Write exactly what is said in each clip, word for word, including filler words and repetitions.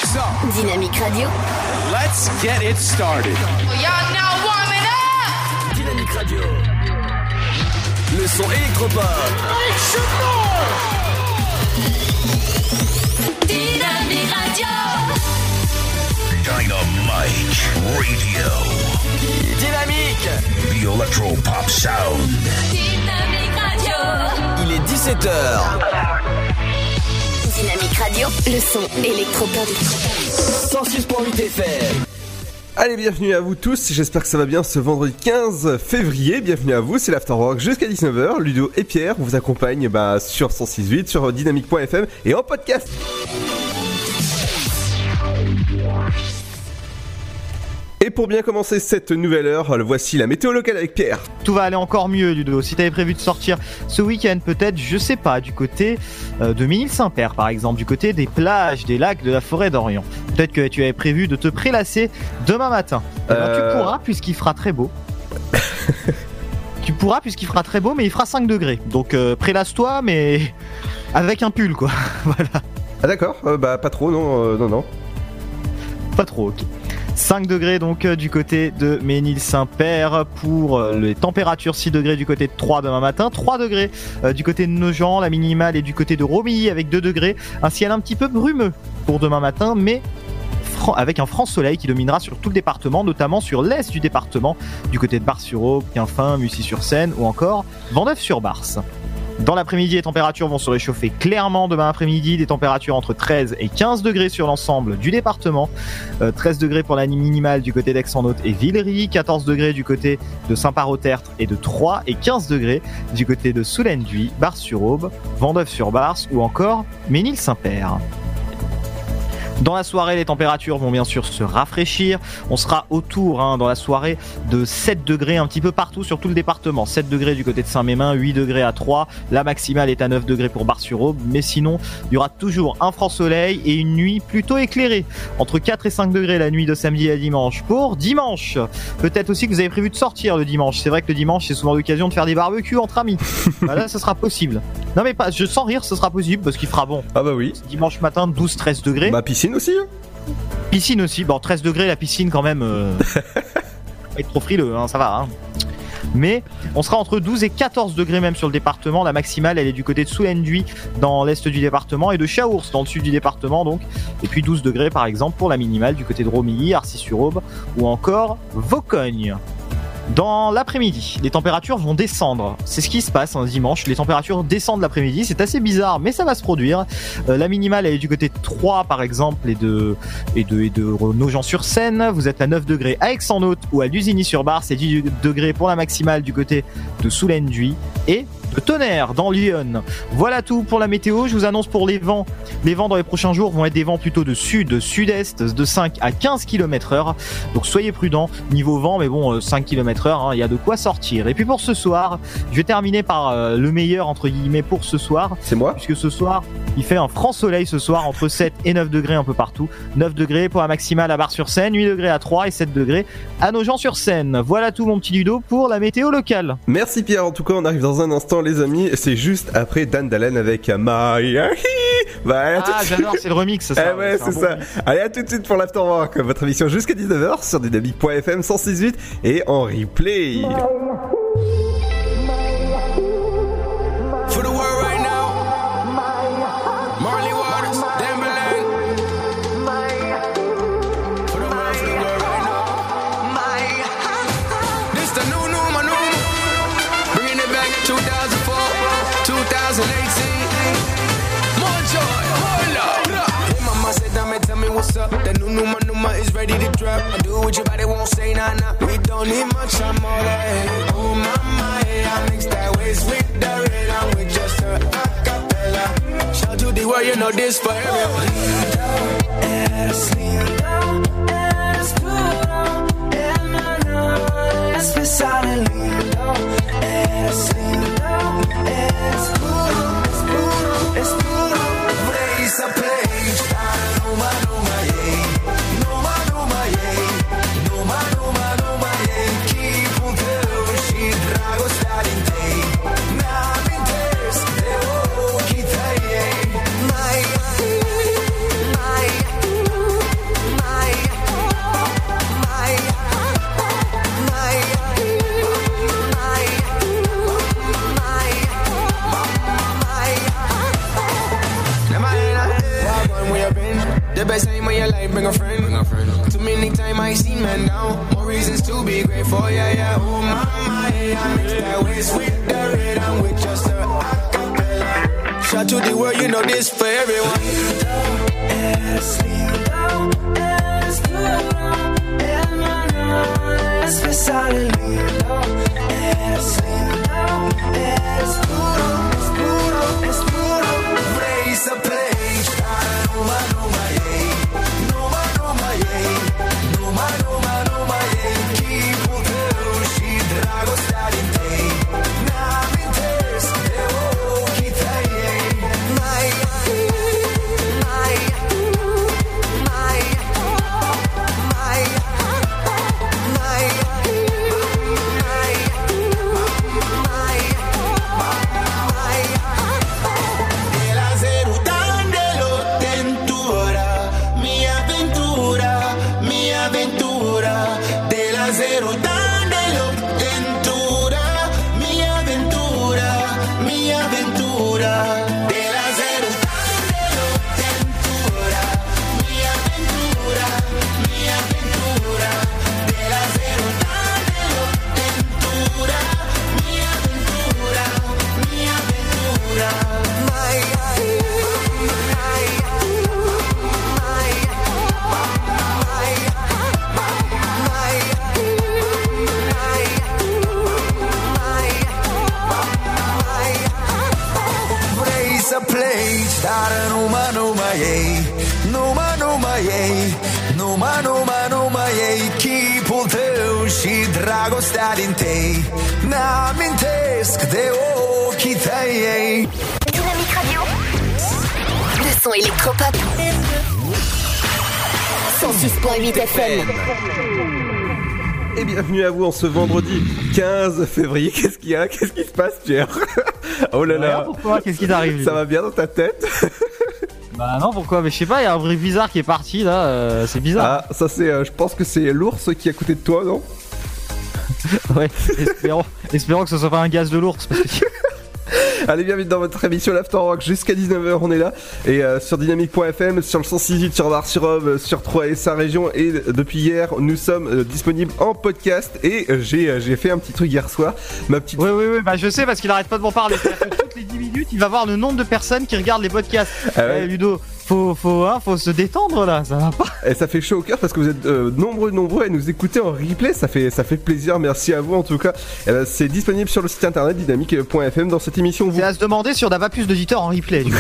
So, Dynamique Radio. let's get it started. Y'all now warming up. Dynamique Radio. Le son électropop. Dynamique Radio. Dynamite Radio. Dynamique. The Electropop Sound. Dynamique Radio. Il est dix-sept heures. Dynamique Radio. Le son électropop. cent six virgule huit F M. Allez, bienvenue à vous tous, j'espère que ça va bien ce vendredi quinze février, bienvenue à vous, c'est l'Afterwork jusqu'à dix-neuf heures, Ludo et Pierre vous accompagnent bah, sur cent six virgule huit, sur dynamique point f m et en podcast. Et pour bien commencer cette nouvelle heure, voici la météo locale avec Pierre. Tout va aller encore mieux, Ludo. Si t'avais prévu de sortir ce week-end, peut-être, je sais pas, du côté euh, de Ménil-Saint-Père, par exemple, du côté des plages, des lacs, de la forêt d'Orient. Peut-être que tu avais prévu de te prélasser demain matin. Euh... Eh ben, tu pourras, puisqu'il fera très beau. Tu pourras, puisqu'il fera très beau, mais il fera cinq degrés. Donc, euh, prélasse-toi, mais avec un pull, quoi. Voilà. Ah d'accord, euh, bah pas trop, non, euh, non, non. Pas trop, ok. cinq degrés donc euh, du côté de Ménil-Saint-Père pour euh, les températures, six degrés du côté de Troyes demain matin, trois degrés euh, du côté de Nogent, la minimale est du côté de Romilly avec deux degrés, un ciel un petit peu brumeux pour demain matin mais fran- avec un franc soleil qui dominera sur tout le département, notamment sur l'est du département, du côté de Bar-sur-Aube, Quinfin, Mussy-sur-Seine ou encore Vendeuvre-sur-Barse. Dans l'après-midi, les températures vont se réchauffer clairement demain après-midi, des températures entre treize et quinze degrés sur l'ensemble du département, euh, treize degrés pour la minimale du côté d'Aix-en-Othe et Villery, quatorze degrés du côté de Saint-Parot-Tertre et de Troyes et quinze degrés du côté de Soulenduy, Bar-sur-Aube, Vendeuvre-sur-Barse ou encore Ménil-Saint-Père. Dans la soirée, les températures vont bien sûr se rafraîchir. On sera autour hein, dans la soirée de sept degrés un petit peu partout sur tout le département. sept degrés du côté de Saint-Mémin, huit degrés à Troyes. La maximale est à neuf degrés pour Bar-sur-Aube. Mais sinon, il y aura toujours un franc soleil et une nuit plutôt éclairée. Entre quatre et cinq degrés la nuit de samedi à dimanche. Pour dimanche, peut-être aussi que vous avez prévu de sortir le dimanche. C'est vrai que le dimanche, c'est souvent l'occasion de faire des barbecues entre amis. Là, ce sera possible. Non mais pas, je sens rire, ce sera possible parce qu'il fera bon. Ah bah oui. Dimanche matin, douze à treize degrés. Bah piscine aussi hein. Piscine aussi, bon treize degrés la piscine quand même, euh... pas être trop frileux, hein, ça va. Hein. Mais on sera entre douze et quatorze degrés même sur le département. La maximale elle est du côté de Soulenduy dans l'est du département et de Chaours dans le sud du département donc. Et puis douze degrés par exemple pour la minimale du côté de Romilly, Arcis-sur-Aube ou encore Vaucogne. Dans l'après-midi, les températures vont descendre. C'est ce qui se passe un dimanche. Les températures descendent l'après-midi. C'est assez bizarre, mais ça va se produire. Euh, la minimale, elle est du côté de Troyes, par exemple, et de, et de, et de Nogent-sur-Seine. Vous êtes à neuf degrés à Aix-en-Othe ou à Lusigny-sur-Barse. C'est dix degrés pour la maximale du côté de Soulenduy et de Tonnerre dans l'Yonne. Voilà tout pour la météo. Je vous annonce pour les vents. Les vents dans les prochains jours vont être des vents plutôt de sud, sud-est, de cinq à quinze kilomètres heure. Donc soyez prudents niveau vent, mais bon, cinq kilomètres heure, hein, il y a de quoi sortir. Et puis pour ce soir, je vais terminer par euh, le meilleur entre guillemets pour ce soir. C'est moi. Puisque ce soir, il fait un franc soleil ce soir entre sept et neuf degrés un peu partout. neuf degrés pour la maximale à Bar-sur-Seine, huit degrés à Troyes et sept degrés à Nogent-sur-Seine. Voilà tout mon petit Ludo pour la météo locale. Merci Pierre, en tout cas on arrive dans un instant les amis, c'est juste après Dan Dalen avec Maya. Bah, ah j'adore, c'est le remix ça. Eh ouais, c'est, c'est ça. Bon. Allez, à tout de suite pour l'Afterwork, votre émission jusqu'à dix-neuf heures sur dynamique point f m cent six virgule huit et en replay. For the world right now, Marley Waters, Timbaland. For the world, for the world right now. This the new, new, my new. Bringing it back two thousand four, two thousand eighteen. More joy, hold up. Hey mama said, dame, tell me what's up. The new, new, my new, my is ready to drop. I do what your body won't say, nah, nah. We don't need much, I'm all that. Oh mama, yeah, I mix that waist with the red. I'm with just a acapella. Shout to the world, you know this for everyone. Eres lindo, eres puro, hermano, especial y lindo. Eres lindo, eres puro, es puro, es puro. Raise a page, numa, numa, yeah. Numa, numa, yeah. Numa, numa, numa, yeah. Keep on telling she drago starting day. Now I'm in this, they won't keep that, yeah. My, my. The best time of your life, bring a friend. Bring a friend. Too many times I seen men down. More reasons to be grateful, yeah, yeah. Oh, mama, yeah. I mix that waist with the rhythm with just a acapella. Shout to the world, you know this for everyone. Es lindo, es puro, hermano, es besar el lindo. Es lindo, es puro, es puro, es puro. Raise a pledge, numa, numa, yeah. Numa, numa, yeah. Numa, numa, numa, yeah. Keep on through, she drago starting day. Nam in test, evo, kita, yeah. My, my, my, my, my, de la Zerután de lo Tentura, mi aventura, mi aventura. De la Zerután de lo Tentura, mi aventura, mi aventura. De la Zerután de lo Tentura, mi aventura, mi aventura. De la Zerután de lo Tentura, mi aventura, mi aventura. My, raise a plate, dare numa numa yay, numa numa yay, numa numa numa yay. Keep on through, she drago stadin te, na mintesk de o kitayay. Dynamique Radio. Le son électropop. cent six point huit F M. Et bienvenue à vous en ce vendredi quinze février. Qu'est-ce qu'il y a? Qu'est-ce qui se passe, Pierre? Oh là Ouais, là. pourquoi? Qu'est-ce qui t'arrive? Ça va bien dans ta tête? Bah non, pourquoi? Mais je sais pas, il y a un bruit bizarre qui est parti là, euh, c'est bizarre. Ah, ça c'est, euh, je pense que c'est l'ours qui est à côté de toi, non? Ouais, espérons, espérons que ce soit pas un gaz de l'ours. Parce que... Allez, bienvenue dans votre émission l'After Rock jusqu'à dix-neuf heures, on est là. Et euh, sur dynamique point F M, sur le cent six virgule huit, sur Var-sur-Aube, sur Troyes et sa région. Et depuis hier, nous sommes euh, disponibles en podcast. Et euh, j'ai, euh, j'ai fait un petit truc hier soir. Ma petite... Oui, oui, oui, bah je sais parce qu'il arrête pas de m'en parler. C'est-à-dire que toutes les dix minutes, il va voir le nombre de personnes qui regardent les podcasts. Ah ouais. Eh, Ludo, faut, faut, hein, faut se détendre là, ça va pas. Et ça fait chaud au cœur parce que vous êtes euh, nombreux, nombreux à nous écouter en replay. Ça fait, ça fait plaisir. Merci à vous en tout cas. Eh ben, c'est disponible sur le site internet dynamique point F M. Dans cette émission, vous... C'est à se demander si on n'a pas plus d'auditeurs en replay, tu vois.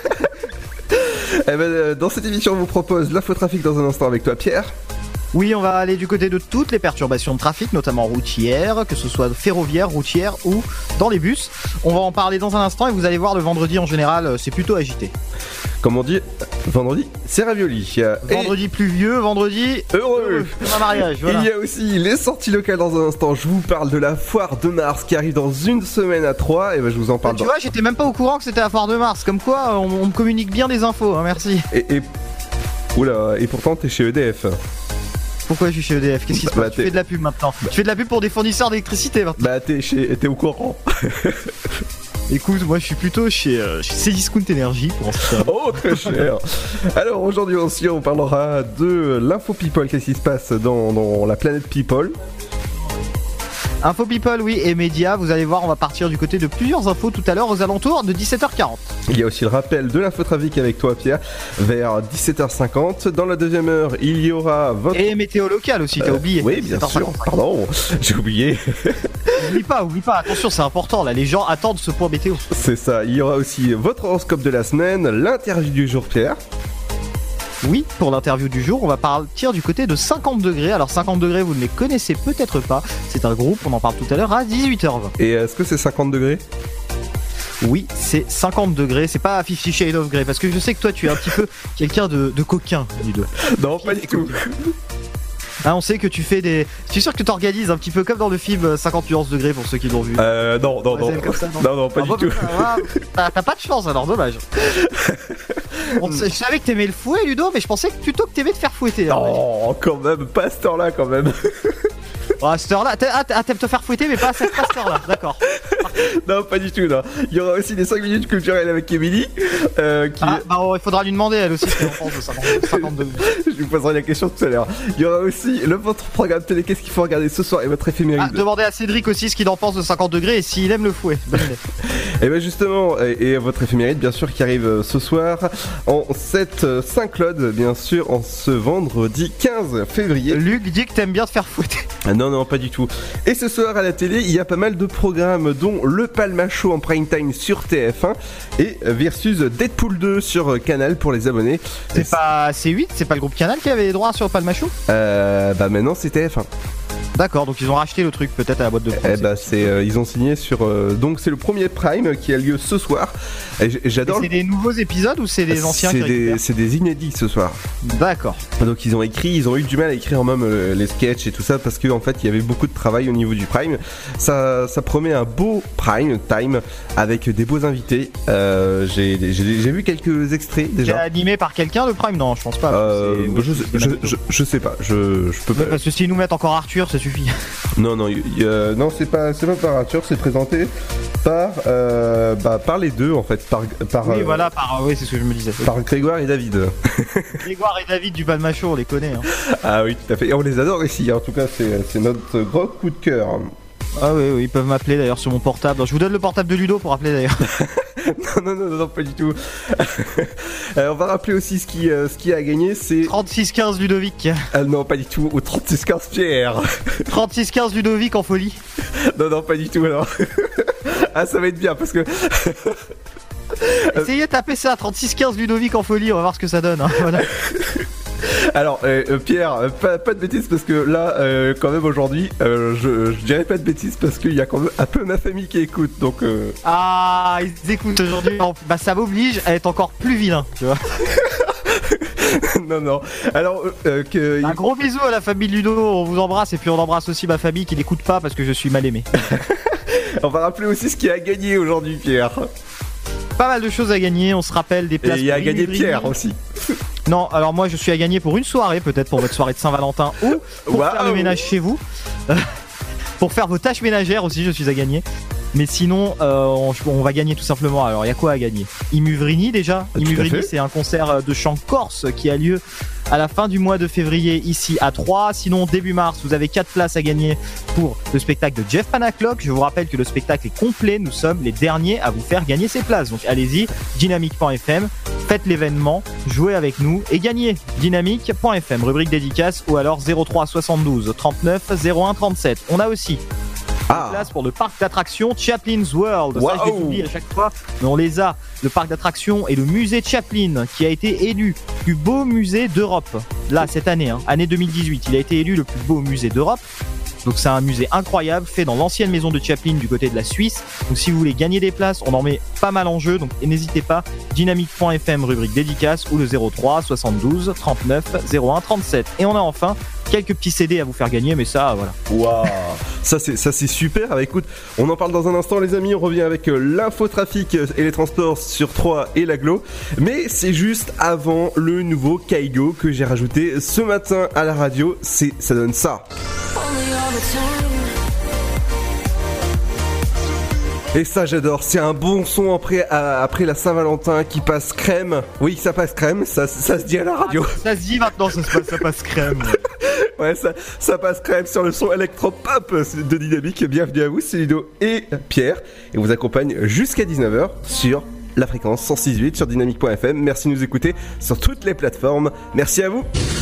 Eh ben, euh, dans cette émission, on vous propose l'infotrafic dans un instant avec toi, Pierre. Oui, on va aller du côté de toutes les perturbations de trafic, notamment routières, que ce soit ferroviaire, routière ou dans les bus. On va en parler dans un instant et vous allez voir, le vendredi en général, c'est plutôt agité. Comme on dit, vendredi, c'est ravioli. Vendredi pluvieux, vendredi heureux. C'est un mariage, voilà. Il y a aussi les sorties locales dans un instant. Je vous parle de la foire de Mars qui arrive dans une semaine à Troyes. Et ben je vous en parle. Tu dans... vois, j'étais même pas au courant que c'était la foire de Mars. Comme quoi, on, on me communique bien des infos, hein, merci. Et, et... Oula, et pourtant t'es chez E D F. Pourquoi je suis chez E D F? Qu'est-ce qui se passe? Bah, Tu fais de la pub maintenant. Bah. Tu fais de la pub pour des fournisseurs d'électricité maintenant. Bah t'es chez... t'es au courant. Écoute, moi je suis plutôt chez, euh, chez Cdiscount Energy pour en faire. Oh, très cher. Alors aujourd'hui aussi, on parlera de l'info people. Qu'est-ce qui se passe dans, dans la planète people? Info People, oui, et médias, vous allez voir, on va partir du côté de plusieurs infos tout à l'heure aux alentours de dix-sept heures quarante. Il y a aussi le rappel de l'infotrafic avec toi, Pierre, vers dix-sept heures cinquante. Dans la deuxième heure, il y aura votre... Et météo locale aussi, t'as Euh, oublié. Oui, bien sûr, pardon, j'ai oublié. Oublie pas, oublie pas, attention, c'est important là, les gens attendent ce point météo. C'est ça, il y aura aussi votre horoscope de la semaine, l'interview du jour, Pierre. Oui, pour l'interview du jour, on va partir du côté de cinquante degrés. Alors cinquante degrés, vous ne les connaissez peut-être pas. C'est un groupe, on en parle tout à l'heure à dix-huit heures vingt. Et est-ce que c'est cinquante degrés? Oui, c'est cinquante degrés, c'est pas Fifty Shades of Grey. Parce que je sais que toi, tu es un petit peu quelqu'un de, de coquin, Ludo. Non, pas du tout. Ah, on sait que tu fais des... Je suis sûr que tu t'organises un petit peu comme dans le film cinquante nuances degrés pour ceux qui l'ont vu. Euh, non, non, non. Comme ça, non. Non, non, pas Ah, du bon, tout. bah, t'as, t'as pas de chance alors, dommage. On, je savais que t'aimais le fouet, Ludo, mais je pensais que plutôt que t'aimais te faire fouetter. hein. Non, quand même, pas à cette heure-là, quand même. Ah, à cette heure-là, t'a- ah, t'aimes te faire fouetter, mais pas à cette, pas à cette heure-là, d'accord. Par Non, pas du tout, non. Il y aura aussi des cinq minutes culturelles avec Emily. Euh, qui... Ah, bah, il faudra lui demander, elle aussi, ce qu'elle en pense de cinquante-deux. Je lui poserai la question tout à l'heure. Il y aura aussi le votre programme télé, qu'est-ce qu'il faut regarder ce soir et votre éphéméride. Ah, demandez à Cédric aussi ce qu'il en pense de cinquante degrés et s'il aime le fouet. Bonne idée. Et bien justement, et, et votre éphéméride, bien sûr, qui arrive euh, ce soir en cette euh, Saint-Claude, bien sûr, en ce vendredi quinze février. Luc dit que t'aimes bien te faire fouetter. Ah non, non, pas du tout. Et ce soir à la télé, il y a pas mal de programmes, dont le Palma Show en prime time sur T F un et versus Deadpool deux sur Canal pour les abonnés. C'est pas C huit, c'est pas le groupe Canal qui avait les droits sur Palma Show ? Euh, bah maintenant c'est T F un. D'accord, donc ils ont racheté le truc peut-être à la boîte de prod. Eh bah c'est, euh, ils ont signé sur. Euh, donc c'est le premier Prime qui a lieu ce soir. Et j'adore. Et c'est des nouveaux épisodes ou c'est des anciens c'est qui des, récupèrent ? c'est des inédits ce soir. D'accord. Donc ils ont écrit, ils ont eu du mal à écrire même euh, les sketchs et tout ça parce qu'en en fait il y avait beaucoup de travail au niveau du Prime. Ça, ça promet un beau Prime Time avec des beaux invités. Euh, j'ai, j'ai, j'ai vu quelques extraits C'est déjà. animé par quelqu'un le Prime ? Non, je pense pas. Euh, C'est- je, je, je, je sais pas, je, je peux Ouais, pas. parce que s'ils nous mettent encore Arthur, ça suffit. Non, non, y- y- euh, non, c'est pas, c'est pas par Arthur, c'est présenté par, euh, bah, par les deux en fait, par, par, Oui, euh, voilà, par... oui, c'est ce que je me disais. par Grégoire et David. Grégoire et David du Palma Show, on les connaît. Hein. Ah oui, tout à fait. Et on les adore ici. En tout cas, c'est, c'est notre gros coup de cœur. Ah oui, oui, ils peuvent m'appeler d'ailleurs sur mon portable. Je vous donne le portable de Ludo pour appeler d'ailleurs. non, non, non, non, pas du tout. euh, on va rappeler aussi ce qui, euh, ce qui a gagné, c'est. trente-six quinze Ludovic. Ah non, pas du tout. Au trente-six quinze Pierre. trente-six quinze Ludovic en folie. non, non, pas du tout alors. ah, ça va être bien parce que. Essayez de taper ça, trente-six quinze Ludovic en folie, on va voir ce que ça donne. Hein. Voilà. Alors, euh, euh, Pierre, euh, pas, pas de bêtises parce que là, euh, quand même aujourd'hui, euh, je, je dirais pas de bêtises parce qu'il y a quand même un peu ma famille qui écoute, donc. Euh... Ah, ils écoutent aujourd'hui. Bah, ça m'oblige à être encore plus vilain, tu vois. non, non. Alors, euh, que. Un gros bisou à la famille Ludo, on vous embrasse et puis on embrasse aussi ma famille qui n'écoute pas parce que je suis mal aimé. On va rappeler aussi ce qui a gagné aujourd'hui, Pierre. Pas mal de choses à gagner, on se rappelle des places. Et il y a pour gagné Rimini. Pierre aussi. Non, alors moi je suis à gagner pour une soirée, peut-être pour votre soirée de Saint-Valentin ou pour Wow. faire le ménage chez vous. Pour faire vos tâches ménagères aussi, je suis à gagner. Mais sinon, euh, on, on va gagner tout simplement. Alors, il y a quoi à gagner ? Imuvrini déjà. Tout à Imuvrini, fait. c'est un concert de chant corse qui a lieu à la fin du mois de février ici à Troyes. Sinon, début mars, vous avez quatre places à gagner pour le spectacle de Jeff Panaclock. Je vous rappelle que le spectacle est complet. Nous sommes les derniers à vous faire gagner ces places. Donc, allez-y, dynamique point f m, faites l'événement, jouez avec nous et gagnez. dynamique point f m, rubrique dédicace ou alors zéro trois soixante-douze trente-neuf zéro un trente-sept. On a aussi Ah. place pour le parc d'attractions Chaplin's World. Ça, je les Waouh. oublie à chaque fois, mais on les a. Le parc d'attractions et le musée Chaplin, qui a été élu plus beau musée d'Europe. Là, cette année, hein, année deux mille dix-huit, il a été élu le plus beau musée d'Europe. Donc c'est un musée incroyable, fait dans l'ancienne maison de Chaplin du côté de la Suisse. Donc si vous voulez gagner des places, on en met pas mal en jeu. Donc n'hésitez pas, dynamique point f m, rubrique dédicace, ou le zéro trois soixante-douze trente-neuf zéro un trente-sept. Et on a enfin quelques petits C D à vous faire gagner, mais ça, voilà. Waouh. Ça c'est ça c'est super. Ah, écoute, on en parle dans un instant les amis, on revient avec euh, l'infotrafic et les transports sur Troyes et l'Aglo. Mais c'est juste avant le nouveau Kaigo que j'ai rajouté ce matin à la radio, c'est ça donne ça. Et ça j'adore, c'est un bon son après, à- après la Saint-Valentin qui passe crème. Oui, ça passe crème, ça, ça se dit à la radio. Ça se dit maintenant, ça se passe, ça passe crème. Ouais, ça, ça passe crème sur le son électropop de Dynamique. Bienvenue à vous, c'est Ludo et Pierre. Et on vous accompagne jusqu'à dix-neuf heures sur la fréquence cent six virgule huit sur dynamique point f m. Merci de nous écouter sur toutes les plateformes. Merci à vous.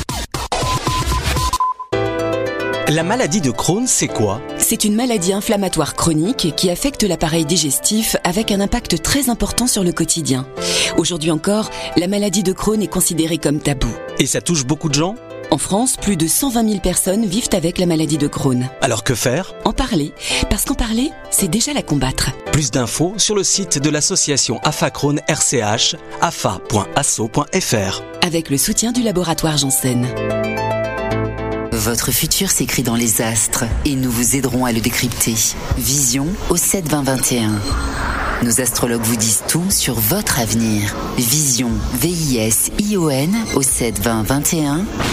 La maladie de Crohn, c'est quoi ? C'est une maladie inflammatoire chronique qui affecte l'appareil digestif avec un impact très important sur le quotidien. Aujourd'hui encore, la maladie de Crohn est considérée comme tabou. Et ça touche beaucoup de gens ? En France, plus de cent vingt mille personnes vivent avec la maladie de Crohn. Alors que faire ? En parler, parce qu'en parler, c'est déjà la combattre. Plus d'infos sur le site de l'association A F A Crohn R C H, afa point asso point f r. Avec le soutien du laboratoire Janssen. Votre futur s'écrit dans les astres et nous vous aiderons à le décrypter. Vision au sept vingt vingt et un. Nos astrologues vous disent tout sur votre avenir. Vision, V I S I O N au sept vingt vingt et un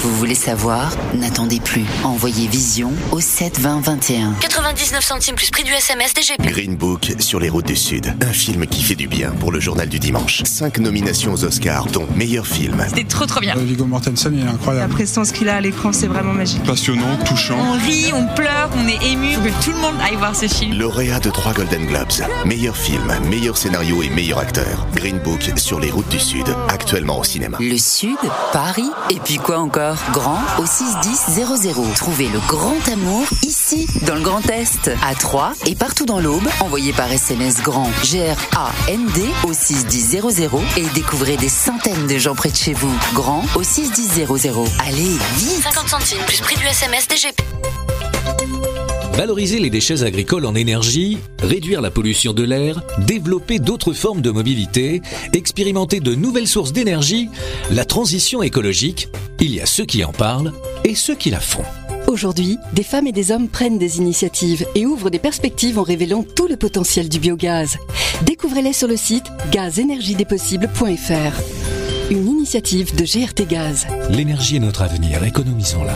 Vous voulez savoir? N'attendez plus. Envoyez Vision au sept vingt vingt et un. quatre-vingt-dix-neuf centimes plus prix du S M S D G P. Green Book sur les routes du Sud. Un film qui fait du bien pour le journal du dimanche. Cinq nominations aux Oscars, dont meilleur film. C'était trop trop bien. Euh, Viggo Mortensen, il est incroyable. La prestance qu'il a à l'écran, c'est vraiment magique. Passionnant, touchant. On rit, on pleure, on est ému. Faut que tout le monde aille voir ce film. Lauréat de trois Golden Globes. Meilleur film, meilleur scénario et meilleur acteur. Green Book sur les routes du Sud. Actuellement au cinéma. Le Sud, Paris, et puis quoi encore? Grand au six dix zéro zéro. Trouvez le grand amour ici, dans le Grand Est, à Troyes et partout dans l'Aube. Envoyez par S M S grand G R A N D au six dix zéro zéro et découvrez des centaines de gens près de chez vous. Grand au six dix zéro zéro. Allez, vite! cinquante centimes plus prix du S M S D G P. Valoriser les déchets agricoles en énergie, réduire la pollution de l'air, développer d'autres formes de mobilité, expérimenter de nouvelles sources d'énergie, la transition écologique, il y a ceux qui en parlent et ceux qui la font. Aujourd'hui, des femmes et des hommes prennent des initiatives et ouvrent des perspectives en révélant tout le potentiel du biogaz. Découvrez-les sur le site gaz énergie des possibles point f r. Une initiative de G R T Gaz. L'énergie est notre avenir, économisons-la.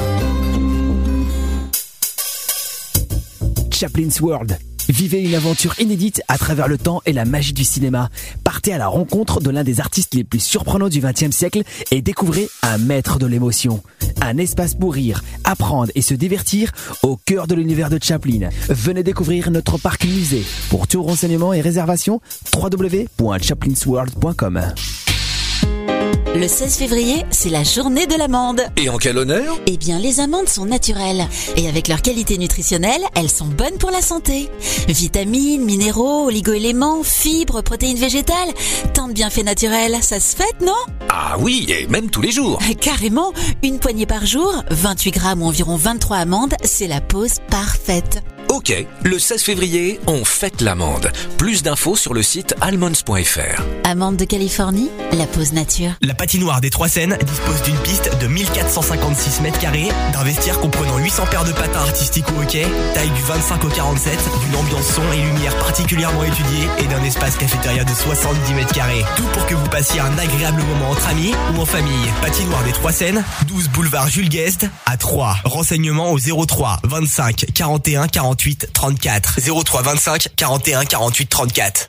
Chaplin's World. Vivez une aventure inédite à travers le temps et la magie du cinéma. Partez à la rencontre de l'un des artistes les plus surprenants du vingtième siècle et découvrez un maître de l'émotion. Un espace pour rire, apprendre et se divertir au cœur de l'univers de Chaplin. Venez découvrir notre parc musée. Pour tout renseignement et réservation, w w w point chaplins world point com. Le seize février, c'est la journée de l'amande. Et en quel honneur? Eh bien, les amandes sont naturelles. Et avec leur qualité nutritionnelle, elles sont bonnes pour la santé. Vitamines, minéraux, oligo-éléments, fibres, protéines végétales. Tant de bienfaits naturels, ça se fête, non? Ah oui, et même tous les jours. Carrément, une poignée par jour, vingt-huit grammes ou environ vingt-trois amandes, c'est la pause parfaite. Ok, le seize février, on fête l'amande. Plus d'infos sur le site almonds point f r. Amande de Californie, la pause nature. La patinoire des Trois Seines dispose d'une piste de mille quatre cent cinquante-six mètres carrés, d'un vestiaire comprenant huit cents paires de patins artistiques au hockey, taille du vingt-cinq au quarante-sept, d'une ambiance son et lumière particulièrement étudiée et d'un espace cafétéria de soixante-dix mètres carrés. Tout pour que vous passiez un agréable moment entre amis ou en famille. Patinoire des Trois Seines, douze boulevard Jules Guest à Troyes. Renseignements au zéro trois vingt-cinq quarante et un quarante-huit trente-quatre. zéro trois vingt-cinq quarante et un quarante-huit trente-quatre.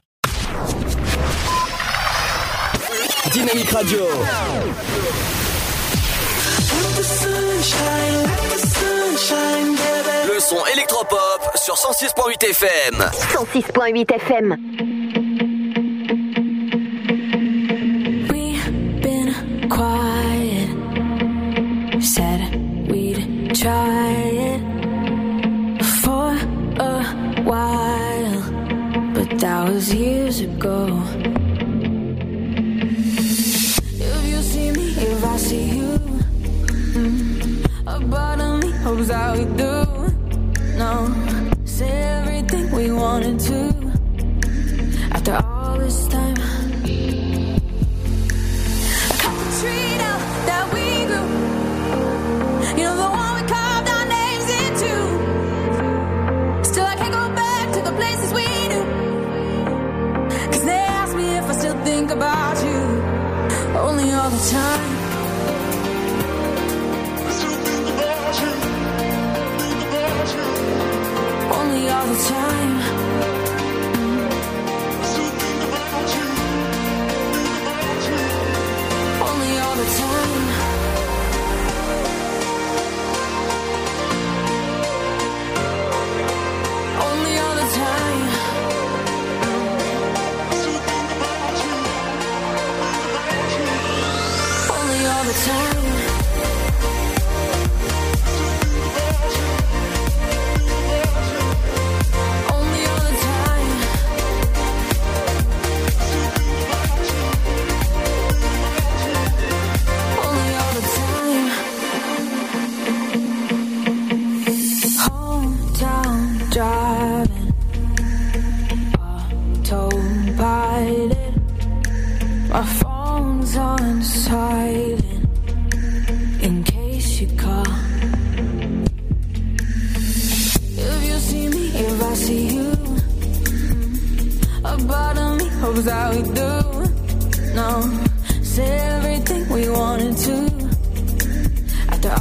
Dynamique Radio. Le son électropop sur cent six point huit F M. cent six point huit F M. We've been quiet. Said we'd try it for a while, but that was years ago. If you see me, if I see you, mm, a part of me hopes that we do. No, say everything we wanted to. After all this time, I cut the tree down that we grew. You know the one we carved our names into. Still I can't go back to the places we knew. Cause they ask me if I still think about you. Only all the time. Only all the time. Only all the time. Only all the time. Only all the time. Driving autopilot, my phone's on silent in case you call. If you see me, if I see you, a part of me hopes that we do. No, say everything we wanted to. After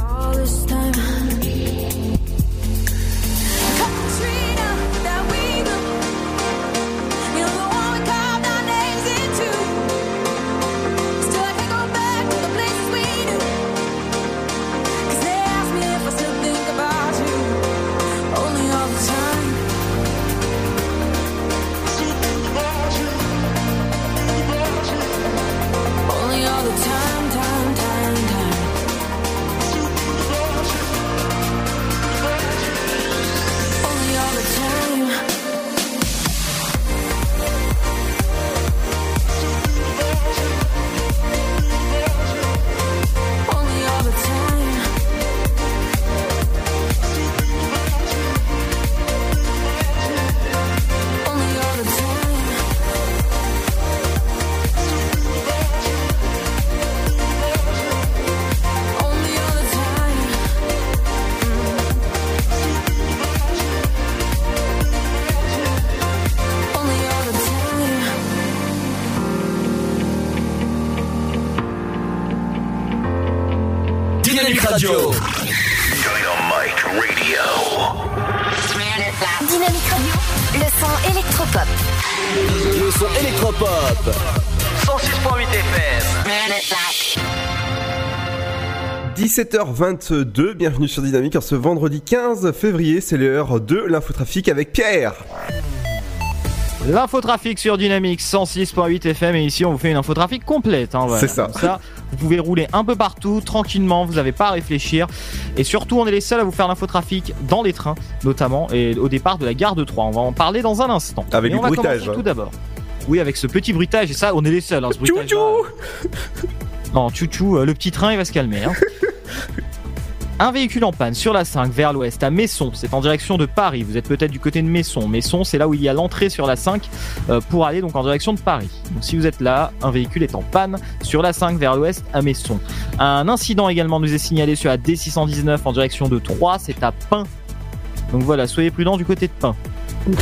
Dynamique Radio. Dynamique Radio. Dynamique Radio, le son électropop. Le son électropop. cent six virgule huit F M. dix-sept heures vingt-deux, bienvenue sur Dynamique en ce vendredi quinze février, c'est l'heure de l'infotrafic avec Pierre. L'infotrafic sur Dynamique cent six virgule huit F M et ici on vous fait une infotrafic complète. Hein, voilà. C'est ça. Comme ça, vous pouvez rouler un peu partout, tranquillement, vous n'avez pas à réfléchir. Et surtout, on est les seuls à vous faire l'infotrafic dans les trains, notamment, et au départ de la gare de Troyes. On va en parler dans un instant. Avec Mais du on bruitage. Va commencer tout d'abord. Oui, avec ce petit bruitage, et ça, on est les seuls. Hein, ce bruitage. Tchou-tchou. Non, tchou-tchou, euh, le petit train, il va se calmer. Hein. Un véhicule en panne sur la cinq vers l'ouest à Messon, c'est en direction de Paris. Vous êtes peut-être du côté de Messon. Messon, c'est là où il y a l'entrée sur la cinq euh, pour aller donc en direction de Paris. Donc si vous êtes là, un véhicule est en panne sur la cinq vers l'ouest à Messon. Un incident également nous est signalé sur la D six cent dix-neuf en direction de Troyes, c'est à Pin. Donc voilà, soyez prudents du côté de Pin. Pin ?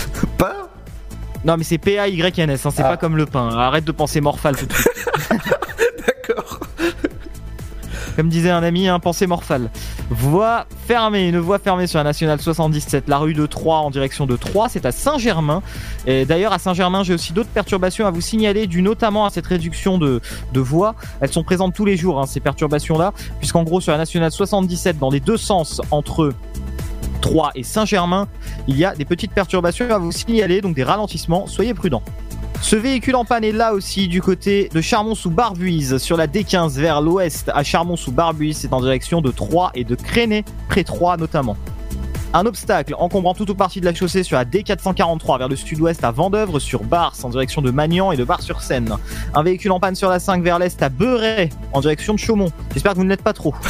Non mais c'est P A Y N S, hein, c'est ah. pas comme le pain. Arrête de penser morphale tout de suite. D'accord. Comme disait un ami, hein, pensée morphale. Voie fermée, une voie fermée sur la nationale soixante-dix-sept, la rue de Troyes en direction de Troyes, c'est à Saint-Germain. Et d'ailleurs à Saint-Germain, j'ai aussi d'autres perturbations à vous signaler, dues notamment à cette réduction de, de voies. Elles sont présentes tous les jours, hein, ces perturbations-là, puisqu'en gros sur la nationale soixante-dix-sept, dans les deux sens entre Troyes et Saint-Germain, il y a des petites perturbations à vous signaler, donc des ralentissements, soyez prudents. Ce véhicule en panne est là aussi du côté de Charmont-sous-Barbuise sur la D quinze vers l'ouest à Charmont-sous-Barbuise, c'est en direction de Troyes et de Créné, près Troyes notamment. Un obstacle encombrant toute ou partie de la chaussée sur la D quatre cent quarante-trois vers le sud-ouest à Vendeuvre sur Barse en direction de Magnan et de Bar-sur-Seine. Un véhicule en panne sur la cinq vers l'est à Beuret en direction de Chaumont. J'espère que vous ne l'êtes pas trop.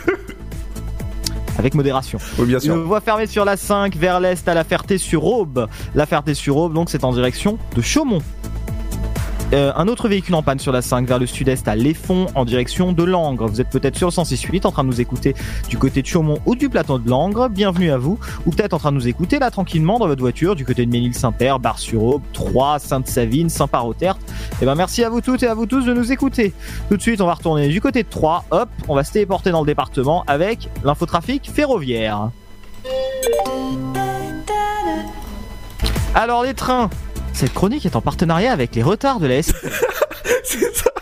Avec modération. Oui, bien sûr. Une voie fermée sur la cinq vers l'est à La Ferté-sur-Aube. La Ferté-sur-Aube, donc c'est en direction de Chaumont. Euh, un autre véhicule en panne sur la cinq vers le sud-est à Léfon en direction de Langres. Vous êtes peut-être sur le cent six virgule huit en train de nous écouter du côté de Chaumont ou du plateau de Langres. Bienvenue à vous. Ou peut-être en train de nous écouter là tranquillement dans votre voiture du côté de Ménil-Saint-Père, Bar-sur-Aube, Troyes, Sainte-Savine, Saint-Paroterte. Et ben merci à vous toutes et à vous tous de nous écouter. Tout de suite, on va retourner du côté de Troyes. Hop, on va se téléporter dans le département avec l'infotrafic ferroviaire. Alors les trains. Cette chronique est en partenariat avec les retards de la S N C F. C'est ça.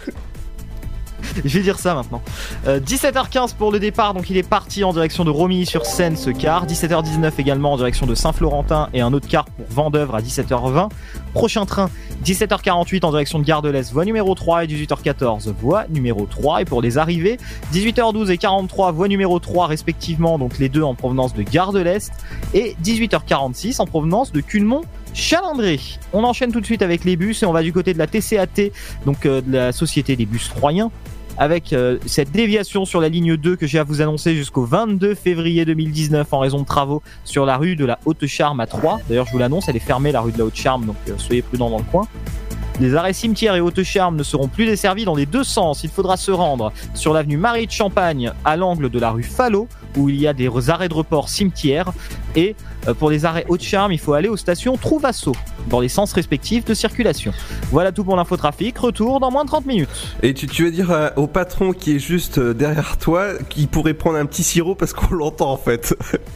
Je vais dire ça maintenant. Euh, dix-sept heures quinze pour le départ, donc il est parti en direction de Romilly-sur-Seine ce car. dix-sept heures dix-neuf également en direction de Saint-Florentin et un autre car pour Vendeuvre à dix-sept heures vingt. Prochain train, dix-sept heures quarante-huit en direction de Gare de l'Est, voie numéro trois et dix-huit heures quatorze, voie numéro trois. Et pour les arrivées, dix-huit heures douze et quarante-trois, voie numéro trois respectivement, donc les deux en provenance de Gare de l'Est, et dix-huit heures quarante-six en provenance de Culmont Chalindré. On enchaîne tout de suite avec les bus et on va du côté de la T C A T, donc euh, de la Société des bus troyens, avec euh, cette déviation sur la ligne deux que j'ai à vous annoncer jusqu'au vingt-deux février deux mille dix-neuf en raison de travaux sur la rue de la Haute-Charme à Troyes. D'ailleurs je vous l'annonce, elle est fermée la rue de la Haute-Charme, donc euh, soyez prudents dans le coin. Les arrêts cimetières et Haute-Charme ne seront plus desservis dans les deux sens. Il faudra se rendre sur l'avenue Marie de Champagne à l'angle de la rue Fallot où il y a des arrêts de report cimetières. Et euh, pour les arrêts Haute-Charme, il faut aller aux stations Trouvasso dans les sens respectifs de circulation. Voilà tout pour l'infotrafic. Retour dans moins de trente minutes. Et tu, tu veux dire euh, au patron qui est juste euh, derrière toi qu'il pourrait prendre un petit sirop parce qu'on l'entend en fait.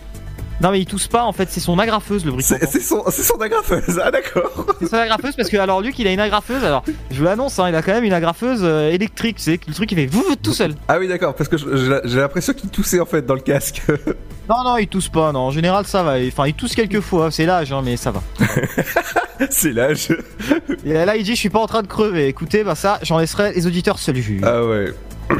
Non mais il tousse pas en fait, c'est son agrafeuse le bricoleur. C'est, c'est, son, c'est son agrafeuse, ah d'accord. C'est son agrafeuse parce que alors Luc il a une agrafeuse, alors je vous l'annonce hein, il a quand même une agrafeuse euh, électrique, c'est le truc qui fait vous tout seul. Ah oui d'accord, parce que je, j'ai l'impression qu'il toussait en fait dans le casque. Non non il tousse pas, non en général ça va, enfin il tousse quelques fois, c'est l'âge hein, mais ça va. C'est l'âge. Et là il dit je suis pas en train de crever, écoutez bah ça j'en laisserai les auditeurs seuls juger. Ah ouais.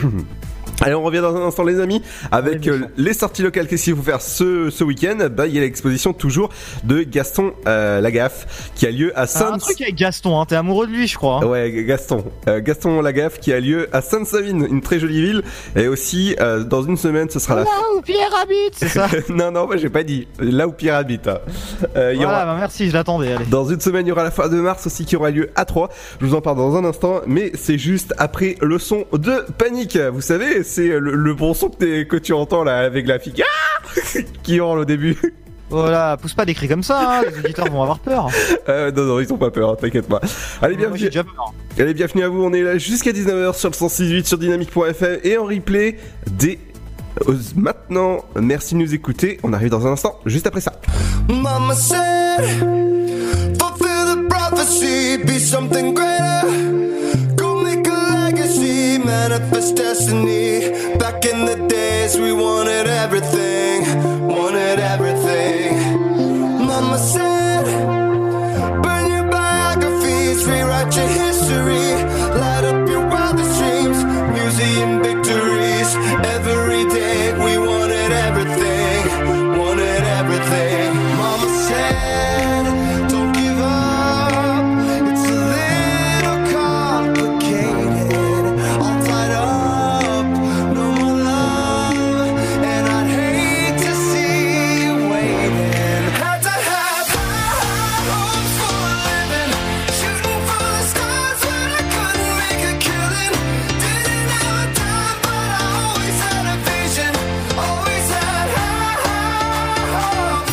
Allez, on revient dans un instant les amis avec euh, les sorties locales. Qu'est-ce qu'il faut faire ce, ce week-end? Bah il y a l'exposition toujours de Gaston euh, Lagaffe qui a lieu à Sainte... Ah, un truc avec Gaston, hein, t'es amoureux de lui je crois. Hein. Ouais Gaston, euh, Gaston Lagaffe qui a lieu à Sainte-Savine, une très jolie ville. Et aussi euh, dans une semaine ce sera là la... Là où Pierre habite, c'est ça. Non non, moi j'ai pas dit. Là où Pierre habite. Hein. Euh, voilà, aura... bah merci, je l'attendais. Allez. Dans une semaine il y aura la foire de mars aussi qui aura lieu à Troyes. Je vous en parle dans un instant, mais c'est juste après le son de Panique. Vous savez, c'est le, le bon son que, que tu entends là avec la fille ah qui hurle au début. Voilà, pousse pas des cris comme ça, hein, les auditeurs vont avoir peur. Euh, non, non, ils ont pas peur, t'inquiète pas. Allez, bienvenue. Moi, j'ai déjà peur. Allez, bienvenue à vous, on est là jusqu'à dix-neuf heures sur le cent six virgule huit sur dynamique point f m et en replay dès Euh, Maintenant, merci de nous écouter. On arrive dans un instant, juste après ça. Mama said, fulfill the prophecy, be something greater. Go make a legacy, manifest destiny. Back in the days, we wanted everything, wanted everything. Mama said, burn your biographies, rewrite your history, light up your wildest dreams, museum victories. Every day, we wanted everything, wanted everything. Mama said, don't give up, it's a little complicated, all tied up, no more love, and I'd hate to see you waiting. Had to have high hopes for a living, shooting for the stars when I couldn't make a killing. Didn't have a dime, but I always had a vision, always had high hopes.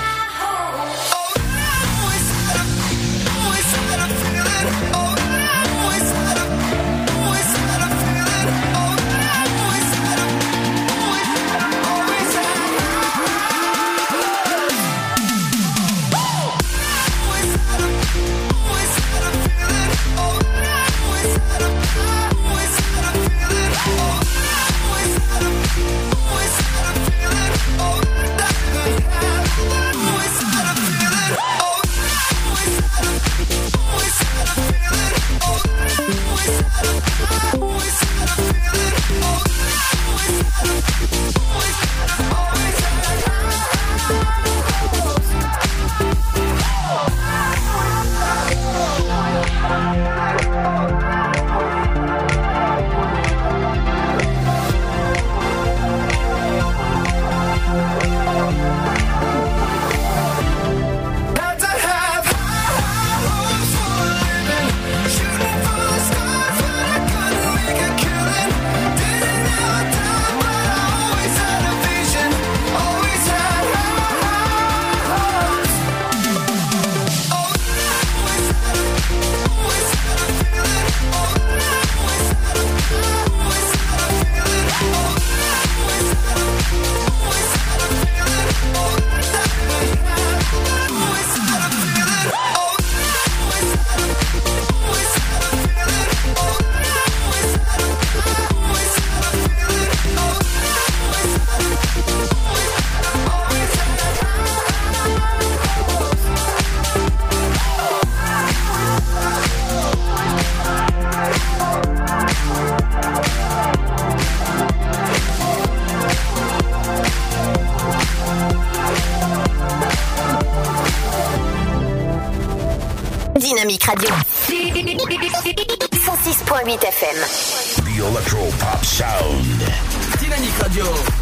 Dynamique Radio. cent six point huit F M. The Electro Pop Sound. Dynamique Radio.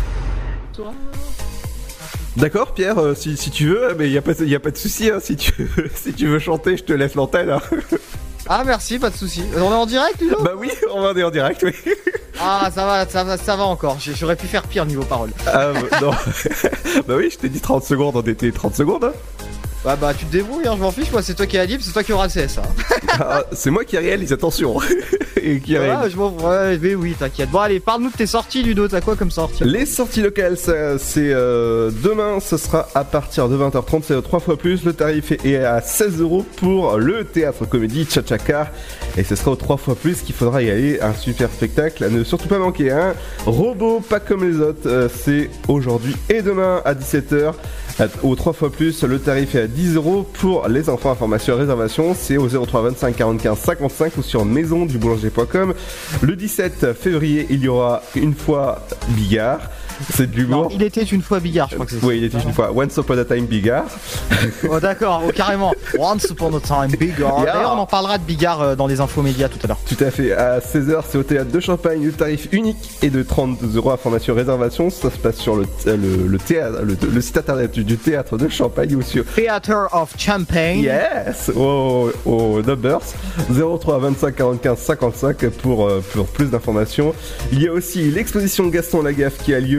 D'accord, Pierre, euh, si, si tu veux, mais il y a pas, y a pas de souci. Hein, si tu, si tu veux chanter, je te laisse l'antenne. Hein. Ah merci, pas de souci. On est en direct, Ludo ? Bah oui, on est en direct, oui. Ah ça va, ça va, ça va encore. J'ai- J'aurais pu faire pire niveau parole. Ah bah, non. Bah oui, je t'ai dit trente secondes, on était trente secondes. Hein. Bah bah tu te débrouilles, hein, je m'en fiche, moi c'est toi qui as libre, c'est toi qui aura le C S. Hein. Ah, c'est moi qui réalise, attention. Et qui Voilà, réalise. je m'en ouais, mais oui, t'inquiète. Bon allez, parle-nous de tes sorties, Ludo, t'as quoi comme sortie ? Les sorties locales, ça, c'est euh, demain, ce sera à partir de vingt heures trente, c'est trois fois plus. Le tarif est, est à seize euros pour le théâtre comédie Tchatchaka. Et ce sera au trois fois plus qu'il faudra y aller. Un super spectacle à ne surtout pas manquer. Hein. Robot, pas comme les autres, euh, c'est aujourd'hui et demain à dix-sept heures. Au trois fois plus, le tarif est à dix euros pour les enfants. Information et réservation, c'est au zéro trois vingt-cinq quarante-quinze cinquante-cinq ou sur maison du boulanger point com. Le dix-sept février, il y aura une fois Bigard. C'est de l'humour. Non, il était une fois Bigard, je crois que c'est ça. Oui, il était une fois Once Upon a Time Bigard. Oh d'accord, oh, carrément. Once upon a time Bigard. Yeah. D'ailleurs, on en parlera de Bigard euh, dans les infos médias tout à l'heure. Tout à fait. À seize heures, c'est au théâtre de Champagne. Le tarif unique est de trente-deux euros. Information réservation, ça se passe sur le, le, le théâtre, le, le site internet du, du théâtre de Champagne ou sur Theater of Champagne. Yes, au, au Numbers zéro trois vingt-cinq quarante-quinze cinquante-cinq pour, euh, pour plus d'informations. Il y a aussi l'exposition Gaston Lagaffe qui a lieu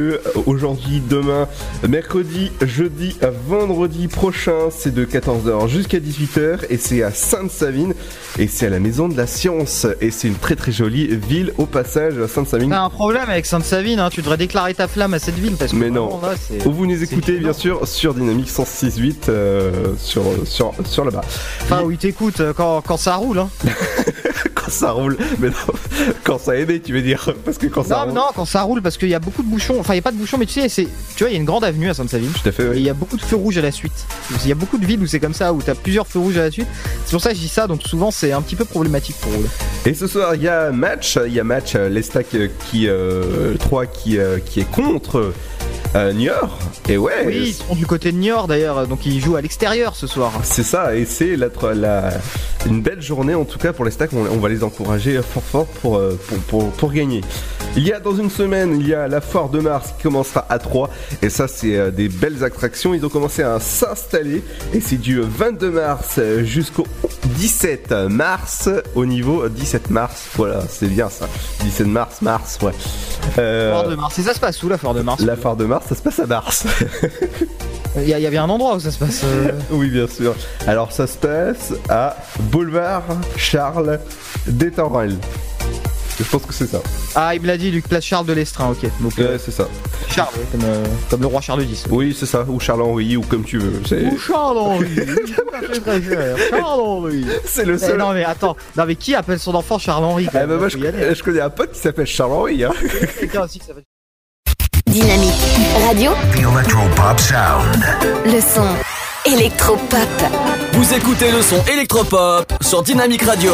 lieu aujourd'hui, demain, mercredi, jeudi, vendredi prochain. C'est de quatorze heures jusqu'à dix-huit heures et c'est à Sainte-Savine et c'est à la Maison de la Science. Et c'est une très très jolie ville au passage, Sainte-Savine. T'as un problème avec Sainte-Savine, hein, tu devrais déclarer ta flamme à cette ville parce que mais non, là, c'est... vous nous écoutez bien sûr sur Dynamique cent six virgule huit euh, sur, sur, sur là-bas. Enfin, oui, t'écoutes quand, quand ça roule, hein. Quand ça roule, mais non, quand ça aimait, tu veux dire, parce que quand ça non, roule. Non, quand ça roule, parce qu'il y a beaucoup de bouchons. Enfin, il y a pas de bouchons, mais tu sais, c'est, tu vois, il y a une grande avenue à Sainte-Savine. Tout à fait. Oui. Et il y a beaucoup de feux rouges à la suite. Il y a beaucoup de villes où c'est comme ça, où t'as plusieurs feux rouges à la suite. C'est pour ça que je dis ça. Donc souvent, c'est un petit peu problématique pour rouler. Et ce soir, il y a match, il y a match euh, l'Estac qui euh, trois qui euh, qui est contre. Euh, Niort. Et ouais. Oui, ils sont du côté de Niort d'ailleurs, donc ils jouent à l'extérieur ce soir. C'est ça, et c'est la, la, une belle journée en tout cas pour les Stacks. On, on va les encourager fort fort pour, pour, pour, pour gagner. Il y a dans une semaine, il y a la foire de Mars qui commencera à Troyes. Et ça, c'est des belles attractions. Ils ont commencé à s'installer. Et c'est du vingt-deux mars jusqu'au dix-sept mars. Au niveau dix-sept mars. Voilà, c'est bien ça. dix-sept mars, mars, ouais. Euh, foire de Mars. Et ça se passe où la foire de Mars? La foire de Mars, ça se passe à Mars. Il y, y avait un endroit où ça se passe. Euh... Oui, bien sûr. Alors, ça se passe à Boulevard Charles d'Étarel. Je pense que c'est ça. Ah, il me l'a dit, Luc, place Charles de l'Estrin, ok. Donc, ouais, euh, c'est ça. Charles, comme, euh, comme le roi Charles X. Oui, c'est ça. Ou Charles-Henri, ou comme tu veux. C'est... Ou Charles-Henri. Charles-Henri. C'est le seul. Eh non, mais attends. Non, mais qui appelle son enfant Charles-Henri? Ah, bah, moi, je, je connais un pote qui s'appelle Charles-Henri. Hein. Quelqu'un aussi qui s'appelle. Dynamique Radio. The Electropop Sound. Le son électropop. Vous écoutez le son électropop sur Dynamique Radio.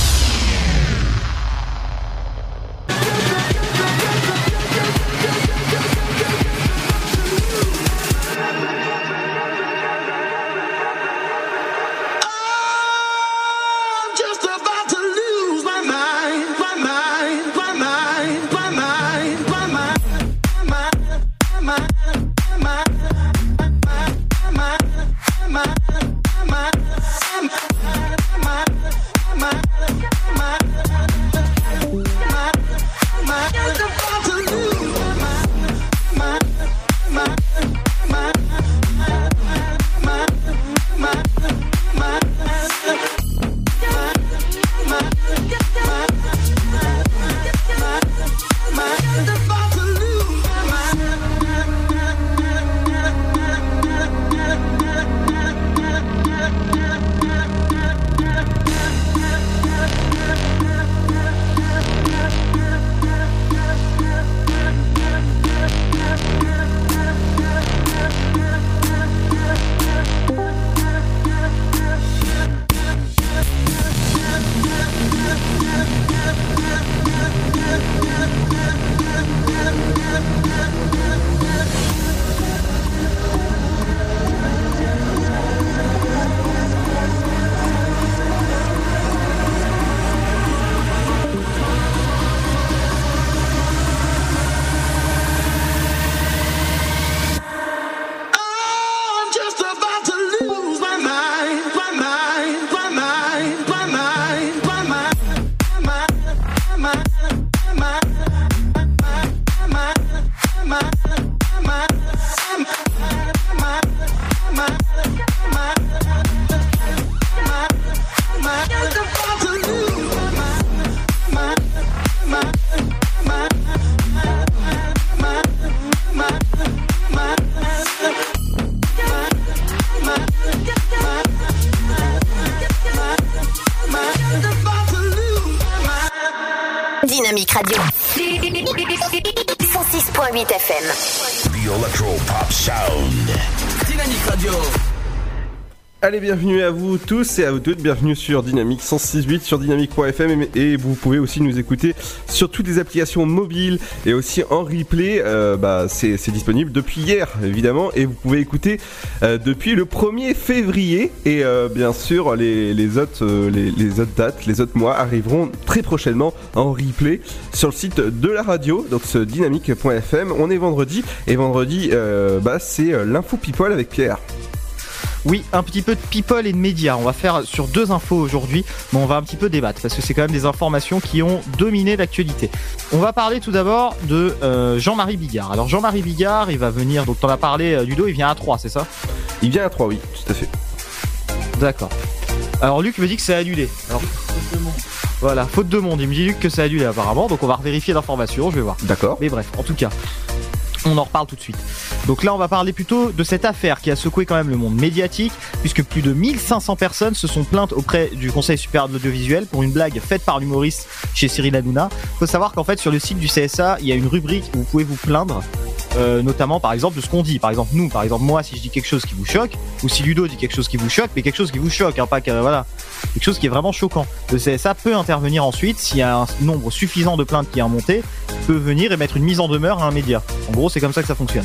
Dynamique Radio. cent six virgule huit F M. The Electropop Sound. Dynamique Radio. Allez, bienvenue à vous tous et à vous toutes, bienvenue sur Dynamique cent six virgule huit sur dynamique point f m et vous pouvez aussi nous écouter sur toutes les applications mobiles et aussi en replay, euh, bah, c'est, c'est disponible depuis hier évidemment et vous pouvez écouter euh, depuis le premier février et euh, bien sûr les, les, autres, euh, les, les autres dates, les autres mois arriveront très prochainement en replay sur le site de la radio, donc ce dynamique point f m. On est vendredi et vendredi euh, bah, c'est l'info people avec Pierre. Oui, un petit peu de people et de médias. On va faire sur deux infos aujourd'hui, mais on va un petit peu débattre parce que c'est quand même des informations qui ont dominé l'actualité. On va parler tout d'abord de euh, Jean-Marie Bigard. Alors Jean-Marie Bigard, il va venir, donc t'en as parlé euh, Ludo, il vient à Troyes, c'est ça ? Il vient à Troyes, oui, tout à fait. D'accord. Alors Luc me dit que c'est annulé. Alors, faute de monde. Voilà, faute de monde. Il me dit Luc que c'est annulé apparemment, donc on va vérifier l'information, je vais voir. D'accord. Mais bref, en tout cas, on en reparle tout de suite. Donc là, on va parler plutôt de cette affaire qui a secoué quand même le monde médiatique, puisque plus de mille cinq cents personnes se sont plaintes auprès du Conseil supérieur de l'audiovisuel pour une blague faite par l'humoriste chez Cyril Hanouna. Faut savoir qu'en fait, sur le site du C S A, il y a une rubrique où vous pouvez vous plaindre. Euh, notamment par exemple de ce qu'on dit, par exemple nous, par exemple moi, si je dis quelque chose qui vous choque, ou si Ludo dit quelque chose qui vous choque, mais quelque chose qui vous choque, hein, pas que, voilà, quelque chose qui est vraiment choquant. Le C S A peut intervenir ensuite s'il y a un nombre suffisant de plaintes qui est remonté, peut venir et mettre une mise en demeure à un média. En gros, c'est comme ça que ça fonctionne.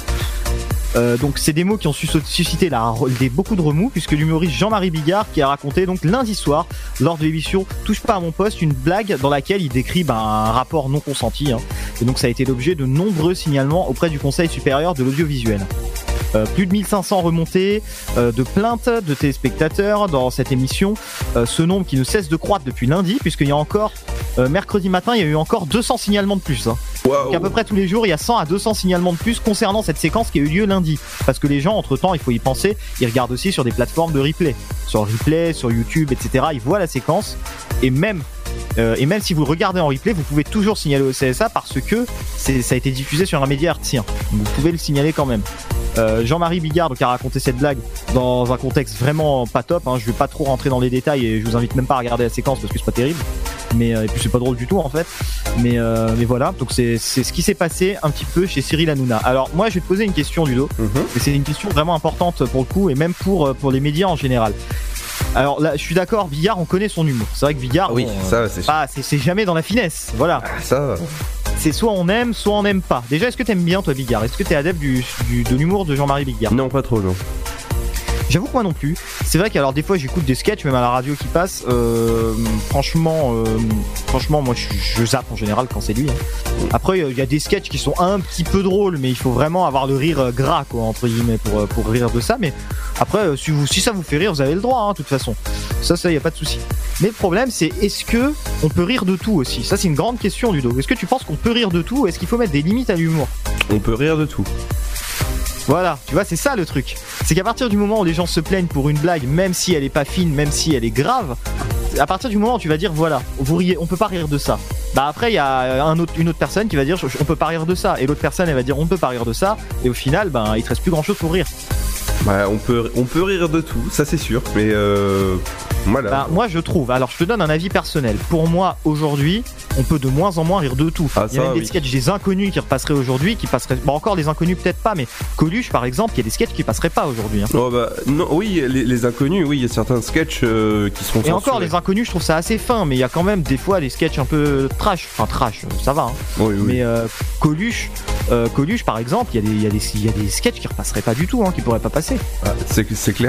Euh, donc c'est des mots qui ont suscité la, des, beaucoup de remous, puisque l'humoriste Jean-Marie Bigard qui a raconté donc lundi soir lors de l'émission Touche pas à mon poste une blague dans laquelle il décrit ben, un rapport non consenti, hein. Et donc ça a été l'objet de nombreux signalements auprès du Conseil supérieur de l'audiovisuel. Euh, plus de mille cinq cents remontées euh, de plaintes de téléspectateurs dans cette émission, euh, ce nombre qui ne cesse de croître depuis lundi, puisqu'il y a encore euh, mercredi matin il y a eu encore deux cents signalements de plus, hein. Wow. Donc à peu près tous les jours il y a cent à deux cents signalements de plus concernant cette séquence qui a eu lieu lundi, parce que les gens entre temps, il faut y penser, ils regardent aussi sur des plateformes de replay, sur replay, sur YouTube, etc. Ils voient la séquence, et même Euh, et même si vous le regardez en replay, vous pouvez toujours signaler au C S A parce que c'est, ça a été diffusé sur un média hertzien. Donc vous pouvez le signaler quand même. Euh, Jean-Marie Bigard donc, a raconté cette blague dans un contexte vraiment pas top, hein. Je vais pas trop rentrer dans les détails et je vous invite même pas à regarder la séquence parce que c'est pas terrible. Mais euh, et puis c'est pas drôle du tout en fait. Mais euh, mais voilà, donc c'est c'est ce qui s'est passé un petit peu chez Cyril Hanouna. Alors moi je vais te poser une question Ludo. Mm-hmm. Et c'est une question vraiment importante pour le coup et même pour pour les médias en général. Alors là, je suis d'accord, Bigard, on connaît son humour. C'est vrai que Bigard, oui, bon, ça, c'est... Pas, c'est, c'est jamais dans la finesse. Voilà. Ah, ça. C'est soit on aime, soit on n'aime pas. Déjà, est-ce que t'aimes bien toi Bigard ? Est-ce que t'es adepte du, du, de l'humour de Jean-Marie Bigard ? Non, pas trop, non. J'avoue que moi non plus. C'est vrai qu'alors des fois j'écoute des sketchs même à la radio qui passent. Euh, franchement, euh, franchement, moi je, je zappe en général quand c'est lui. Hein. Après il y a des sketchs qui sont un petit peu drôles, mais il faut vraiment avoir le rire gras quoi entre guillemets pour pour rire de ça. Mais après si vous si ça vous fait rire, vous avez le droit hein, de toute façon. Ça ça y a pas de souci. Mais le problème c'est est-ce que on peut rire de tout aussi ? Ça c'est une grande question Ludo. Est-ce que tu penses qu'on peut rire de tout ou est-ce qu'il faut mettre des limites à l'humour ? On peut rire de tout. Voilà, tu vois, c'est ça le truc. C'est qu'à partir du moment où les gens se plaignent pour une blague, même si elle est pas fine, même si elle est grave, à partir du moment où tu vas dire voilà, vous riez, on peut pas rire de ça. Bah après il y a un autre, une autre personne qui va dire on peut pas rire de ça, et l'autre personne elle va dire on peut pas rire de ça, et au final ben il te reste plus grand chose pour rire. Bah on peut, on peut rire de tout, ça c'est sûr, mais euh, voilà. Bah, moi je trouve, alors je te donne un avis personnel. Pour moi aujourd'hui, on peut de moins en moins rire de tout. Ah, il y a ça, même des oui. sketchs des inconnus qui repasseraient aujourd'hui, qui passeraient. Bon encore les inconnus peut-être pas, mais Coluche par exemple, il y a des sketchs qui passeraient pas aujourd'hui. Hein. Oh bah non, oui les, les inconnus, oui il y a certains sketchs euh, qui seront. Et encore les inconnus, je trouve ça assez fin, mais il y a quand même des fois des sketchs un peu trash, enfin trash, ça va. Hein. Oui, oui. Mais euh, Coluche, euh, Coluche par exemple, il y a des, il y a des, il y a des sketchs qui repasseraient pas du tout, hein, qui pourraient pas passer. Ah, c'est, c'est clair.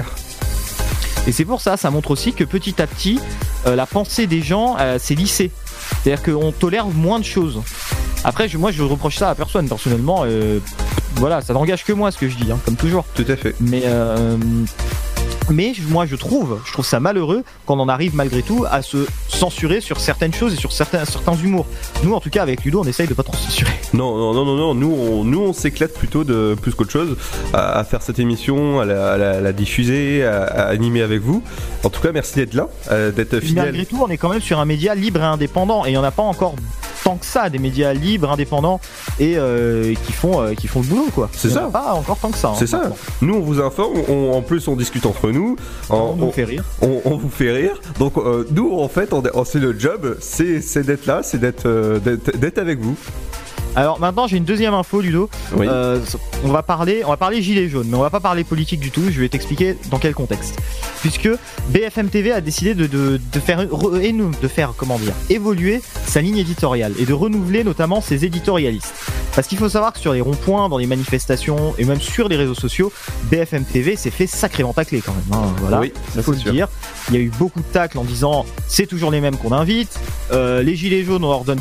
Et c'est pour ça, ça montre aussi que petit à petit, euh, la pensée des gens euh, s'est lissée. C'est-à-dire qu'on tolère moins de choses. Après, je, moi, je reproche ça à personne, personnellement. Euh, voilà, ça n'engage que moi ce que je dis, hein, comme toujours. Tout à fait. Mais, euh, mais moi, je trouve, je trouve ça malheureux qu'on en arrive malgré tout à se censurer sur certaines choses et sur certains, certains humours. Nous, en tout cas, avec Ludo, on essaye de pas trop censurer. Non, non, non, non, non. Nous, on, nous, on s'éclate plutôt de plus qu'autre chose à, à faire cette émission, à la, à la, à la diffuser, à, à animer avec vous. En tout cas, merci d'être là, euh, d'être fidèle. Malgré tout, on est quand même sur un média libre et indépendant, et il y en a pas encore tant que ça, des médias libres, indépendants et euh, qui font euh, qui font le boulot quoi. C'est il y ça. en a pas encore tant que ça. Hein, c'est ça. Nous, on vous informe. On, en plus, on discute entre nous. En, on vous fait rire. On, on vous fait rire. Donc, euh, nous, en fait, on, on, c'est le job, c'est, c'est d'être là, c'est d'être, euh, d'être, d'être avec vous. Alors maintenant j'ai une deuxième info Ludo. Oui. Euh, on va parler, on va parler gilets jaunes, mais on va pas parler politique du tout. Je vais t'expliquer dans quel contexte. Puisque B F M T V a décidé de, de, de faire de faire comment dire évoluer sa ligne éditoriale et de renouveler notamment ses éditorialistes. Parce qu'il faut savoir que sur les ronds-points, dans les manifestations et même sur les réseaux sociaux, B F M T V s'est fait sacrément tacler quand même. Hein, voilà, oui, il faut le sûr. dire. Il y a eu beaucoup de tacles en disant c'est toujours les mêmes qu'on invite. Euh, les gilets jaunes on leur donne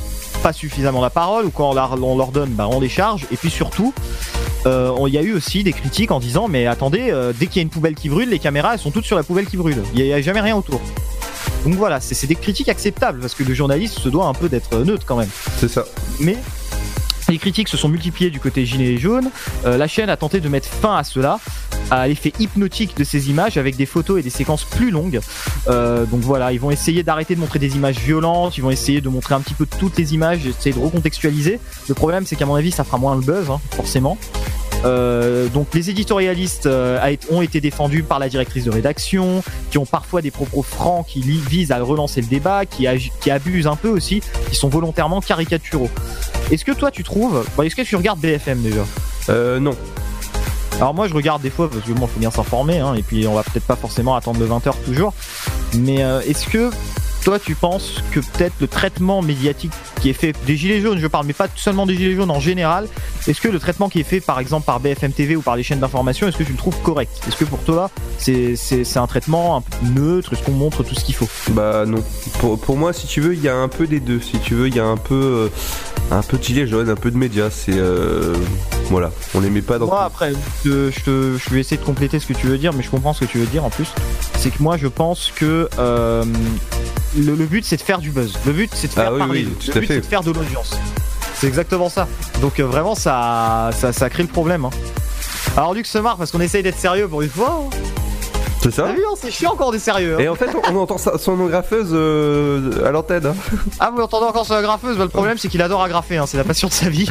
pas suffisamment la parole, ou quand on, la, on leur donne, bah, on les charge. Et puis surtout, il euh, y a eu aussi des critiques en disant mais attendez, euh, dès qu'il y a une poubelle qui brûle, les caméras elles sont toutes sur la poubelle qui brûle. Il n'y a, a jamais rien autour. Donc voilà, c'est, c'est des critiques acceptables parce que le journaliste se doit un peu d'être neutre quand même. C'est ça. Mais les critiques se sont multipliées du côté Gilets jaunes. Euh, la chaîne a tenté de mettre fin à cela, à l'effet hypnotique de ces images avec des photos et des séquences plus longues. Euh, donc voilà, ils vont essayer d'arrêter de montrer des images violentes, ils vont essayer de montrer un petit peu toutes les images, essayer de recontextualiser. Le problème, c'est qu'à mon avis, ça fera moins le buzz, hein, forcément. Euh, donc les éditorialistes euh, ont été défendus par la directrice de rédaction, qui ont parfois des propos francs qui li- visent à relancer le débat, qui, ag- qui abusent un peu aussi, qui sont volontairement caricaturaux. Est-ce que toi tu trouves, bon, est-ce que tu regardes B F M déjà ? Euh non. Alors moi je regarde des fois parce que bon, faut bien s'informer, hein, et puis on va peut-être pas forcément attendre le vingt heures toujours. Mais euh, est-ce que toi tu penses que peut-être le traitement médiatique qui est fait des gilets jaunes, je parle, mais pas seulement des gilets jaunes en général, est-ce que le traitement qui est fait par exemple par B F M T V ou par les chaînes d'information, est-ce que tu le trouves correct ? Est-ce que pour toi c'est, c'est, c'est un traitement un peu neutre ? Est-ce qu'on montre tout ce qu'il faut ? Bah non. Pour, pour moi, si tu veux, il y a un peu des deux. Si tu veux, il y a un peu, euh, un peu de gilets jaunes, un peu de médias. C'est euh, voilà, on les met pas dans. Moi après, je, je, te, je vais essayer de compléter ce que tu veux dire, mais je comprends ce que tu veux dire en plus. C'est que moi je pense que euh, le, le but c'est de faire du buzz. Le but c'est de faire ah, oui, parler. Oui, tout le à but fait. c'est de faire de l'audience. C'est exactement ça. Donc euh, vraiment ça, ça, ça crée le problème. Hein. Alors Luc se marre parce qu'on essaye d'être sérieux pour une fois. Hein. C'est ça. T'as vu, hein, c'est chiant encore des sérieux. Hein. Et en fait, on, on entend sa, son agrafeuse euh, à l'antenne. Hein. Ah, vous entendez encore son agrafeuse ? Bah, le problème c'est qu'il adore agrafer. Hein. C'est la passion de sa vie.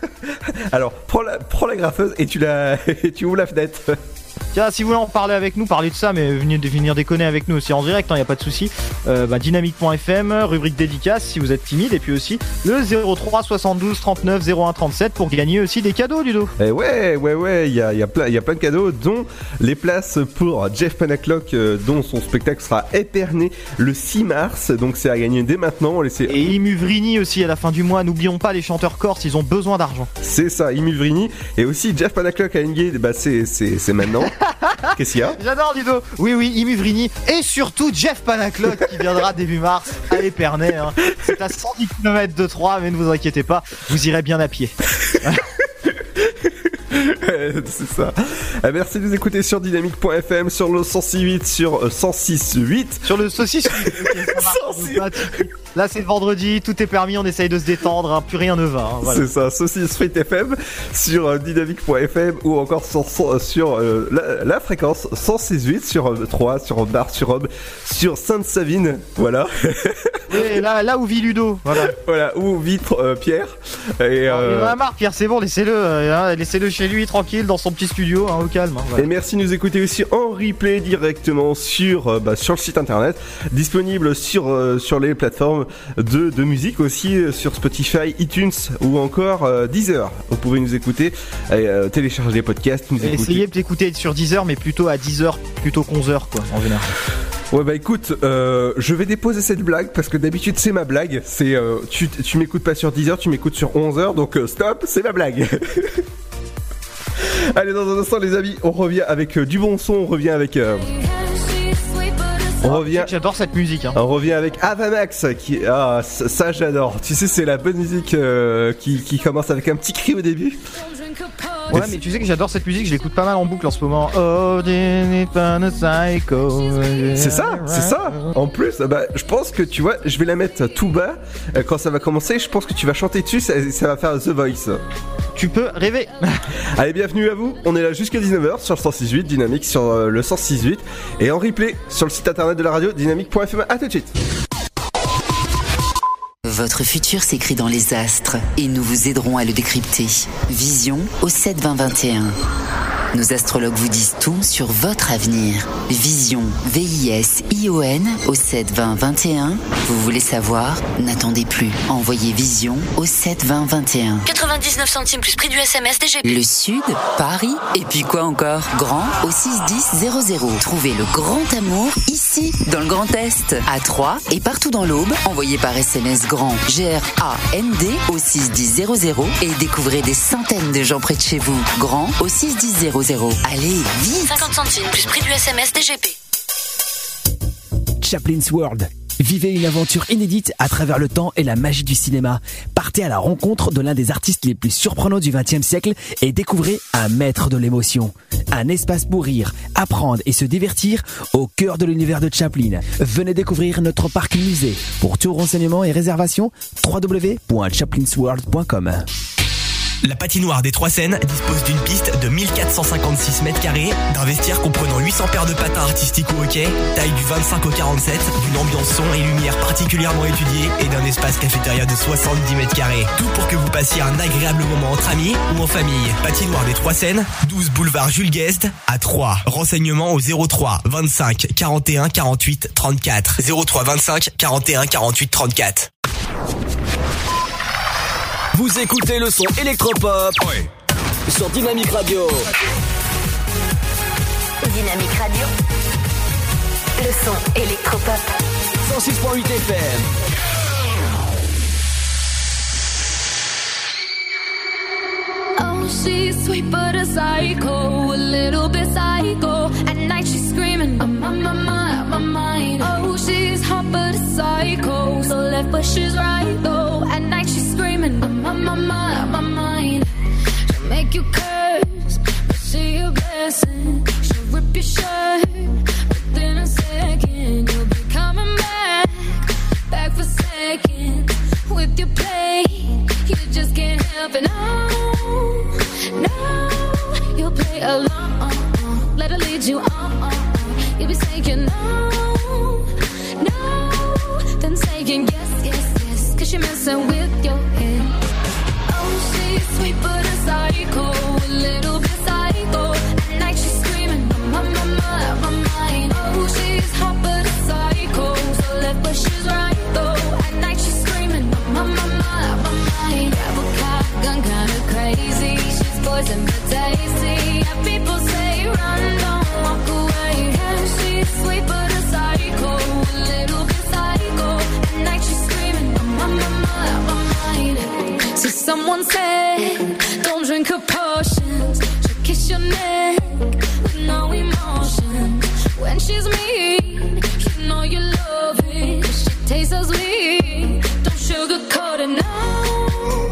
Alors prends la, prends l'agrafeuse et tu la, et tu ouvres la fenêtre. Tiens, si vous voulez en parler avec nous, parler de ça, mais venez de venir déconner avec nous aussi en direct, il hein, n'y a pas de souci. Euh, bah, dynamique point f m, rubrique dédicace si vous êtes timide, et puis aussi le zéro trois soixante-douze trente-neuf zéro un trente-sept pour gagner aussi des cadeaux, Ludo. Et ouais, ouais, ouais, il y a, y, a plein, y a plein de cadeaux, dont les places pour Jeff Panaclock, euh, dont son spectacle sera Épernay le six mars, donc c'est à gagner dès maintenant. On laisse... Et Imuvrini aussi à la fin du mois, n'oublions pas les chanteurs corses, ils ont besoin d'argent. C'est ça, Imuvrini, et aussi Jeff Panaclock à Engage, bah c'est, c'est, c'est maintenant. Qu'est-ce qu'il y a ? J'adore Ludo. Oui oui, Imuvrini et surtout Jeff Panaclock qui viendra début mars à Épernay. Hein. C'est à cent dix kilomètres de Troyes, mais ne vous inquiétez pas, vous irez bien à pied. C'est ça. Merci de nous écouter sur dynamique point f m, sur le cent six huit, sur cent six huit. Sur le saucisse okay, ça marche. Là c'est le vendredi, tout est permis, on essaye de se détendre, hein, plus rien ne va. Hein, voilà. C'est ça, Saucisse Frites F M sur euh, dynamique point f m ou encore sur, sur, sur euh, la, la fréquence cent six huit sur euh, Troyes, sur Bar-sur-Aube, sur Sainte-Savine, voilà. Et là, là où vit Ludo, voilà. Voilà, où vit euh, Pierre. Et, euh... Il en a marre, Pierre, c'est bon, laissez-le, euh, hein, laissez-le chez lui, tranquille, dans son petit studio, hein, au calme. Hein, voilà. Et merci de nous écouter aussi en replay directement sur, euh, bah, sur le site internet, disponible sur, euh, sur les plateformes de, de musique aussi, euh, sur Spotify, iTunes ou encore euh, Deezer. Vous pouvez nous écouter, et, euh, télécharger les podcasts, nous écouter. Essayez d'écouter sur Deezer, mais plutôt à dix heures plutôt qu'onze heures, quoi, en général. Ouais bah écoute, euh, je vais déposer cette blague parce que d'habitude c'est ma blague. C'est euh, tu, tu m'écoutes pas sur dix heures, tu m'écoutes sur onze heures, donc euh, stop, c'est ma blague. Allez, dans un instant les amis, on revient avec euh, du bon son, on revient avec... Euh, on revient... J'adore cette musique. Hein. On revient avec Avamax, qui... Ah, ça, ça j'adore. Tu sais, c'est la bonne musique euh, qui, qui commence avec un petit cri au début. Ouais, mais tu sais que j'adore cette musique, je l'écoute pas mal en boucle en ce moment. Oh, psycho. C'est ça, c'est ça. En plus, bah, je pense que tu vois, je vais la mettre tout bas euh, quand ça va commencer. Je pense que tu vas chanter dessus, ça, ça va faire The Voice. Tu peux rêver. Allez, bienvenue à vous. On est là jusqu'à dix-neuf heures sur le cent six huit, Dynamique sur euh, le cent six huit et en replay sur le site internet de la radio dynamique point f m. À tout de suite. Votre futur s'écrit dans les astres et nous vous aiderons à le décrypter. Vision au sept vingt vingt et un. Nos astrologues vous disent tout sur votre avenir. Vision, V I S I O N au sept vingt vingt et un. Vous voulez savoir ? N'attendez plus. Envoyez Vision au sept vingt vingt et un. quatre-vingt-dix-neuf centimes plus prix du S M S D G P. Le Sud, Paris, et puis quoi encore ? Grand au six dix zéro zéro. Trouvez le grand amour ici, dans le Grand Est, à Troyes et partout dans l'Aube. Envoyez par S M S grand G R A N D au six dix zéro zéro et découvrez des centaines de gens près de chez vous. Grand au six dix zéro zéro. Allez, vite ! cinquante centimes plus prix du S M S D G P. Chaplin's World, Vivez une aventure inédite à travers le temps et la magie du cinéma. Partez à la rencontre de l'un des artistes les plus surprenants du vingtième siècle et découvrez un maître de l'émotion. Un espace pour rire, apprendre et se divertir au cœur de l'univers de Chaplin. Venez découvrir notre parc musée. Pour tout renseignement et réservation, w w w point chaplinsworld point com. La patinoire des Trois Seines dispose d'une piste de mille quatre cent cinquante-six mètres carrés, d'un vestiaire comprenant huit cents paires de patins artistiques ou hockey, taille du vingt-cinq au quarante-sept, d'une ambiance son et lumière particulièrement étudiée et d'un espace cafétéria de soixante-dix mètres carrés. Tout pour que vous passiez un agréable moment entre amis ou en famille. Patinoire des Trois Seines, douze boulevard Jules Guest à Troyes. Renseignements au zéro trois vingt-cinq quarante et un quarante-huit trente-quatre. zéro trois vingt-cinq quarante et un quarante-huit trente-quatre. Vous écoutez le son électropop ouais. sur Dynamique Radio. Dynamique Radio. Le son électropop. cent six point huit F M. Oh, she's sweet but a psycho, a little bit psycho. At night she's screaming, I'm on my mind, my mind. Oh, she's hot but a psycho, so left but she's right though. At night she's screaming, I'm on my mind, my mind. She'll make you curse, but she a blessing. She'll rip your shirt within a second. You'll be coming back, back for seconds with your play. You just can't help it, no, no. You'll play along, let her lead you on. You'll be saying no, no, then saying yes, yes, yes, cause you're messing with your head. Oh, she's sweet but a psycho, a little bit psycho. At night she's screaming, I'm on my mind, my mind. Oh, she's hot but a psycho, so left but she's right though. At night she's screaming, I'm on my mind, my mind. Grab a cop, gun kinda crazy. She's poison but tasty. Yeah, people say run, don't walk away. Yeah, she's sweet but a psycho, a little bit psycho. At night she's screaming, I'm on my mind, my mind. So someone said, don't drink her potions. She'll kiss your neck with no emotion. When she's mean, you know you love it. She tastes so sweet, don't sugarcoat it, no,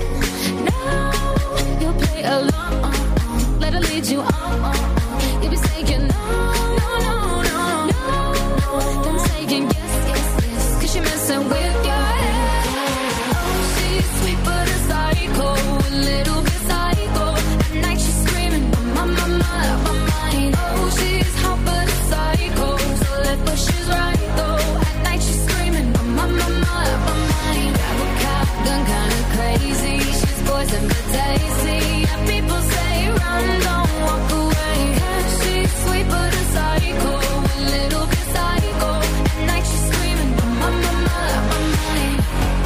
no. You'll play along, let her lead you on. You'll be saying no, no, no, no, no. Then saying yes, yes, yes, cause you're messing with your head. Oh, she's sweet but a psycho, a little bit psycho. At night she's screaming, I'm on my mind, my mind. Oh, she's hot but a psycho, so left but she's right though. At night she's screaming, I'm on my mind, my mind. Grab a cop, gun kinda crazy. She's poison but tasty. Yeah, people say run, don't walk away. Yeah, she's sweet but a psycho, a little bit psycho. At night she's screaming, I'm on my mind, my mind.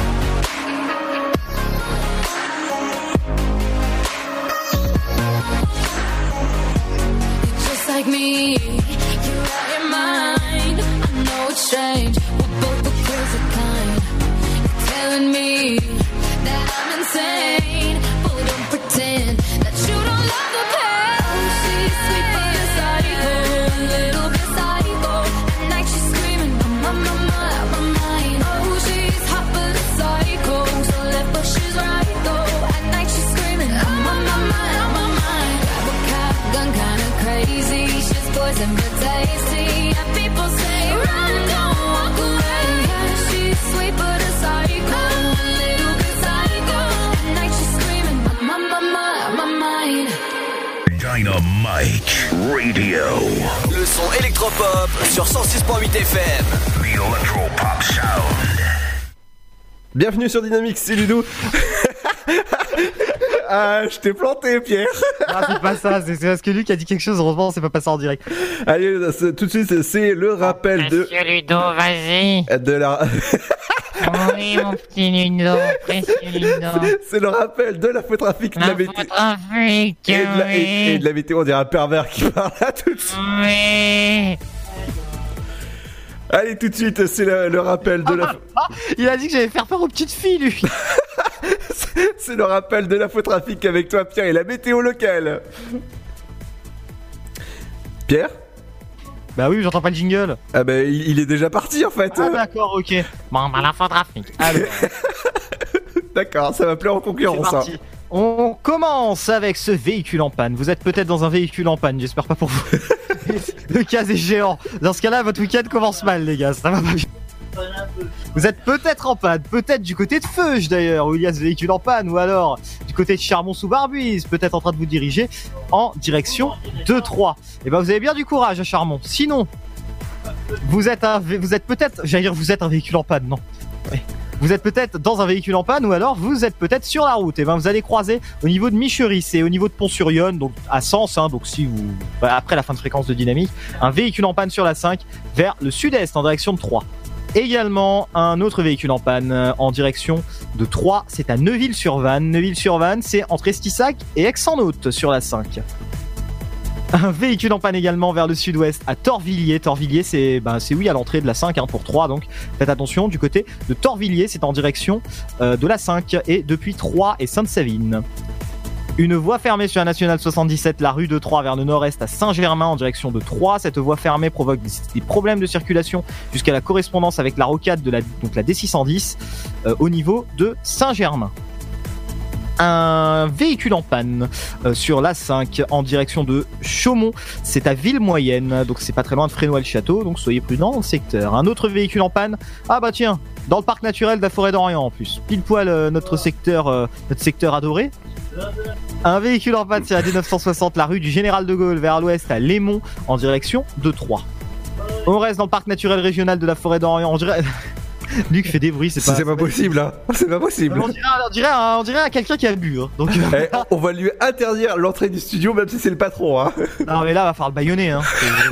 You're just like me, you're out your mind. I know it's strange, we're both the crazy kind. You're telling me that I'm insane, but don't pretend that you don't love the pain. Oh, she's sweet but a psycho, a little bit psycho. At night she's screaming, I'm on my mind, my mind. Oh, she's hot but a psycho, so left but she's right though. At night she's screaming, I'm on my mind, my mind. Grab a cop, gun kinda crazy. She's poison but tasty. Yeah, people say run, don't walk away. Yeah, she's sweet but a psycho, a little bit psycho. At night she's screaming, I'm on my mind, my mind. Dynamite Radio. Le son électropop sur cent six point huit F M. The Electropop Sound. Bienvenue sur Dynamique, c'est Ludo. Ah, je t'ai planté, Pierre. Ah, c'est pas ça, c'est, c'est parce que Luc a dit quelque chose, heureusement, c'est pas passé en direct. Allez, c'est, tout de suite, c'est le rappel de. Monsieur Ludo, vas-y. De la. Oui, mon petit Ludo, précieux Ludo. C'est, c'est le rappel de l'infotrafic de la météo. L'infotrafic, et, de la, oui. et, et de la météo, on dirait un pervers qui parle là tout de suite. Oui. Allez, tout de suite, c'est le, le rappel de la. Ah, il a dit que j'allais faire peur aux petites filles, lui. c'est, c'est le rappel de l'infotrafic avec toi, Pierre, et la météo locale. Pierre ? Bah oui, j'entends pas le jingle. Ah bah il, il est déjà parti en fait. Ah d'accord, ok. Bon, bah l'infotrafic. Alors. D'accord, ça va plaire en concurrence. C'est parti. On commence avec ce véhicule en panne. Vous êtes peut-être dans un véhicule en panne, j'espère pas pour vous. Le cas est géant. Dans ce cas-là, votre week-end commence mal, les gars. Ça va pas bien. Vous êtes peut-être en panne, peut-être du côté de Feuge d'ailleurs, où il y a ce véhicule en panne, ou alors du côté de Charmont sous Barbuise, peut-être en train de vous diriger en direction de Troyes. Et ben vous avez bien du courage à Charmont. Sinon, vous êtes un, vous êtes peut-être, j'allais dire vous êtes un véhicule en panne, non. Ouais. Vous êtes peut-être dans un véhicule en panne ou alors vous êtes peut-être sur la route. Et ben vous allez croiser au niveau de Micheris et au niveau de Pont-sur-Yonne, donc à Sens, hein, donc si vous, bah, après la fin de fréquence de Dynamique, un véhicule en panne sur la cinq vers le sud-est en direction de Troyes. Également un autre véhicule en panne en direction de Troyes, c'est à Neuville-sur-Vanne. Neuville-sur-Vanne, c'est entre Estissac et Aix-en-Othe sur la cinq. Un véhicule en panne également vers le sud-ouest à Torvilliers. Torvilliers, c'est bah, c'est oui à l'entrée de la cinq hein, pour Troyes, donc faites attention du côté de Torvilliers, c'est en direction euh, de la cinq et depuis Troyes et Sainte-Savine. Une voie fermée sur la nationale soixante-dix-sept, la rue de Troyes vers le nord-est à Saint-Germain en direction de Troyes. Cette voie fermée provoque des problèmes de circulation jusqu'à la correspondance avec la rocade de la, donc la D six cent dix euh, au niveau de Saint-Germain. Un véhicule en panne euh, sur l'A cinq en direction de Chaumont, c'est à Villemoyenne, donc c'est pas très loin de Frénois-le-Château, donc soyez prudents dans le secteur. Un autre véhicule en panne, ah bah tiens, dans le parc naturel de la Forêt d'Orient en plus, pile poil euh, notre secteur, euh, notre secteur adoré. Un véhicule en panne sur la D neuf cent soixante, la rue du Général de Gaulle vers l'ouest à Lémont en direction de Troyes. On reste dans le parc naturel régional de la Forêt d'Orient, on dirait... Luc fait des bruits, c'est pas, c'est pas possible là, c'est pas possible. On dirait, on dirait, un, on dirait un quelqu'un qui a bu. Hein. Donc, eh, on va lui interdire l'entrée du studio même si c'est le patron. Hein. Non mais là, va falloir le baïonner. Hein.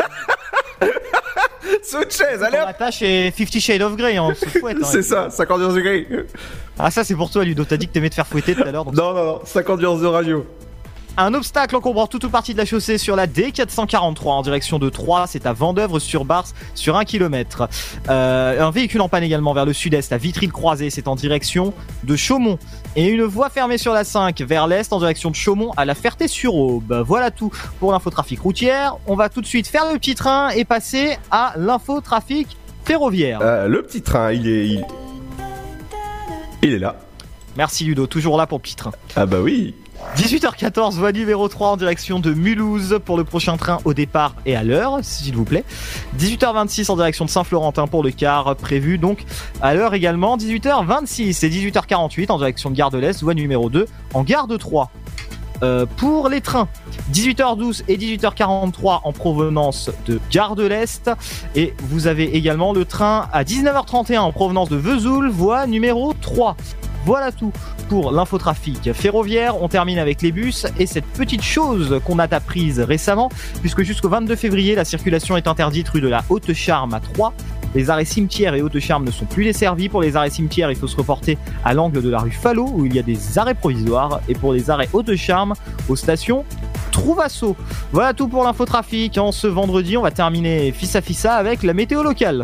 Saute de chaise, allez hop. La tâche est Fifty Shades of Grey, on se fouette. Hein, c'est ça, cinquante degrés. Ah ça c'est pour toi Ludo, t'as dit que t'aimais te faire fouetter tout à l'heure. Donc... Non non non, cinquante de radio. Un obstacle encombrant toute ou partie de la chaussée sur la D quatre cent quarante-trois en direction de Troyes, c'est à Vendeuvre-sur-Barse sur un kilomètre. Euh, un véhicule en panne également vers le sud-est à Vitry-le-Croisé, c'est en direction de Chaumont. Et une voie fermée sur la cinq vers l'est en direction de Chaumont à la Ferté-sur-Aube. Voilà tout pour l'infotrafic routière. On va tout de suite faire le petit train et passer à l'infotrafic ferroviaire. Euh, le petit train, il est... Il... il est là. Merci Ludo, toujours là pour le petit train. Ah bah oui. dix-huit heures quatorze, voie numéro trois en direction de Mulhouse pour le prochain train au départ et à l'heure, s'il vous plaît. dix-huit heures vingt-six en direction de Saint-Florentin pour le quart prévu donc à l'heure également. dix-huit heures vingt-six et dix-huit heures quarante-huit en direction de Gare de l'Est, voie numéro deux en gare de Troyes. Euh, pour les trains, dix-huit heures douze et dix-huit heures quarante-trois en provenance de Gare de l'Est. Et vous avez également le train à dix-neuf heures trente et un en provenance de Vesoul, voie numéro trois. Voilà tout pour l'infotrafic ferroviaire. On termine avec les bus et cette petite chose qu'on a apprise récemment, puisque jusqu'au vingt-deux février, la circulation est interdite rue de la Haute-Charme à Troyes. Les arrêts Cimetière et Haute-Charme ne sont plus desservis. Pour les arrêts Cimetière, il faut se reporter à l'angle de la rue Fallot où il y a des arrêts provisoires. Et pour les arrêts Haute-Charme, aux stations Trouvasso. Voilà tout pour l'infotrafic. En ce vendredi, on va terminer fissa fissa avec la météo locale.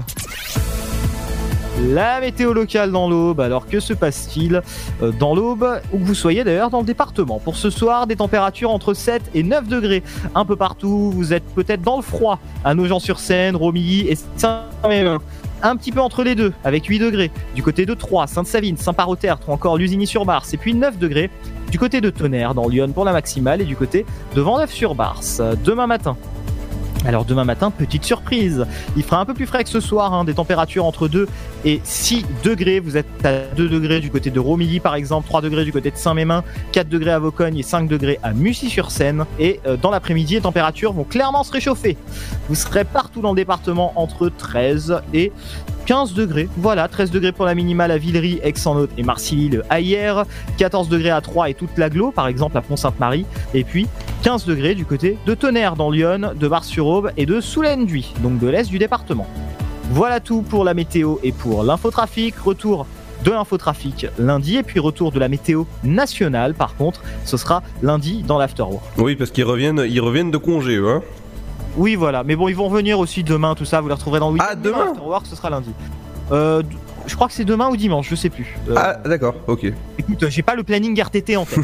La météo locale dans l'Aube, alors que se passe-t-il dans l'Aube, où que vous soyez d'ailleurs dans le département? Pour ce soir, des températures entre sept et neuf degrés, un peu partout, vous êtes peut-être dans le froid, à Nogent-sur-Seine, Romilly et Saint-Mémin. Un petit peu entre les deux, avec huit degrés, du côté de Troyes, Sainte-Savine, Saint-Parottertre ou encore Lusigny-sur-Barse, et puis neuf degrés du côté de Tonnerre, dans Lyon pour la maximale, et du côté de Vendeuvre-sur-Barse. Demain matin, alors demain matin, petite surprise, il fera un peu plus frais que ce soir, hein, des températures entre deux et six degrés, vous êtes à deux degrés du côté de Romilly par exemple, trois degrés du côté de Saint-Mémin, quatre degrés à Vaucogne et cinq degrés à Mussy-sur-Seine, et euh, dans l'après-midi, les températures vont clairement se réchauffer. Vous serez partout dans le département entre treize et quinze degrés, voilà, treize degrés pour la minimale à Villery, Aix-en-Othe et Marcilly-le-Hayer, quatorze degrés à Troyes et toute l'agglo, par exemple à Pont-Sainte-Marie, et puis quinze degrés du côté de Tonnerre dans l'Yonne, de Bar-sur-Aube et de Soulaine-d'Huy, donc de l'est du département. Voilà tout pour la météo et pour l'infotrafic. Retour de l'infotrafic lundi et puis retour de la météo nationale par contre, ce sera lundi dans l'Afterwork. Oui, parce qu'ils reviennent, ils reviennent de congé eux, hein. Oui, voilà, mais bon, ils vont revenir aussi demain, tout ça, vous les retrouverez dans le week-end. Ah, demain L'Afterwork, ce sera lundi. Euh, je crois que c'est demain ou dimanche, je sais plus. Euh, Ah, d'accord, ok. Écoute, j'ai pas le planning R T T en tête.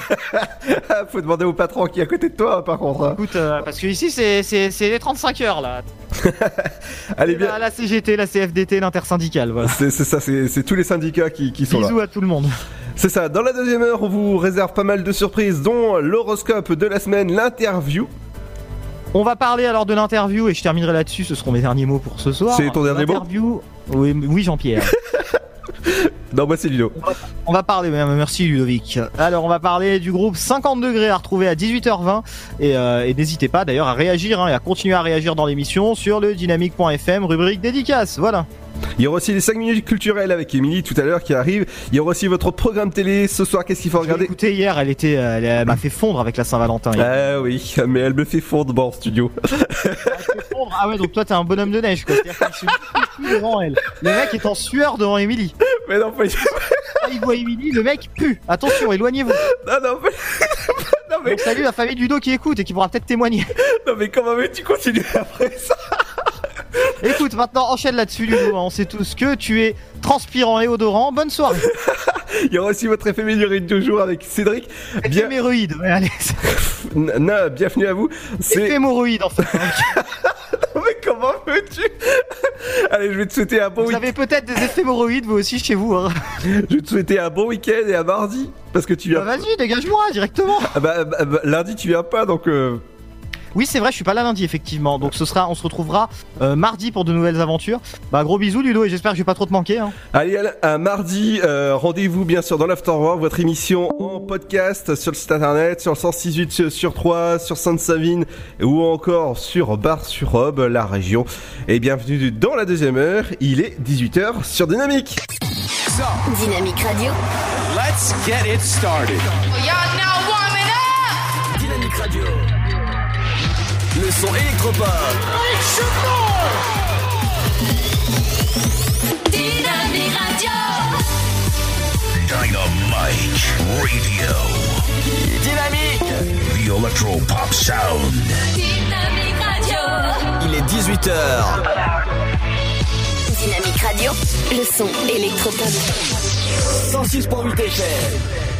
Faut demander au patron qui est à côté de toi, par contre. hein. Écoute, euh, parce que ici c'est, c'est, c'est les trente-cinq heures là. Allez, bien. La, la C G T, la C F D T, l'intersyndicale, voilà. C'est c'est ça, c'est c'est tous les syndicats qui, qui sont là. Bisous à tout le monde. C'est ça, dans la deuxième heure, on vous réserve pas mal de surprises, dont l'horoscope de la semaine, l'interview. On va parler alors de l'interview et je terminerai là-dessus, ce seront mes derniers mots pour ce soir. C'est ton dernier mot L'interview, oui, oui Jean-Pierre. Non, moi c'est Ludo. On va parler, merci Ludovic. Alors on va parler du groupe cinquante degrés à retrouver à dix-huit heures vingt et, euh, et n'hésitez pas d'ailleurs à réagir hein, et à continuer à réagir dans l'émission sur le dynamique point f m, rubrique dédicace, voilà. Il y aura aussi les cinq minutes culturelles avec Émilie tout à l'heure qui arrive. Il y aura aussi votre programme télé ce soir. Qu'est-ce qu'il faut regarder? Écoutez, hier, elle était, elle, elle m'a fait fondre avec la Saint-Valentin. hier. Ah oui, mais elle me fait fondre bon, en studio. Elle fait fondre. Ah ouais, donc toi t'es un bonhomme de neige quoi. C'est-à-dire qu'il se dit devant elle. Le mec est en sueur devant Émilie. Mais non, pas... Quand il voit Émilie, le mec pue. Attention, éloignez-vous. Non, non, mais... non, mais... Donc, salut la famille Ludo qui écoute et qui pourra peut-être témoigner. Non, mais comment veux-tu continuer après ça? Écoute, maintenant enchaîne là-dessus Ludo, on sait tous que tu es transpirant et odorant, bonne soirée. Il y aura aussi votre éphéméride du jour avec Cédric. Bien... Éphéméroïde, ouais, allez. Non, bienvenue à vous. C'est Éphémoroïde en fait. Non mais comment veux-tu? Allez, je vais te souhaiter un bon week-end. Vous avez peut-être des éphémoroïdes vous aussi chez vous. Hein. Je vais te souhaiter un bon week-end et à mardi. Parce que tu viens. Bah vas-y, dégage-moi directement. Ah bah, bah, bah lundi tu viens pas donc... Euh... Oui c'est vrai, je suis pas là lundi effectivement, donc ce sera, on se retrouvera euh, mardi pour de nouvelles aventures. Bah gros bisous Ludo et j'espère que je vais pas trop te manquer. Hein. Allez, à mardi, euh, rendez-vous bien sûr dans l'Afterwork, votre émission en podcast sur le site internet, sur le cent six virgule huit sur trois, sur Sainte-Savine ou encore sur Bar-sur-Aube, la région. Et bienvenue dans la deuxième heure, il est dix-huit heures sur Dynamique. Dynamique Radio. Let's get it started. Y'all now warming up. Dynamique Radio. Le son électropop. Dynamique Radio. Dynamite Radio. Dynamique. The electropop sound. Dynamique Radio. Il est dix-huit heures. Dynamique Radio, le son électropop. cent six virgule huit F M.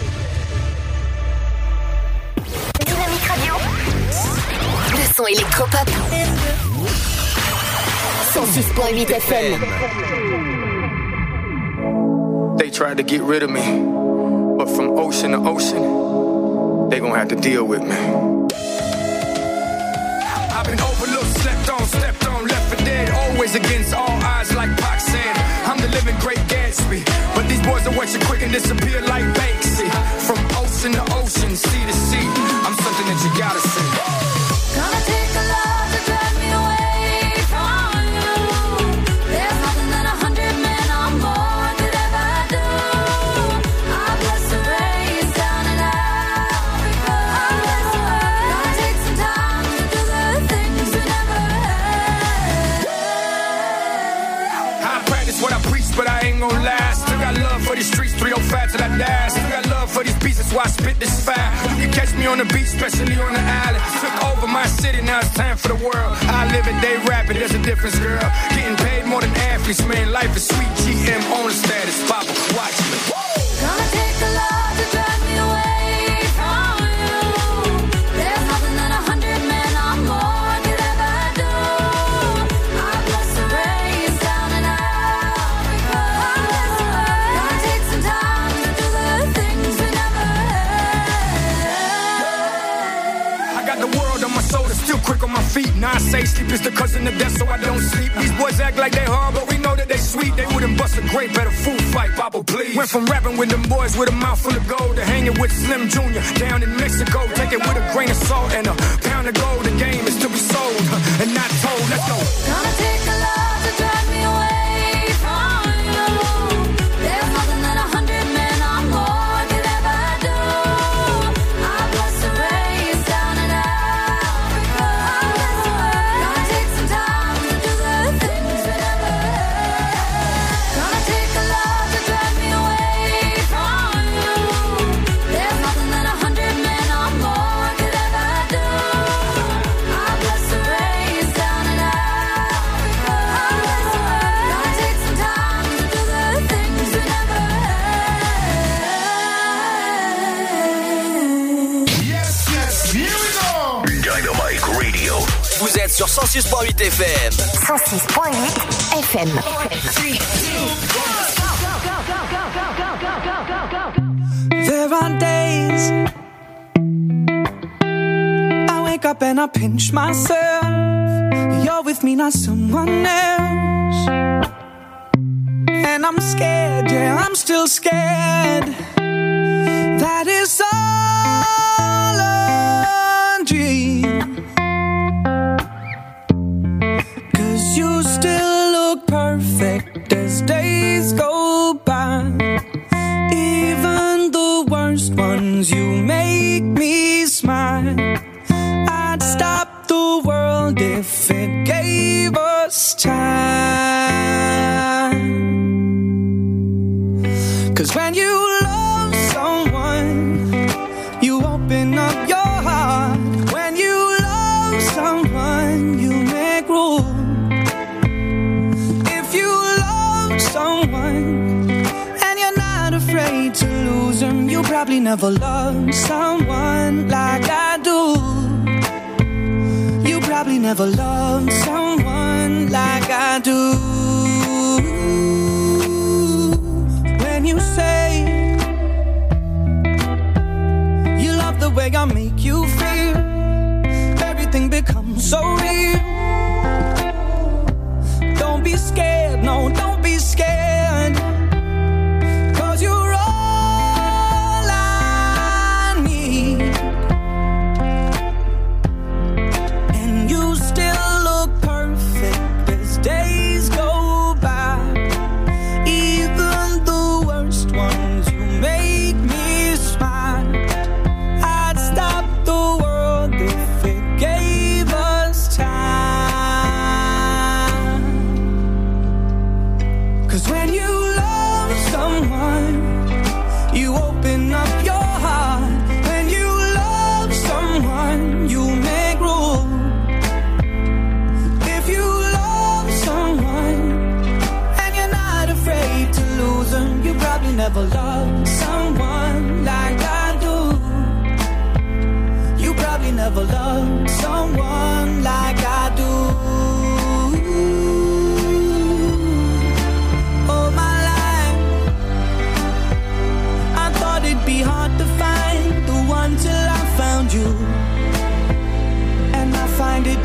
Dynamique Radio, le son électropop. cent six virgule huit F M. They tried to get rid of me, but from ocean to ocean, they gonna have to deal with me. I've been overlooked, slept on, stepped on, left for dead, always against all odds like Pac said. I'm the living great Gatsby, but these boys are watch you quick and disappear like Banksy. From ocean to ocean, sea to sea, I'm something that you gotta see. Gonna take a lot to drive me away from you. There's nothing that a hundred men or more could ever do. I bless the rain down in Africa. I bless the world. Gonna take some time to do the things we never had. I practice what I preach, but I ain't gon' lie. Still got love for these streets, three oh five till I die. Still got love for these beats, that's why I spit this fire. You can catch me on the beach, especially on the island. Took over my city, now it's time for the world. I live it, they rap it, there's a difference, girl. Getting paid more than athletes, man, life is sweet. G M on the status, Papa, watch me. Gonna take a lot to drive me away from you. There's nothing that a hundred men or more could ever do. I bless the rain down in Africa. I bless the world. Gonna take some time to do the things we never had. I got the world on my shoulders, still quick on my feet. Now I say sleep is the cousin of death, so I don't sleep. These boys act like they hard, but we know that they sweet. They wouldn't bust a grape at a food fight, Papa, please. Went from rapping with them boys with a mouth full of gold to hanging with Slim Junior down in Mexico. Take it with a grain of salt and a pound of gold. The game is to be sold and not told. Let's go. Gonna take a lot to drive me away from you. There's nothing that a hundred men or more could ever do. I bless the rain down in Africa. I bless the world. Gonna take some time to do the things we never had. Gonna take a lot to drive me away from you. There's nothing that a hundred men or more could ever do. Vous êtes sur cent six point huit F M. cent six point huit F M. There are days I wake up and I pinch myself. You're with me, not someone else. And I'm scared, yeah, I'm still scared. That is all a dream. 'Cause you still look perfect as days go by. Even the worst ones, you make me smile. I'd stop the world if it gave us time. 'Cause when you love someone, you open up your heart. When you love someone, you make room. If you love someone and you're not afraid to lose them, you probably never loved someone like I do. You probably never loved someone like I do. When you say you love the way I make you feel, everything becomes so real. Don't be scared, no, don't be scared. 'Cause you're all I need. And you still look perfect as days go by. Even the worst ones, you make me smile. I'd stop the world if it gave us time. 'Cause when you love someone, you open up your heart. When you love someone, you make room. If you love someone and you're not afraid to lose them, you probably never loved someone like I do. You probably never loved someone like I do. All my life I thought it'd be hard to find the one till I found you. And I find it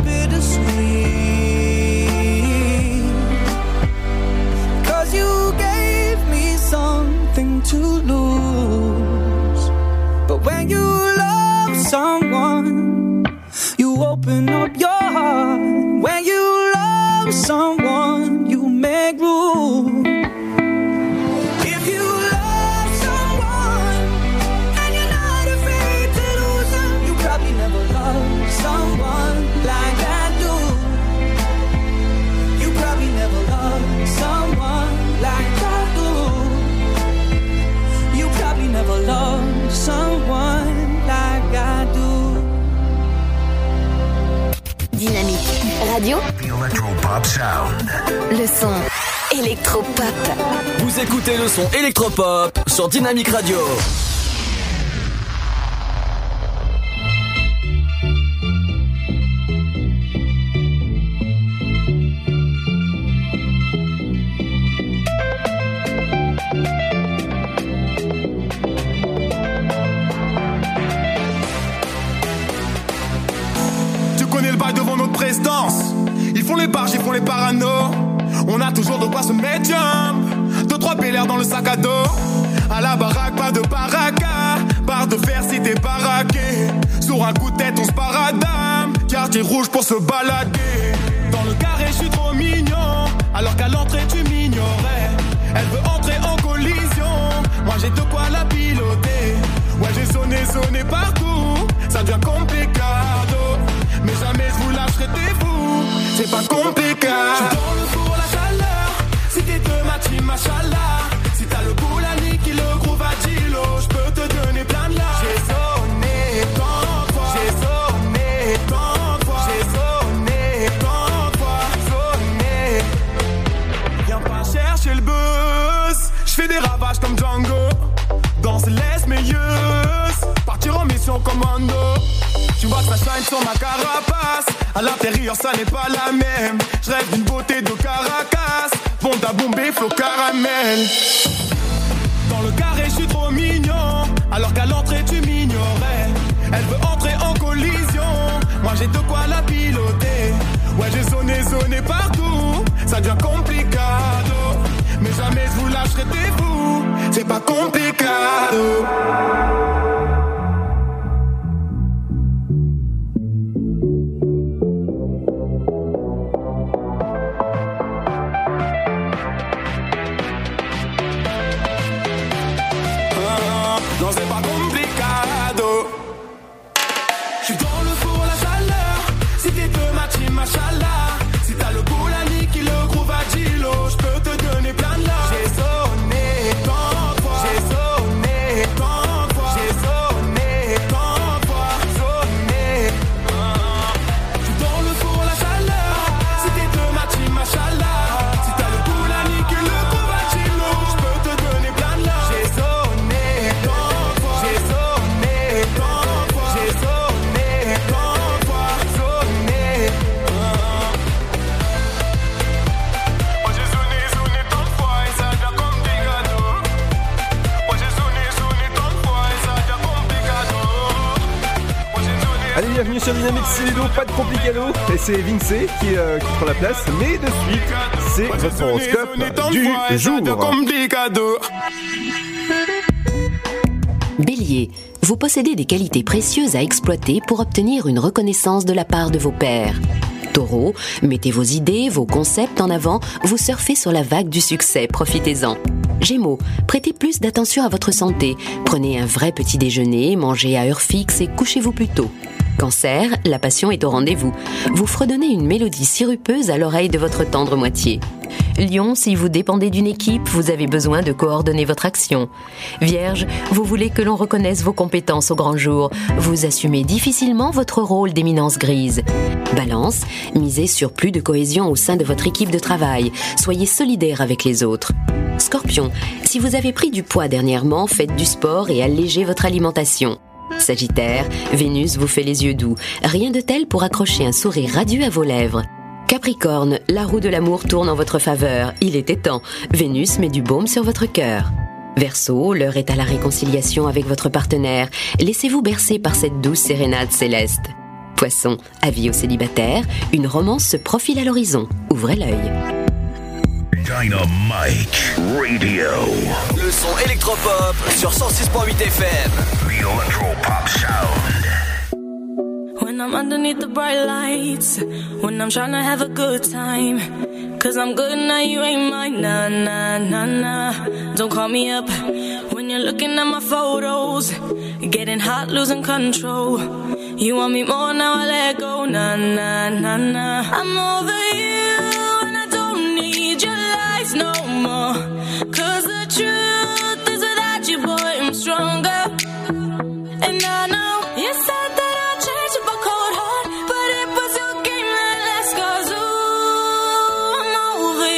bittersweet. 'Cause you gave me something to lose. But when you love someone, you open up your heart. When you love someone, you make room. If you love someone and you're not afraid to lose them, you probably never loved someone like I do. You probably never loved someone like I do. You probably never loved someone like I do. Dynamique Radio, Electropop sound. le son électropop. Vous écoutez le son électropop sur Dynamique Radio. Tu connais le bail devant notre présidence. Ils font les barges, ils font les paranos. On a toujours de quoi se mettre jump. Deux, trois bel dans le sac à dos. À la baraque, pas de baraka. Barre de fer si t'es baraqué. Sur un coup de tête, on se paradame. Quartier rouge pour se balader. Dans le carré, je suis trop mignon. Alors qu'à l'entrée, tu m'ignorais. Elle veut entrer en collision. Moi, j'ai de quoi la piloter. Ouais, j'ai sonné, sonné partout. Ça devient complicado. Mais jamais je vous lâcherai des fous. C'est pas compliqué. J'suis dans le four, la chaleur. Si t'es de ma team, machallah. Si t'as le bout, la nique, le groove à Gilo. J'peux te donner plein de larmes. J'ai sonné tant de fois. J'ai sonné tant de fois. J'ai sonné tant de fois. Sonné. Viens pas chercher le buzz. J'fais des ravages comme Django. Dans les meilleures. Partir en mission commando. Tu vois que ça shine sur sur ma carapace. À l'intérieur, ça n'est pas la même. Je rêve d'une beauté de Caracas. Bond à bomber, flot caramel. Dans le carré, je suis trop mignon. Alors qu'à l'entrée, tu m'ignorais. Elle veut entrer en collision. Moi, j'ai de quoi la piloter. Ouais, j'ai zoné, zoné partout. Ça devient complicado. Mais jamais je vous lâcherai des fous. C'est pas complicado. Non, c'est pas complicado. J'suis dans le four, la chaleur. Si t'es de ma team, machallah. Si t'as le boulani qui le groove à Gilo, j'peux te donner plein de love. J'ai sonné tant de fois. J'ai sonné tant de fois. J'ai sonné tant de fois. Sonné. J'suis dans le four, la chaleur. Si t'es de ma team, machallah. Si t'as le boulani qui le groove à Gilo, j'peux te donner plein de love. J'ai sonné tant de fois. J'ai sonné tant de fois. J'ai sonné tant de fois. Sonné. Moi j'ai sonné, sonné tant de fois et ça devient comme des gâteaux. Moi j'ai sonné, sonné tant de fois et ça devient comme des gâteaux. Moi j'ai sonné. Allez, bienvenue sur Dynamique, c'est Ludo, pas de complicado. Et c'est Vince qui, euh, qui prend la place. Mais de suite, c'est votre horoscope du jour. Comme des cadeaux. Bélier, vous possédez des qualités précieuses à exploiter pour obtenir une reconnaissance de la part de vos pairs. Taureau, mettez vos idées, vos concepts en avant, vous surfez sur la vague du succès, profitez-en. Gémeaux, prêtez plus d'attention à votre santé, prenez un vrai petit déjeuner, mangez à heure fixe et couchez-vous plus tôt. Cancer, la passion est au rendez-vous. Vous fredonnez une mélodie sirupeuse à l'oreille de votre tendre moitié. Lion, si vous dépendez d'une équipe, vous avez besoin de coordonner votre action. Vierge, vous voulez que l'on reconnaisse vos compétences au grand jour. Vous assumez difficilement votre rôle d'éminence grise. Balance, misez sur plus de cohésion au sein de votre équipe de travail. Soyez solidaire avec les autres. Scorpion, si vous avez pris du poids dernièrement, faites du sport et allégez votre alimentation. Sagittaire, Vénus vous fait les yeux doux. Rien de tel pour accrocher un sourire radieux à vos lèvres. Capricorne, la roue de l'amour tourne en votre faveur. Il était temps. Vénus met du baume sur votre cœur. Verseau, l'heure est à la réconciliation avec votre partenaire. Laissez-vous bercer par cette douce sérénade céleste. Poisson, avis aux célibataires, une romance se profile à l'horizon. Ouvrez l'œil. Dynamite Radio. Le son électropop sur cent six point huit F M. The Electropop Sound. When I'm underneath the bright lights, when I'm trying to have a good time, cause I'm good now, you ain't mine, nah, nah, nah, nah. Don't call me up when you're looking at my photos, getting hot, losing control. You want me more, now I let go, nah, nah, nah, nah. I'm over you and I don't need your lies no more, cause the truth is without you, boy, I'm stronger. And I know you said that I'd change up a cold heart, but it was your game that last, cause ooh, I'm over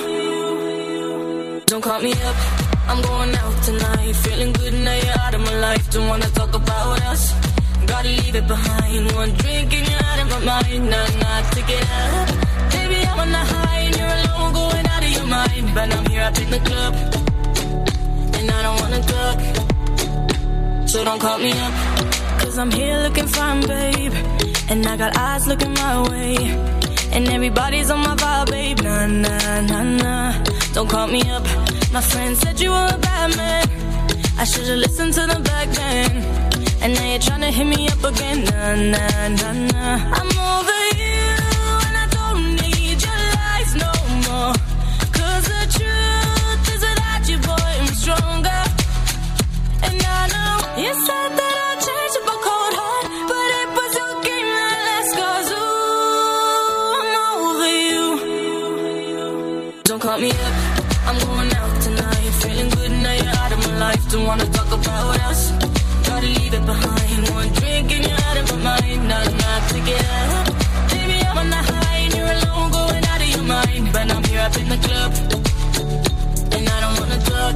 you. Don't call me up, I'm going out tonight, feeling good now you're out of my life. Don't wanna talk about us, gotta leave it behind. One drink and you're out of my mind, nah, nah, take it out. Baby, I'm on the high and you're alone, going out of your mind. But I'm here up in the club, and I don't wanna talk, so don't call me up, cause I'm here looking fine, babe, and I got eyes looking my way, and everybody's on my vibe, babe, nah, nah, nah, nah. Don't call me up, my friend said you were a bad man, I should've listened to them back then, and now you're tryna hit me up again, nah, nah, nah, nah. I'm over you, and I don't need your lies no more, cause the truth is without you, boy, I'm stronger. And I know you said that I'd change up a cold heart, but it was your game that last, cause ooh, I'm over you. Don't call me up, I'm going out tonight, feeling good now you're out of my life. Don't wanna talk about us, gotta leave it behind. One drink and you're out of my mind, nah, nah, take it out. Baby, I'm on the high and you're alone, going out of your mind. But I'm here up in the club, and I don't wanna talk,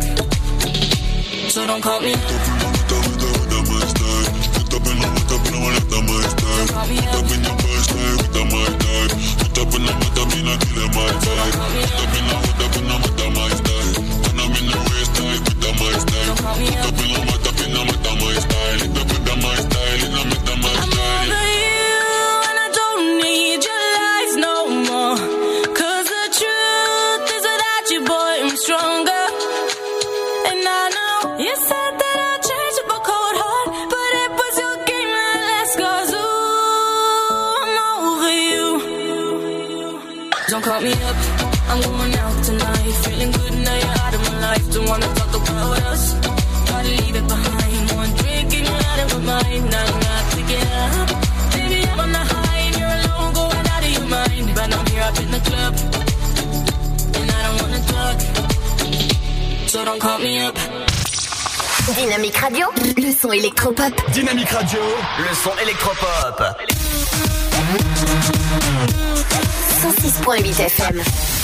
so don't call me up. call me up. Put up in your first time with the my type. Put up in the matter, me not kill my type. Put up in the put up in the matter, my style. When I'm in the waist type with the my style. Put up in the matter, in the matter, my style. It up with the my style, in the matter, my style. I'm over you and I don't need your lies no more. Cause the truth is without you, boy, I'm stronger. And I know you said that I'd change up a cold heart, but it was your game that last. Cause ooh, I'm over you. Don't call me up, I'm going out tonight. Feeling good now you're out of my life. Don't wanna talk about us, gotta leave it behind. One drink and you're out of my mind. Now I'm not picking up. Baby, I'm on the high and you're alone, going out of your mind. But I'm here up in the club, and I don't wanna talk, so don't call me up. Dynamique Radio, le son électropop. Dynamique Radio, le son électropop. cent six point huit F M.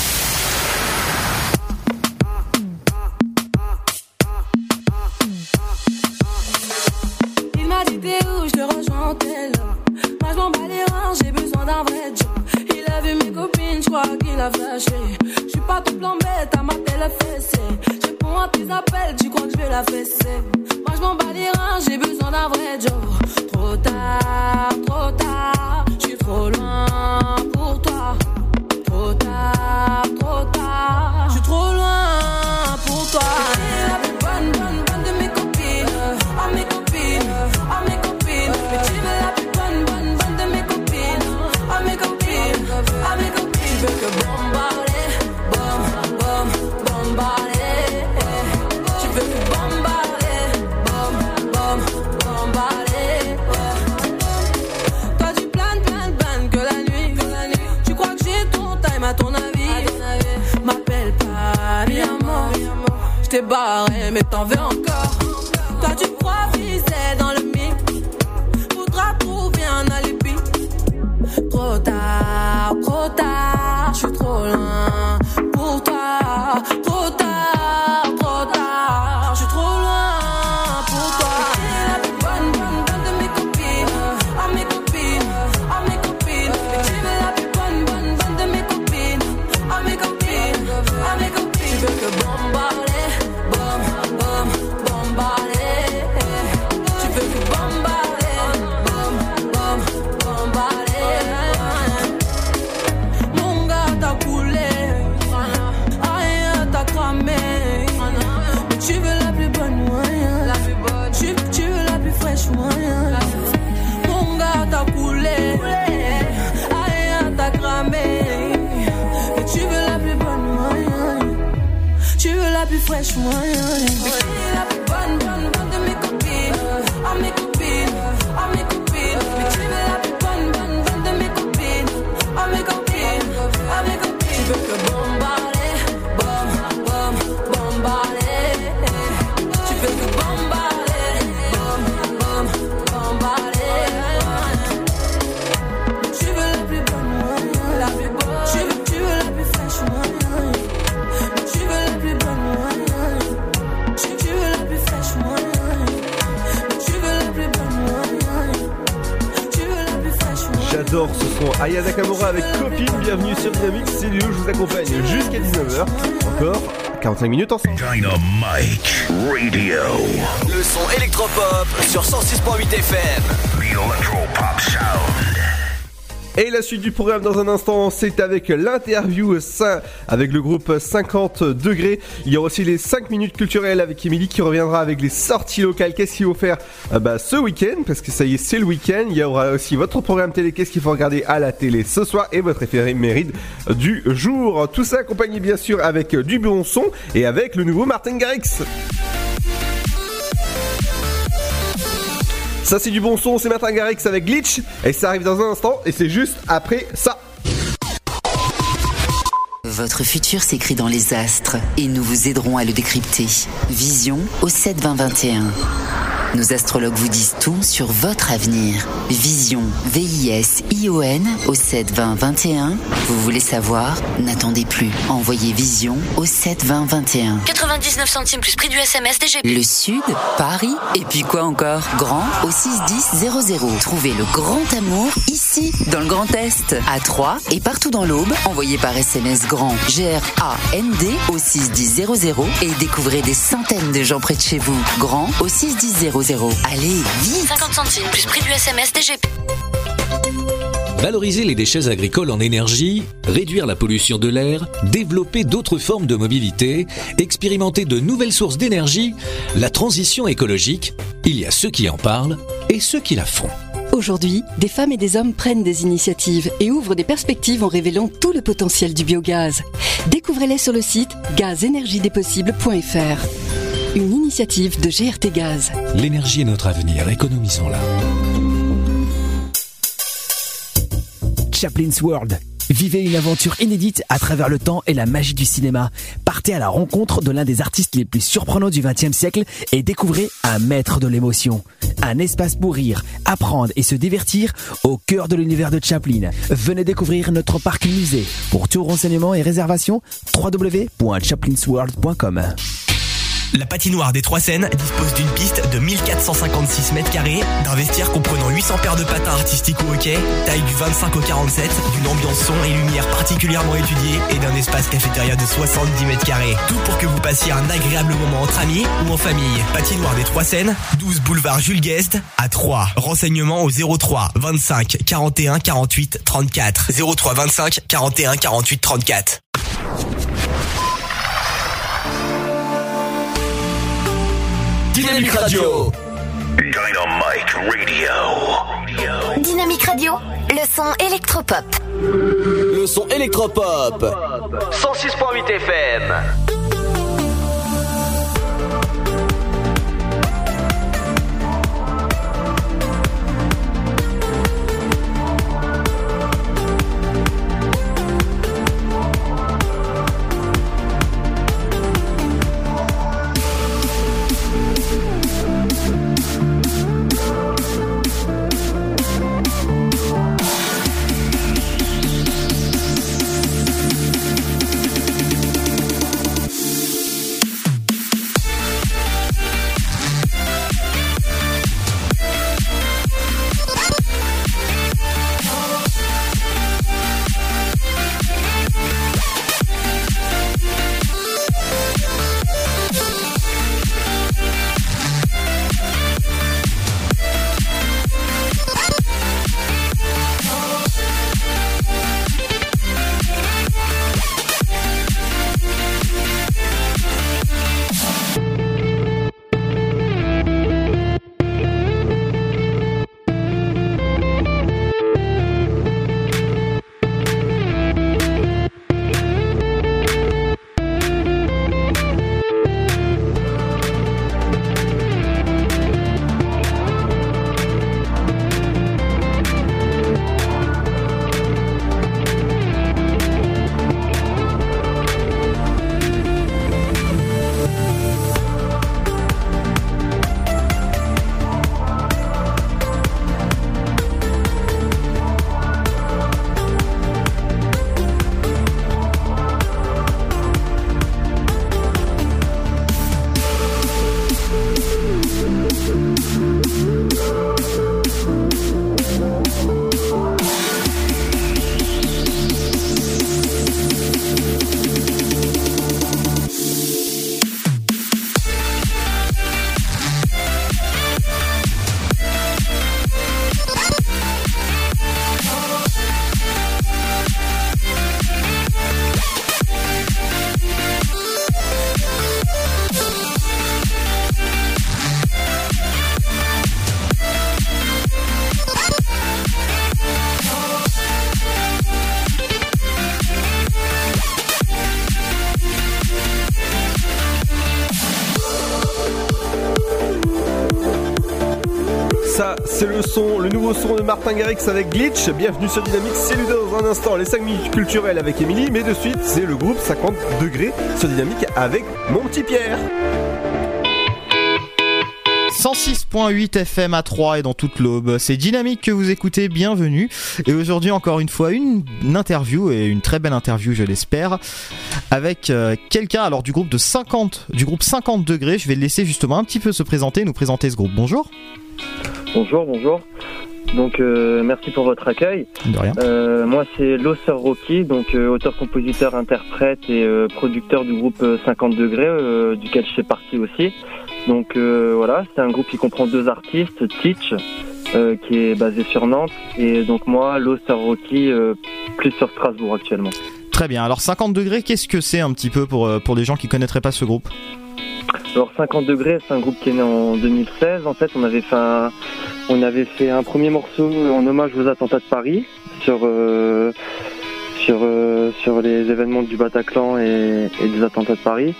Il m'a dit t'es où, je te rejoins en tel. Moi je m'en bats les reins, j'ai besoin d'un vrai job. Il a vu mes copines, je crois qu'il a flashé. Je suis pas tout plan bête, à ma télé fessée. Je réponds à tes appels, tu crois que je vais la fesser. Moi je m'en bats les reins, j'ai besoin d'un vrai job. Trop tard, trop tard, je suis trop loin pour toi. Trop tard, trop tard, je suis trop loin pour toi. T'es la plus bonne, bonne, bonne de mes copines. Oh mes copines, oh mes copines. Mais tu veux la plus bonne, bonne, bonne de mes copines. Oh mes copines, oh mes copines. Je veux que bombarder, bom, bom, bombarder. Je veux que bombarder, bom, bom, bombarder. Toi tu planes, planes, planes que la nuit, que la nuit. Tu crois que j'ai ton time à ton avis? M'appelle pas, mi amor. Je t'ai barré mais t'en veux encore. Toi tu crois viser dans le mix. Faudra trouver un alibi. Trop tard, trop tard, je suis trop loin pour toi. Trop tard, trop tard, je suis trop loin pour toi. T'es la plus bonne, bonne, bonne de mes copines. Oh mes copines, oh mes copines. Mais tu veux la plus bonne, bonne, bonne de mes copines. Oh mes copines, oh mes copines. Je veux que bombarder, bom, bom, bombarder. Tu veux que bombarder, bom, bom, bombarder. Mon gars t'a coulé, rien t'a cramé. Mais tu veux la plus bonne moyen, tu, tu veux la plus fraîche moyen. Mon gars t'a coulé, rien t'a cramé. Mais tu veux la plus bonne moyen, tu veux la plus fraîche moyen. Tu es la plus bonne, bonne, bonne de mes copines. Oh mes copines, oh mes copines. Mais tu veux la plus bonne, bonne, bonne de mes copines. Oh mes copines, oh mes copines. Tu veux que bombarder, bom, bom, bombarder. Tu veux que bombarder, bom, bom, bombarder. Tu veux la plus bonne moyen, la plus bonne. Tu veux, tu veux la plus fraîche moyen. Tu veux la plus bonne moyen. Tu, tu veux la plus fraîche moyen. Tu veux la plus bonne moyen. Tu veux la plus fraîche moyen. J'adore ce son. Aya Nakamura avec Copine, bienvenue sur Dynamique, c'est Léo, je vous accompagne jusqu'à dix-neuf heures. Encore quarante-cinq minutes ensemble. Dynamite Radio. Le son électropop sur cent six point huit F M. The Electropop Sound. Et la suite du programme dans un instant, c'est avec l'interview ça, avec le groupe cinquante degrés. Il y aura aussi les cinq minutes culturelles avec Émilie qui reviendra avec les sorties locales. Qu'est-ce qu'il faut faire euh, bah, ce week-end, parce que ça y est, c'est le week-end. Il y aura aussi votre programme télé, qu'est-ce qu'il faut regarder à la télé ce soir, et votre éphéméride du jour. Tout ça accompagné bien sûr avec du bon son et avec le nouveau Martin Garrix. Ça c'est du bon son, c'est Martin Garrix avec Glitch, et ça arrive dans un instant, et c'est juste après ça. Votre futur s'écrit dans les astres, et nous vous aiderons à le décrypter. Vision au sept vingt vingt et un. Nos astrologues vous disent tout sur votre avenir. Vision, V I S I O N au sept vingt vingt et un. Vous voulez savoir? N'attendez plus. Envoyez Vision au sept vingt vingt et un. quatre-vingt-dix-neuf centimes plus prix du S M S D G P. Le Sud, Paris, et puis quoi encore? Grand au six dix zéro zéro. Trouvez le grand amour ici, dans le Grand Est, à Troyes et partout dans l'Aube. Envoyez par S M S grand G R A N D au six dix zéro zéro et découvrez des centaines de gens près de chez vous. Grand au six dix zéro zéro. Allez, vite! cinquante centimes plus prix du S M S D G P. Valoriser les déchets agricoles en énergie, réduire la pollution de l'air, développer d'autres formes de mobilité, expérimenter de nouvelles sources d'énergie, la transition écologique, il y a ceux qui en parlent et ceux qui la font. Aujourd'hui, des femmes et des hommes prennent des initiatives et ouvrent des perspectives en révélant tout le potentiel du biogaz. Découvrez-les sur le site gaz énergie des possibles point f r. Une initiative de G R T Gaz. L'énergie est notre avenir, économisons-la. Chaplin's World. Vivez une aventure inédite à travers le temps et la magie du cinéma. Partez à la rencontre de l'un des artistes les plus surprenants du vingtième siècle et découvrez un maître de l'émotion. Un espace pour rire, apprendre et se divertir au cœur de l'univers de Chaplin. Venez découvrir notre parc musée. Pour tout renseignement et réservation, w w w point chaplins world point com. La patinoire des Trois Seines dispose d'une piste de mille quatre cent cinquante-six mètres carrés, d'un vestiaire comprenant huit cents paires de patins artistiques ou hockey, taille du vingt-cinq au quarante-sept, d'une ambiance son et lumière particulièrement étudiée et d'un espace cafétéria de soixante-dix mètres carrés. Tout pour que vous passiez un agréable moment entre amis ou en famille. Patinoire des Trois Seines, douze boulevard Jules Guest à Troyes. Renseignements au zéro trois vingt-cinq quarante et un quarante-huit trente-quatre. zéro trois vingt-cinq quarante et un quarante-huit trente-quatre. Dynamique Radio. Dynamique Radio. Dynamique Radio, le son électropop. Le son électropop. cent six point huit F M. Ça, c'est le son, le nouveau son de Martin Garrix avec Glitch. Bienvenue sur Dynamique, c'est Ludo dans un instant. Les cinq minutes culturelles avec Émilie, mais de suite, c'est le groupe cinquante degrés sur Dynamique avec mon petit Pierre. cent six point huit F M à Troyes et dans toute l'Aube. C'est Dynamique que vous écoutez, bienvenue. Et aujourd'hui, encore une fois, une, une interview, et une très belle interview, je l'espère, avec euh, quelqu'un alors du groupe de cinquante, du groupe cinquante degrés. Je vais le laisser justement un petit peu se présenter, nous présenter ce groupe. Bonjour. Bonjour, bonjour. Donc euh, merci pour votre accueil. De rien. Euh, moi c'est Loser Rocky, donc euh, auteur, compositeur, interprète et euh, producteur du groupe cinquante degrés, euh, duquel je fais partie aussi. Donc euh, voilà, c'est un groupe qui comprend deux artistes, Teach, euh, qui est basé sur Nantes, et donc moi, Loser Rocky, euh, plus sur Strasbourg actuellement. Très bien, alors cinquante degrés, qu'est-ce que c'est un petit peu pour, pour les gens qui ne connaîtraient pas ce groupe ? Alors cinquante degrés, c'est un groupe qui est né en deux mille seize. En fait, on avait fait un, on avait fait un premier morceau en hommage aux attentats de Paris sur euh, sur euh, sur les événements du Bataclan et, et des attentats de Paris.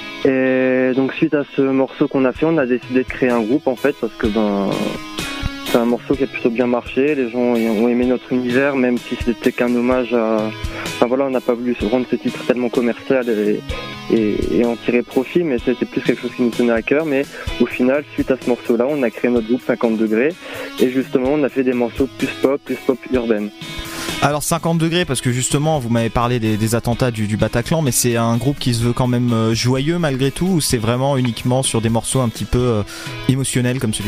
Et donc suite à ce morceau qu'on a fait, on a décidé de créer un groupe en fait parce que ben c'est un morceau qui a plutôt bien marché. Les gens ont aimé notre univers, même si c'était qu'un hommage à. Enfin voilà, on n'a pas voulu rendre ce titre tellement commercial et, et, et en tirer profit, mais c'était plus quelque chose qui nous tenait à cœur. Mais au final, suite à ce morceau-là, on a créé notre groupe cinquante degrés et justement, on a fait des morceaux plus pop, plus pop urbaine. Alors cinquante degrés, parce que justement, vous m'avez parlé des, des attentats du, du Bataclan, mais c'est un groupe qui se veut quand même euh, joyeux malgré tout, ou c'est vraiment uniquement sur des morceaux un petit peu euh, émotionnels comme celui-là ?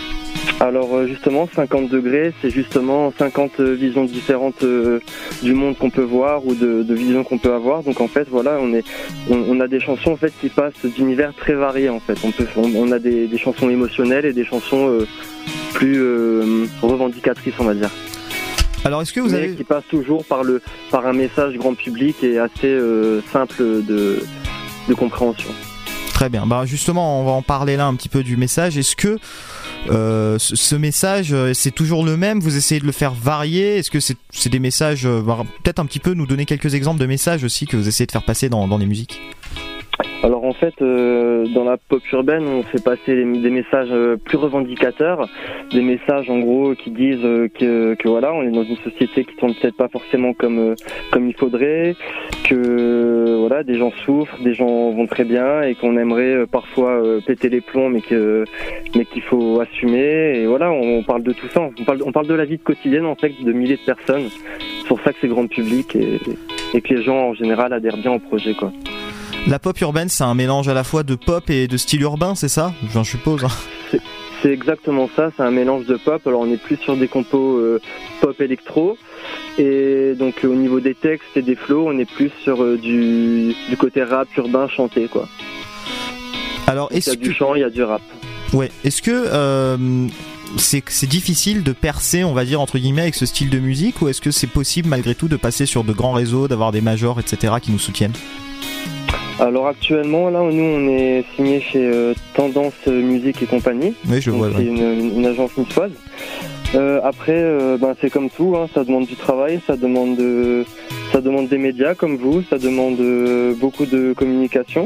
Alors justement, cinquante degrés, c'est justement cinquante visions différentes euh, du monde qu'on peut voir ou de, de visions qu'on peut avoir. Donc en fait, voilà, on est, on, on a des chansons en fait qui passent d'univers très variés en fait. On peut, on, on a des, des chansons émotionnelles et des chansons euh, plus euh, revendicatrices, on va dire. Alors est-ce que vous Mais avez qui passent toujours par le, par un message grand public et assez euh, simple de, de compréhension. Très bien. Bah justement, on va en parler là un petit peu du message. Est-ce que Euh, ce, ce message, c'est toujours le même? Vous essayez de le faire varier? Est-ce que c'est, c'est des messages, euh, peut-être un petit peu nous donner quelques exemples de messages aussi que vous essayez de faire passer dans, dans les musiques? Alors en fait, euh, dans la pop urbaine, on fait passer des, des messages euh, plus revendicateurs, des messages en gros qui disent euh, que, que voilà, on est dans une société qui tourne peut-être pas forcément comme euh, comme il faudrait, que euh, voilà, des gens souffrent, des gens vont très bien et qu'on aimerait euh, parfois euh, péter les plombs, mais que mais qu'il faut assumer. Et voilà, on, on parle de tout ça, on parle on parle de la vie quotidienne en fait de milliers de personnes. C'est pour ça que c'est grand public et, et que les gens en général adhèrent bien au projet, quoi. La pop urbaine, c'est un mélange à la fois de pop et de style urbain, c'est ça? J'en suppose. Hein. C'est, c'est exactement ça, c'est un mélange de pop. Alors on est plus sur des compos euh, pop électro. Et donc au niveau des textes et des flows, on est plus sur euh, du, du côté rap urbain chanté, quoi. Alors, est-ce il y a que... du chant, il y a du rap. Ouais, est-ce que euh, c'est, c'est difficile de percer, on va dire, entre guillemets, avec ce style de musique, ou est-ce que c'est possible malgré tout de passer sur de grands réseaux, d'avoir des majors, et cetera qui nous soutiennent? Alors actuellement, là, nous, on est signé chez euh, Tendance Musique et compagnie. Oui, je donc, vois. C'est Ouais. une, une agence niçoise. Euh, après, euh, ben, c'est comme tout, hein, ça demande du travail, ça demande, de, ça demande des médias comme vous, ça demande euh, beaucoup de communication.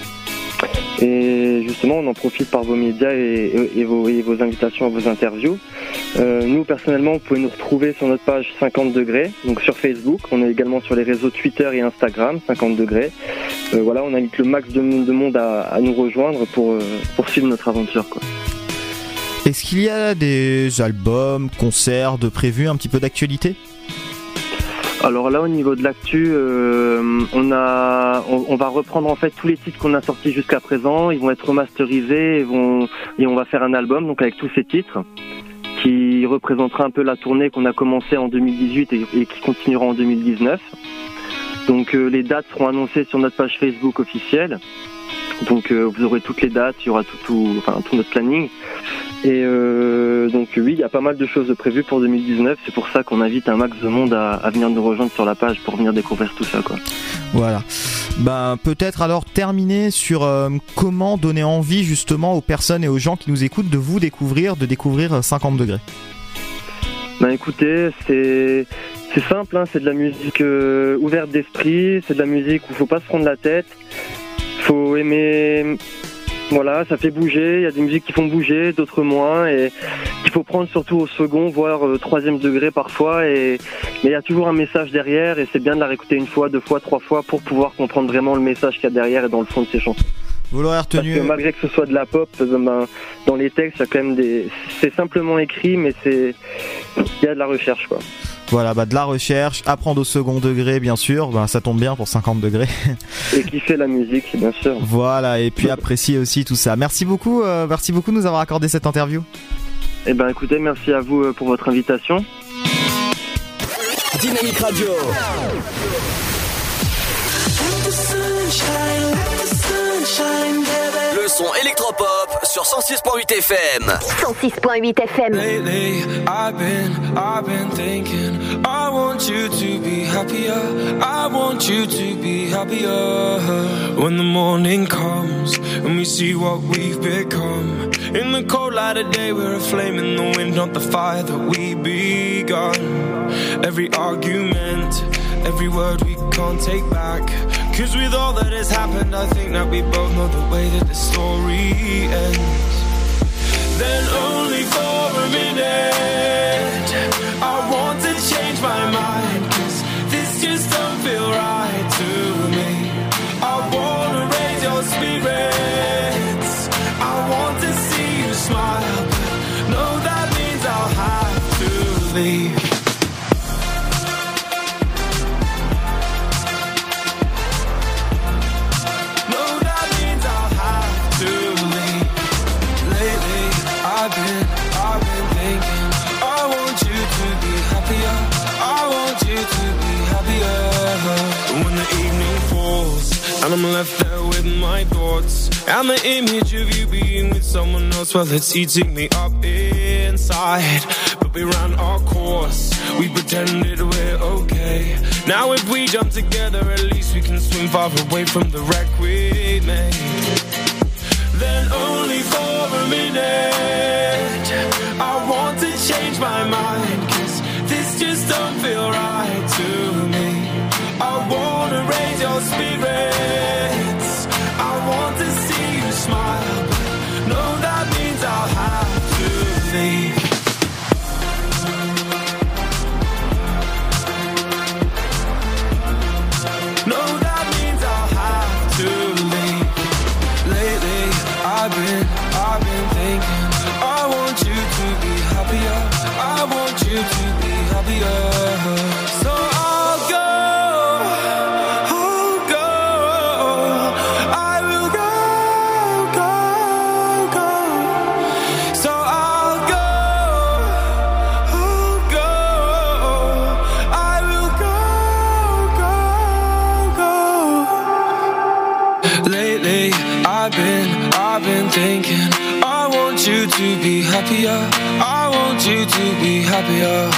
Et justement, on en profite par vos médias et, et, et, vos, et vos invitations à vos interviews. Euh, nous, personnellement, vous pouvez nous retrouver sur notre page cinquante degrés, donc sur Facebook. On est également sur les réseaux Twitter et Instagram, cinquante degrés. Euh, voilà, on invite le max de, de monde à, à nous rejoindre pour euh, poursuivre notre aventure, quoi. Est-ce qu'il y a des albums, concerts de prévus, un petit peu d'actualité? Alors là, au niveau de l'actu, euh, on a, on, on va reprendre en fait tous les titres qu'on a sortis jusqu'à présent. Ils vont être remasterisés et, vont, et on va faire un album donc avec tous ces titres qui représentera un peu la tournée qu'on a commencée en deux mille dix-huit et, et qui continuera en deux mille dix-neuf. Donc euh, les dates seront annoncées sur notre page Facebook officielle. Donc euh, vous aurez toutes les dates, il y aura tout, tout, enfin, tout notre planning. Et euh, donc oui, il y a pas mal de choses prévues pour deux mille dix-neuf. C'est pour ça qu'on invite un max de monde à, à venir nous rejoindre sur la page pour venir découvrir tout ça, quoi. Voilà. Ben, peut-être alors terminer sur euh, comment donner envie justement aux personnes et aux gens qui nous écoutent de vous découvrir, de découvrir cinquante degrés. Ben écoutez, c'est... C'est simple, hein, c'est de la musique euh, ouverte d'esprit, c'est de la musique où il faut pas se prendre la tête, faut aimer, voilà, ça fait bouger, il y a des musiques qui font bouger, d'autres moins, et qu'il faut prendre surtout au second, voire euh, troisième degré parfois, et mais il y a toujours un message derrière, et c'est bien de la réécouter une fois, deux fois, trois fois, pour pouvoir comprendre vraiment le message qu'il y a derrière et dans le fond de ces chansons. Vous l'aurez retenu. Parce que malgré que ce soit de la pop, ben, dans les textes, il y a quand même des. C'est simplement écrit, mais c'est. Il y a de la recherche, quoi. Voilà, bah de la recherche, apprendre au second degré, bien sûr. Bah, ça tombe bien pour cinquante degrés. Et kiffer la musique, bien sûr. Voilà, et puis apprécier aussi tout ça. Merci beaucoup, euh, merci beaucoup de nous avoir accordé cette interview. Eh ben, écoutez, merci à vous pour votre invitation. Dynamique Radio. Le son électropop sur cent six point huit F M. cent six point huit F M. Lately, I've been, I've been thinking, I want you to be happier. I want you to be happier. When the morning comes and we see what we've become. In the cold light of day, we're a flame in the wind, not the fire that we begun. Every argument, every word we can't take back. Cause with all that has happened, I think that we both know the way that the story ends. Then only for a minute, I want to change my mind. Cause this just don't feel right to me. I wanna raise your spirits, I want to see you smile. But no, that means I'll have to leave. I've been, I've been thinking, I want you to be happier. I want you to be happier. When the evening falls and I'm left there with my thoughts and the image of you being with someone else, well, it's eating me up inside. But we ran our course, we pretended we're okay. Now if we jump together, at least we can swim far away from the wreck we made. Then only for a minute, I want to change my mind. Cause this just don't feel right to me. I wanna raise your spirits, I want to see you smile. But no, that means I'll have to leave. No, that means I'll have to leave. Lately, I've been, I've been thinking, I want you to be happier. I want you to be happier. So I'll go, I'll go, I will go, go, go. So I'll go, I'll go, I will go, go, go. Lately, I've been, I've been thinking, I want you to be happier. I want you to be happier.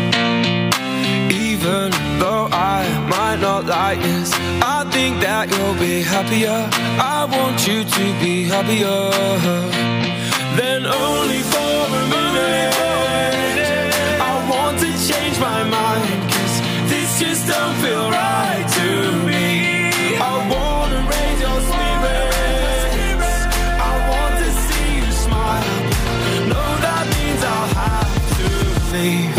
Even though I might not like this, I think that you'll be happier. I want you to be happier. Then only for a minute, I want to change my mind. Cause this just don't feel right to me. I wanna raise your spirits, I want to see you smile. No, that means I'll have to leave.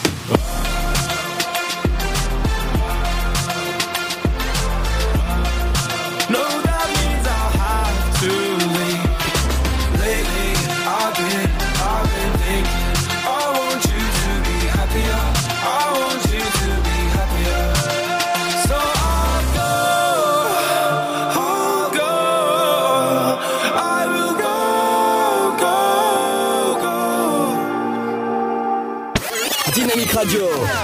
No, that means I'll have to leave. Lately, I've been, I've been thinking, I want you to be happier. I want you to be happier. So I'll go, I'll go, I will go, go, go. Dynamique Radio.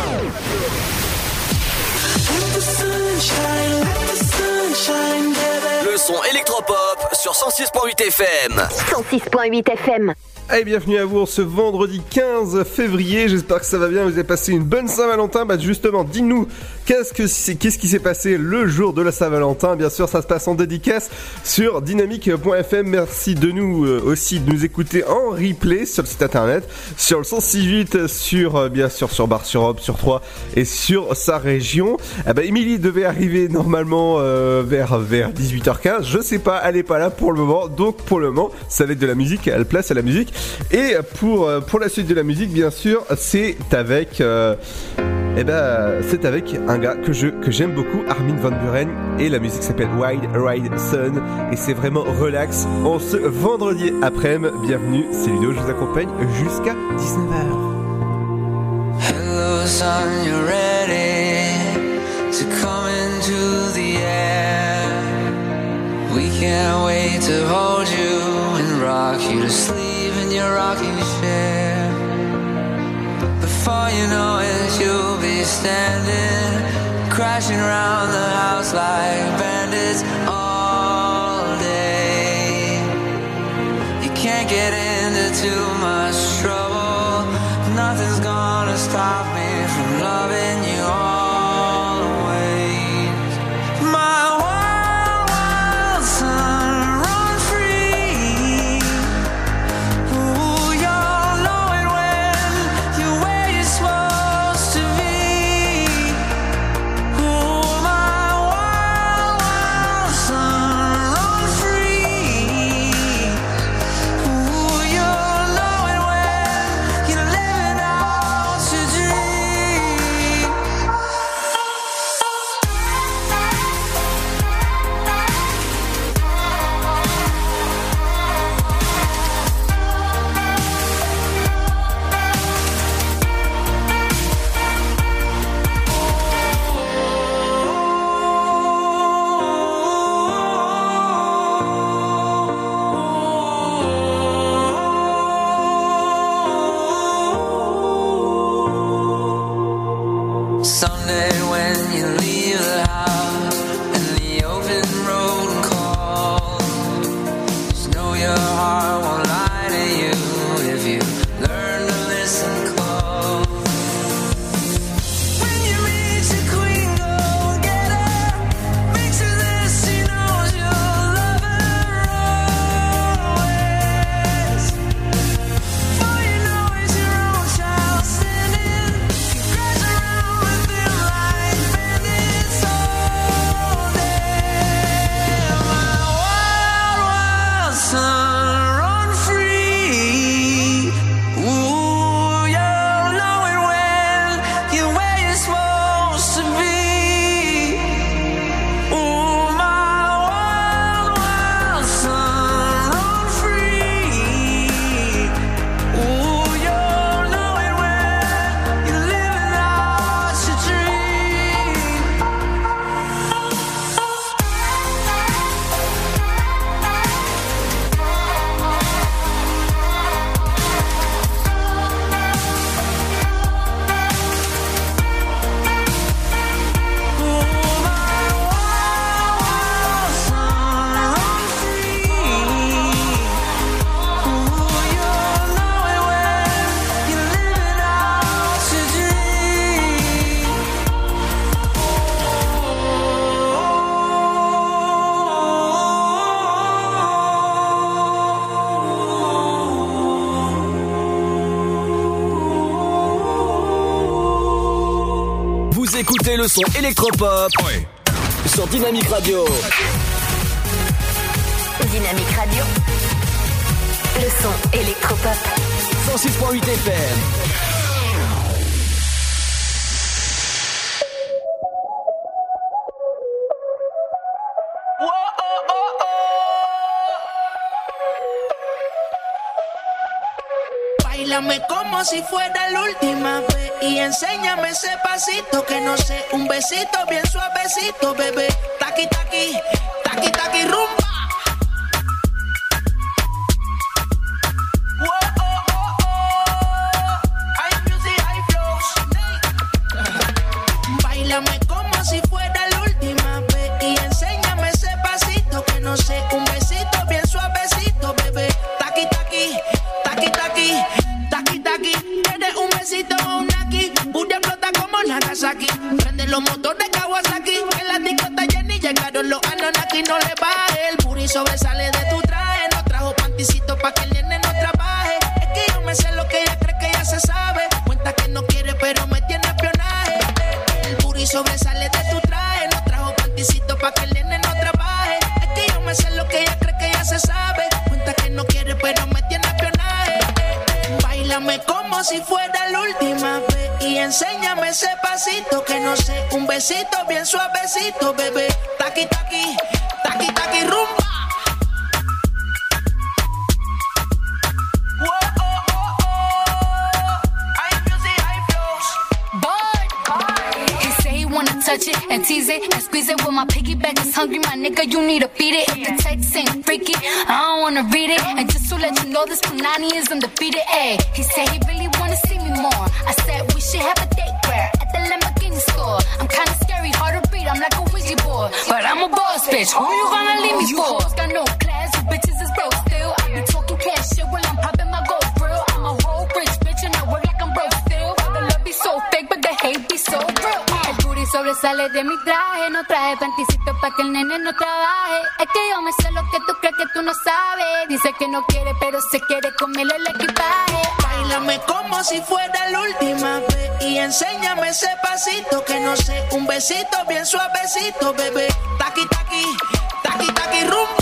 Le son électropop sur cent six point huit F M. cent six point huit F M. Allez, bienvenue à vous en ce vendredi quinze février, j'espère que ça va bien, vous avez passé une bonne Saint-Valentin. Bah justement, dis-nous, qu'est-ce, que c'est, qu'est-ce qui s'est passé le jour de la Saint-Valentin? Bien sûr, ça se passe en dédicace sur dynamique point F M. Merci de nous euh, aussi de nous écouter en replay sur le site internet, sur le cent six huit, sur euh, bien sûr sur Bar-sur-Aube, sur Troyes et sur sa région. Ah bah Émilie devait arriver normalement euh, vers, vers dix-huit heures quinze, je sais pas, elle est pas là pour le moment, donc pour le moment, ça va être de la musique, elle place à la musique. Et pour, pour la suite de la musique, bien sûr, c'est avec... Euh, eh ben, c'est avec un gars que je que j'aime beaucoup, Armin van Buuren, et la musique s'appelle Wild Ride Sun, et c'est vraiment relax en ce vendredi après-midi. Bienvenue, c'est Ludo, je vous accompagne jusqu'à dix-neuf heures. Hello son, you're ready to come into the air. We can't wait to hold you and rock you to sleep in your rocking chair. Before you know it, you'll be standing, crashing around the house like bandits all day. You can't get into too much trouble. Nothing's gonna stop me from loving you always. My wild, wild son, run free. Ooh, you'll know it when you're where you're supposed to be. Ooh, my wild, wild son, run free. Ooh, you'll know it when you're living out your dream. Someday when you leave the house and the open road calls, just know your heart won't lie to you if you learn to listen close. When you reach the queen, go get her. Make sure that she knows you'll love her always. For you know it's your own child standing. You crash around with them like bandits all day. My wild, wild son, run free. Ooh, you'll know it when you're where you're supposed to be. Ooh, my wild, wild son, run free. Ooh, you'll know it when you're living out your dream. Vous écoutez le son électropop sur Dynamique Radio. Dynamique Radio. Le son électropop. cent six point huit F M. Báilame como si fuera la última vez y enséñame ese pasito que no sé, un besito bien suavecito, bebé. Taqui taqui, taqui taqui rumba. Whoa, oh, oh, oh. High music, high flows. Báilame como si fuera la última vez y enséñame ese pasito que no sé, un besito bien suavecito, bebé. Taqui taqui, taqui taqui. Taki taki, eres un besito o un aquí. Pude explota como Nagasaki. Prende los motores Kawasaki. En la disco está llena y llegaron los Anunnaki. No le baje, el booty sobresale de tu traje. No trajo panticito pa' que el nene no trabaje. Es que yo me sé lo que ella cree que ya se sabe. Cuenta que no quiere pero me tiene espionaje. El booty sobresale de tu traje. No trajo panticito pa' que el nene no trabaje. Es que yo me sé lo que ella cree que ya se sabe. Cuenta que no quiere pero me tiene espionaje. Báilame como si fuera la última vez y enséñame ese pasito que no sé, un besito bien suavecito, bebé. Taqui, taqui, taqui, taqui, rumba. Touch it and tease it and squeeze it. When my piggyback is hungry, my nigga, you need to feed it. If the text ain't freaky, I don't wanna read it. And just to let you know, this Punani is undefeated. Ayy, he said he really wanna see me more. I said we should have a date where at the Lamborghini store. I'm kinda scary, hard to read, I'm like a Ouija board, but I'm a boss bitch. Who you gonna leave me for? Got no class, you bitches is broke still. I be talking cash shit while I'm popping my gold grill. I'm a whole rich bitch and I work like I'm broke still. The love be so fake, but the hate be so real. Sobresale de mi traje, no traje panticito pa' que el nene no trabaje. Es que yo me sé lo que tú crees que tú no sabes. Dice que no quiere, pero se quiere comerle el equipaje. Báilame como si fuera la última vez y enséñame ese pasito que no sé, un besito bien suavecito, bebé. Taqui, taqui, taqui, taqui, rumba.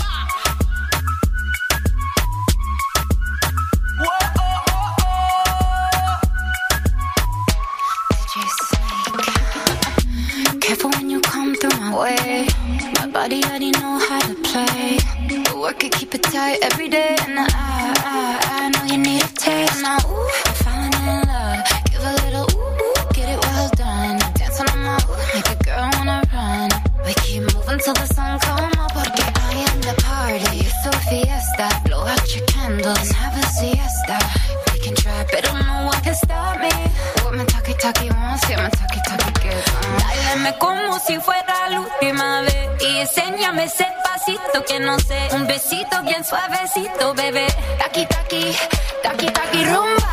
Careful when you come through my way. My body already know how to play. But work it, keep it tight every day. And I, I, I know you need a taste. Now, ooh, I'm falling in love. Give a little ooh, ooh, get it well done. Dance on my ooh, make a girl wanna run. We keep moving till the sun come up. Porque I am the party. It's a fiesta. Blow out your candles and have a siesta. We can try, but no one can stop me. What my talkie talkie wants, yeah, my talkie talkie gets on. Báilame como si fuera la última vez y enséñame ese pasito que no sé, un besito bien suavecito, bebé. Taqui, taqui, taqui, taqui, rumba.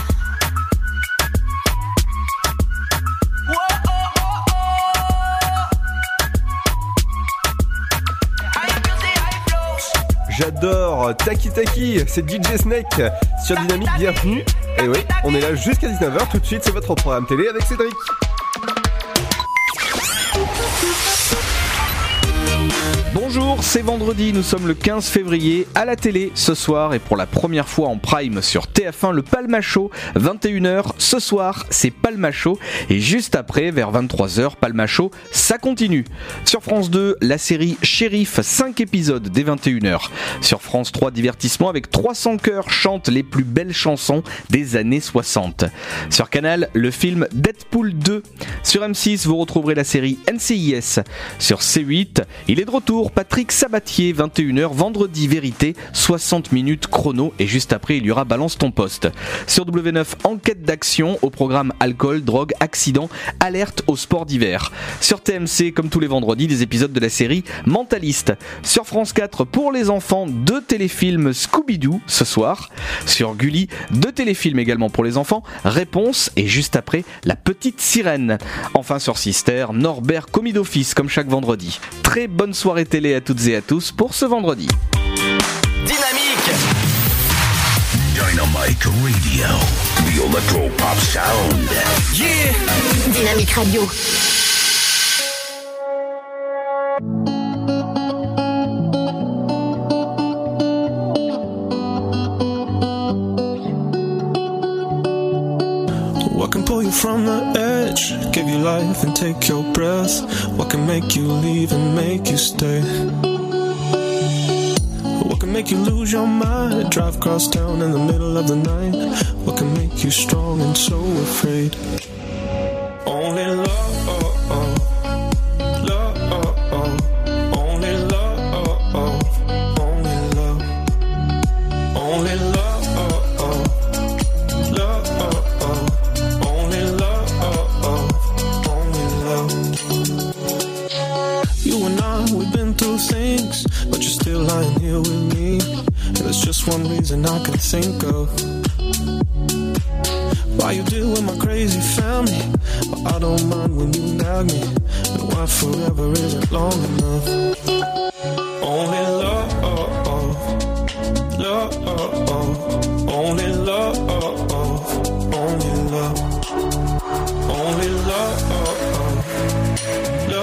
J'adore Taki Taki, c'est D J Snake sur Dynamique, bienvenue. Et oui, on est là jusqu'à dix-neuf heures, tout de suite c'est votre programme télé avec Cédric. Bonjour, c'est vendredi, nous sommes le quinze février à la télé ce soir et pour la première fois en prime sur T F un, le Palma Show, vingt et une heures ce soir, c'est Palma Show et juste après vers vingt-trois heures, Palma Show, ça continue. Sur France deux, la série Shérif, cinq épisodes dès vingt et une heures. Sur France trois, divertissement avec trois cents chœurs chantent les plus belles chansons des années soixante. Sur Canal, le film Deadpool deux. Sur M six, vous retrouverez la série N C I S. Sur C huit, il est de retour, Patrick Sabatier, vingt et une heures, vendredi vérité, soixante minutes chrono et juste après il y aura Balance ton poste. Sur W neuf, enquête d'action au programme alcool, drogue, accident, alerte au sport d'hiver. Sur T M C, comme tous les vendredis, des épisodes de la série Mentaliste. Sur France quatre, pour les enfants, deux téléfilms Scooby-Doo ce soir. Sur Gulli, deux téléfilms également pour les enfants, Réponse et juste après La Petite Sirène. Enfin sur Sister, Norbert commis d'office comme chaque vendredi. Très bonne soirée télé à toutes et à tous pour ce vendredi. Dynamique Dynamique Radio, the electro pop sound. Yeah Dynamique Radio. What can pull you from the edge, give you life and take your breath? What can make you leave and make you stay? What can make you lose your mind, drive across town in the middle of the night? What can make you strong and so afraid? Only love, love, only love, only love, only love. Things, but you're still lying here with me. And there's just one reason I can think of why you deal with my crazy family, but I don't mind when you nag me, and why forever isn't long enough. Only love, love, only love, only love, only love, only love, only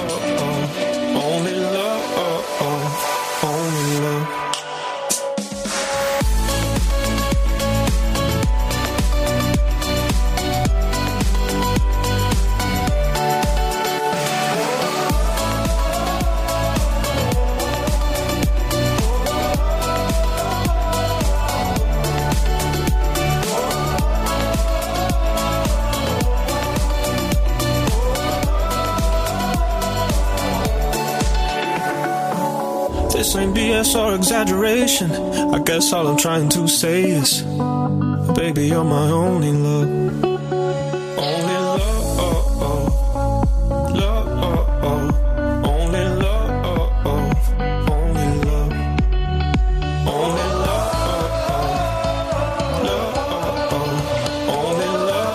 love. Only love. This ain't B S or exaggeration. I guess all I'm trying to say is, baby, you're my only love. Only love, love, only love, only love, only love, only love, only love.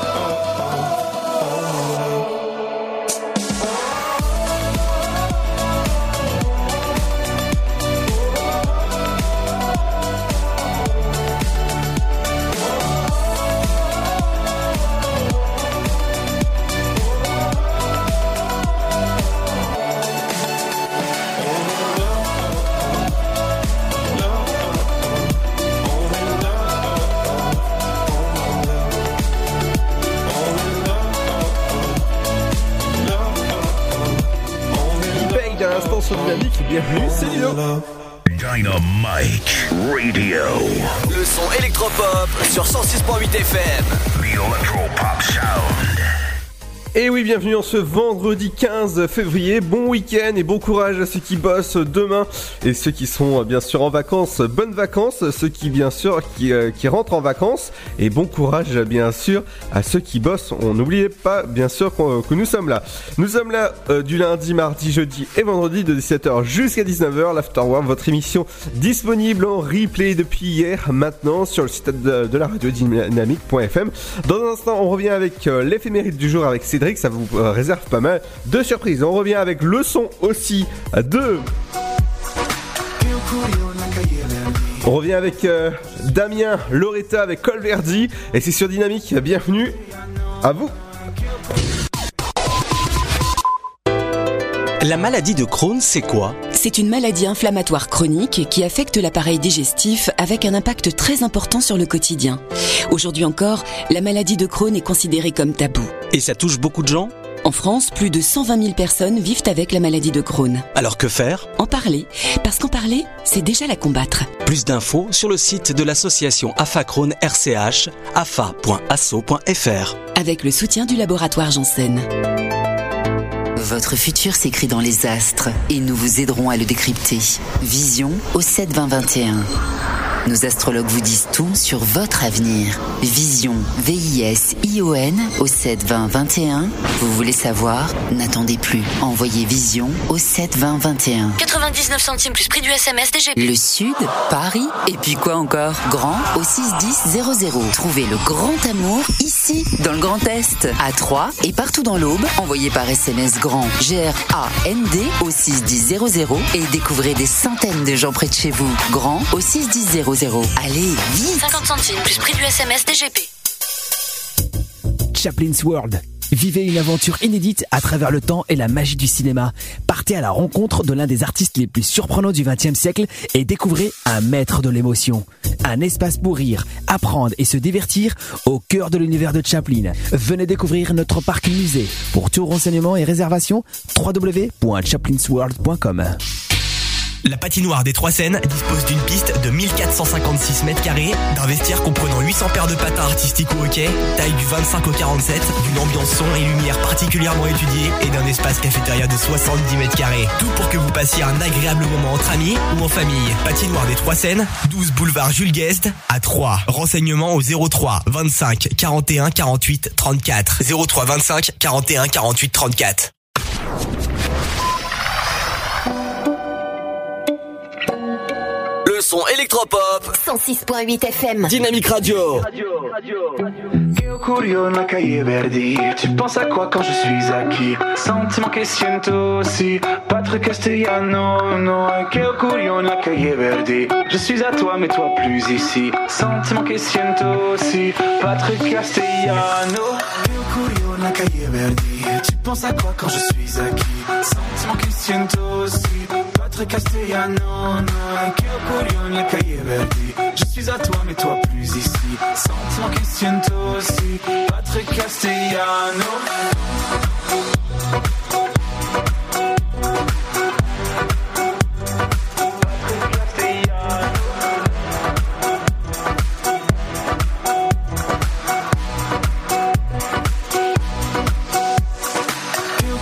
Bang à l'instant sur Dynamique, bienvenue, c'est Lino. Dynamite Radio. Le son électropop sur cent six point huit F M. The Electropop Sound. Et oui, bienvenue en ce vendredi quinze février. Bon week-end et bon courage à ceux qui bossent demain et ceux qui sont bien sûr en vacances. Bonnes vacances, ceux qui bien sûr qui, euh, qui rentrent en vacances, et bon courage bien sûr à ceux qui bossent. On n'oubliez pas bien sûr que nous sommes là. Nous sommes là euh, du lundi, mardi, jeudi et vendredi de dix-sept heures jusqu'à dix-neuf heures. L'Afterwork, votre émission disponible en replay depuis hier maintenant sur le site de, de la radio dynamique point f m. Dans un instant, on revient avec euh, l'éphéméride du jour avec Cédric. Ça vous euh, réserve pas mal de surprises. On revient avec le son aussi de... On revient avec euh, Damien Loretta avec Colverdi et c'est sur Dynamique. Bienvenue à vous. La maladie de Crohn, c'est quoi ? C'est une maladie inflammatoire chronique qui affecte l'appareil digestif avec un impact très important sur le quotidien. Aujourd'hui encore, la maladie de Crohn est considérée comme tabou. Et ça touche beaucoup de gens ? En France, plus de cent vingt mille personnes vivent avec la maladie de Crohn. Alors que faire ? En parler, parce qu'en parler, c'est déjà la combattre. Plus d'infos sur le site de l'association A F A Crohn R C H, afa point asso point f r. Avec le soutien du laboratoire Janssen. Votre futur s'écrit dans les astres et nous vous aiderons à le décrypter. Vision au sept vingt vingt et un. Nos astrologues vous disent tout sur votre avenir. Vision, V I S I O N au sept vingt vingt et un. Vous voulez savoir ? N'attendez plus. Envoyez Vision au sept vingt vingt et un. quatre-vingt-dix-neuf centimes plus prix du S M S D G P. Le Sud, Paris, et puis quoi encore ? Grand au six dix zéro zéro. Trouvez le grand amour ici, dans le Grand Est, à Troyes et partout dans l'Aube. Envoyez par S M S grand G R A N D au six dix zéro zéro et découvrez des centaines de gens près de chez vous. Grand au six dix zéro zéro. Allez, vite ! cinquante centimes plus prix du S M S D G P. Chaplin's World. Vivez une aventure inédite à travers le temps et la magie du cinéma. Partez à la rencontre de l'un des artistes les plus surprenants du vingtième siècle et découvrez un maître de l'émotion. Un espace pour rire, apprendre et se divertir au cœur de l'univers de Chaplin. Venez découvrir notre parc musée. Pour tout renseignement et réservation, w w w point chaplins world point com. La patinoire des Trois Seines dispose d'une piste de mille quatre cent cinquante-six mètres carrés, d'un vestiaire comprenant huit cents paires de patins artistiques ou hockey, taille du vingt-cinq au quarante-sept, d'une ambiance son et lumière particulièrement étudiée et d'un espace cafétéria de soixante-dix mètres carrés. Tout pour que vous passiez un agréable moment entre amis ou en famille. Patinoire des Trois Seines, douze boulevard Jules Guest à Troyes. Renseignements au zéro trois vingt-cinq quarante et un quarante-huit trente-quatre. zéro trois vingt-cinq quarante et un quarante-huit trente-quatre. Le son électropop cent six point huit F M. Dynamique Radio. Io curio nella calle Verdi. Tu penses à quoi quand je suis acquis? Sentiment che siento aussi. Patrick Castellano, no. Io curio nella calle Verdi. Je suis à toi mais toi plus ici. Sentiment che siento aussi. Patrick Castellano. Io curio nella calle Verdi. Tu penses à quoi quand je suis acquis? Sentiment che siento aussi. Patrick Castellano, no. Io curio nella calle Verdi. Je suis à toi mais toi plus ici. Sentiment che siento aussi. Patrick Castellano.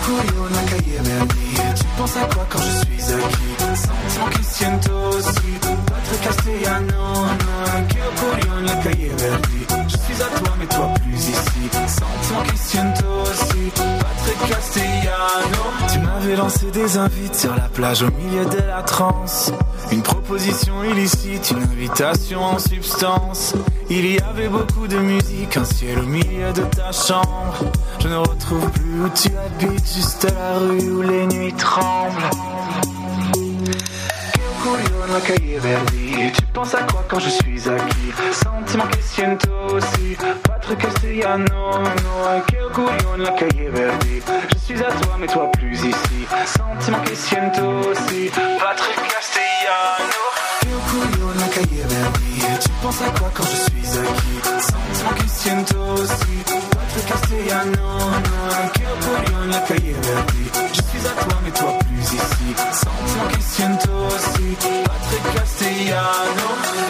curio nella calle Verdi. Tu penses à quoi quand je suis acquis? Sentiment che siento aussi. Patrick Castellano, no. Che curio nella calle Verdi. Je suis à toi mais toi plus ici. Sentiment che siento aussi. Patrick Castellano. Tu m'avais lancé des invites sur la plage au milieu de la transe. Une proposition illicite, une invitation en substance. Il y avait beaucoup de musique, un ciel au milieu de ta chambre. Je ne retrouve plus où tu habites, juste la rue où les nuits tremblent. Che curio nella calle Verdi. Tu penses à quoi quand je suis acquis? Sentiment che siento aussi. Patrick Castellano, no. Che curio nella calle Verdi. Je suis à toi mais toi plus ici. Sentiment che siento aussi. Patrick Castellano. Che curio nella calle Verdi. Tu penses à quoi quand je suis acquis? Sentiment che siento aussi. Patrick Castellano, no. Che curio nella calle Verdi. Je suis à toi mais toi plus ici. Sentiment che siento aussi. Patrick Castellano.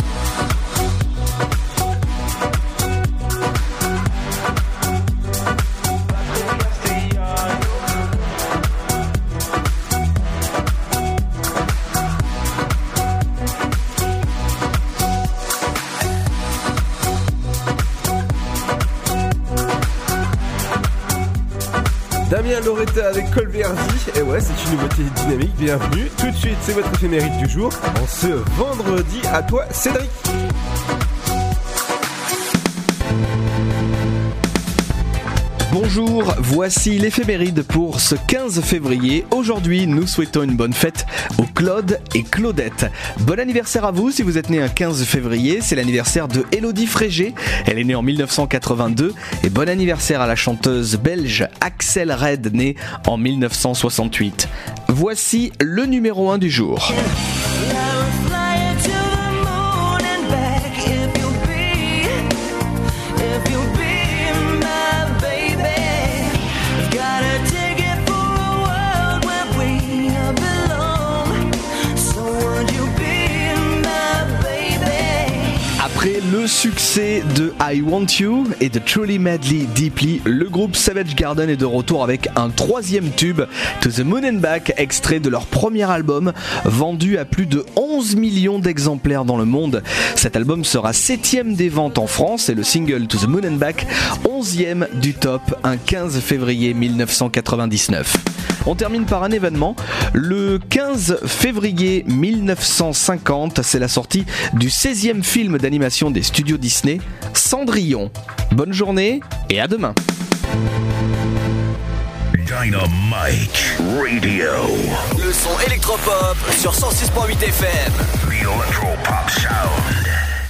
Damien Loretta avec Colverzi. Et ouais, c'est une nouveauté dynamique. Bienvenue. Tout de suite, c'est votre éphéméride du jour. En ce vendredi, à toi, Cédric. Bonjour, voici l'éphéméride pour ce quinze février. Aujourd'hui, nous souhaitons une bonne fête aux Claude et Claudette. Bon anniversaire à vous si vous êtes né un quinze février. C'est l'anniversaire de Élodie Frégé. Elle est née en mille neuf cent quatre-vingt-deux. Et bon anniversaire à la chanteuse belge Axel Red, née en mille neuf cent soixante-huit. Voici le numéro un du jour. Après le succès de I Want You et de Truly Madly Deeply, le groupe Savage Garden est de retour avec un troisième tube, To the Moon and Back, extrait de leur premier album, vendu à plus de onze millions d'exemplaires dans le monde. Cet album sera septième des ventes en France et le single To the Moon and Back, onzième du top, un quinze février mille neuf cent quatre-vingt-dix-neuf. On termine par un événement. Le quinze février mille neuf cent cinquante, c'est la sortie du seizième film d'animation des studios Disney, Cendrillon. Bonne journée et à demain. Dynamite Radio. Le son électropop sur cent six point huit F M. The Electropop Sound.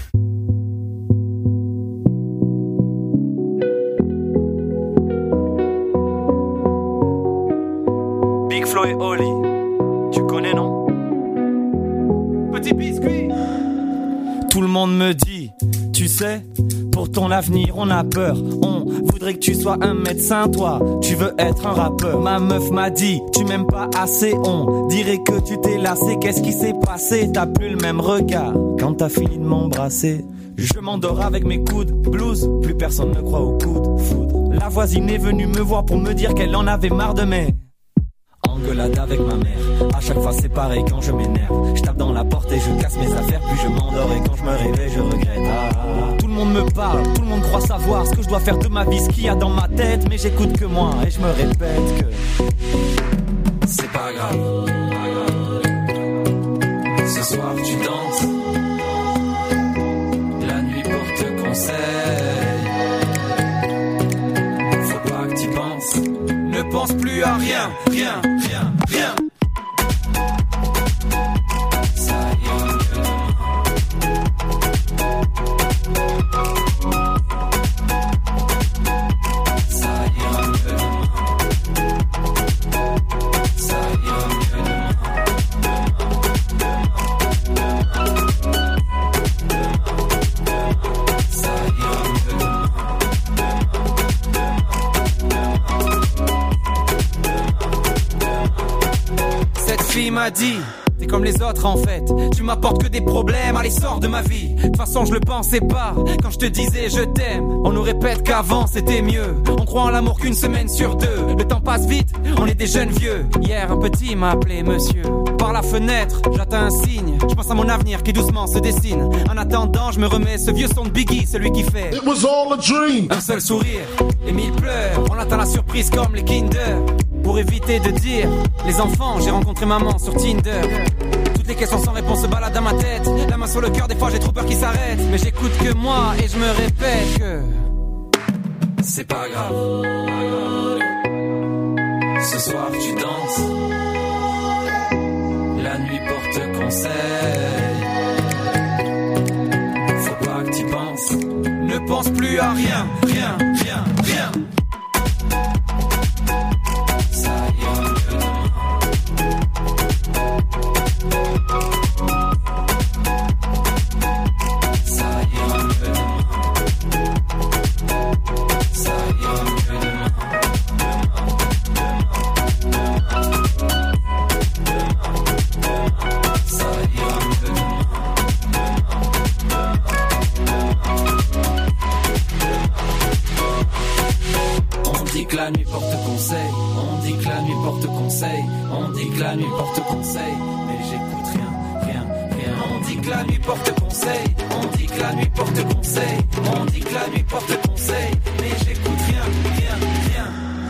Big Flo et Oli, tu connais non? Petit biscuit. Tout le monde me dit, tu sais, pour ton avenir on a peur. On voudrait que tu sois un médecin, toi, tu veux être un rappeur. Ma meuf m'a dit, tu m'aimes pas assez, on dirait que tu t'es lassé. Qu'est-ce qui s'est passé? T'as plus le même regard quand t'as fini de m'embrasser. Je m'endors avec mes coudes, blues, plus personne ne croit aux coudes, foudre. La voisine est venue me voir pour me dire qu'elle en avait marre de mes engueulade avec ma mère. À chaque fois c'est pareil quand je m'énerve. Je tape dans la porte et je casse mes affaires. Puis je m'endors et quand je me réveille je regrette. Ah, tout le monde me parle, tout le monde croit savoir ce que je dois faire de ma vie, ce qu'il y a dans ma tête. Mais j'écoute que moi et je me répète que c'est pas grave. Ce soir tu danses, la nuit porte conseil. Faut pas que tu penses, ne pense plus à rien, rien, rien, rien. Ça ira mieux demain. Ça ira mieux demain. Ça ira mieux demain. Ça ira mieux demain. Cette fille m'a dit, T'es comme les autres en fait, tu m'apportes que des problèmes, allez sors de ma vie. De toute façon je le pensais pas, quand je te disais je t'aime. On nous répète qu'avant c'était mieux, on croit en l'amour qu'une semaine sur deux. Le temps passe vite, on est des jeunes vieux. Hier un petit m'a appelé monsieur. Par la fenêtre, j'attends un signe, je pense à mon avenir qui doucement se dessine. En attendant je me remets ce vieux son de Biggie, celui qui fait It was all a dream. Un seul sourire, et mille pleurs, on attend la surprise comme les Kinder. Pour éviter de dire les enfants, j'ai rencontré maman sur Tinder. Toutes les questions sans réponse se baladent dans ma tête. La main sur le cœur, des fois j'ai trop peur qu'ils s'arrêtent. Mais j'écoute que moi et je me répète que c'est pas grave. Ce soir tu danses, la nuit porte conseil. Faut pas que t'y penses, ne pense plus à rien, rien, rien, rien. La nuit porte conseil, on dit que la nuit porte conseil, on dit que la nuit porte conseil, mais j'écoute rien, rien, rien. On dit que la nuit porte conseil, on dit que la nuit porte conseil, on dit que la nuit porte conseil, mais j'écoute rien, rien, rien.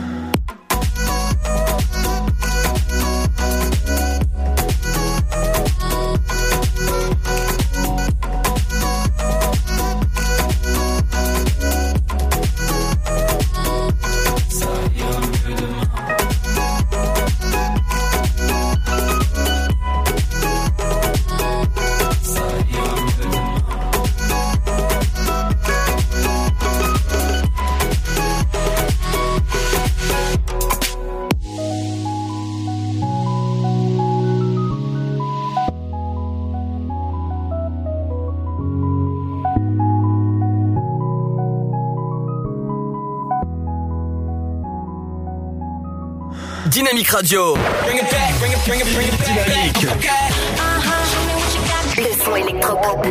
Dynamique Radio. Dynamique. Le son électropop.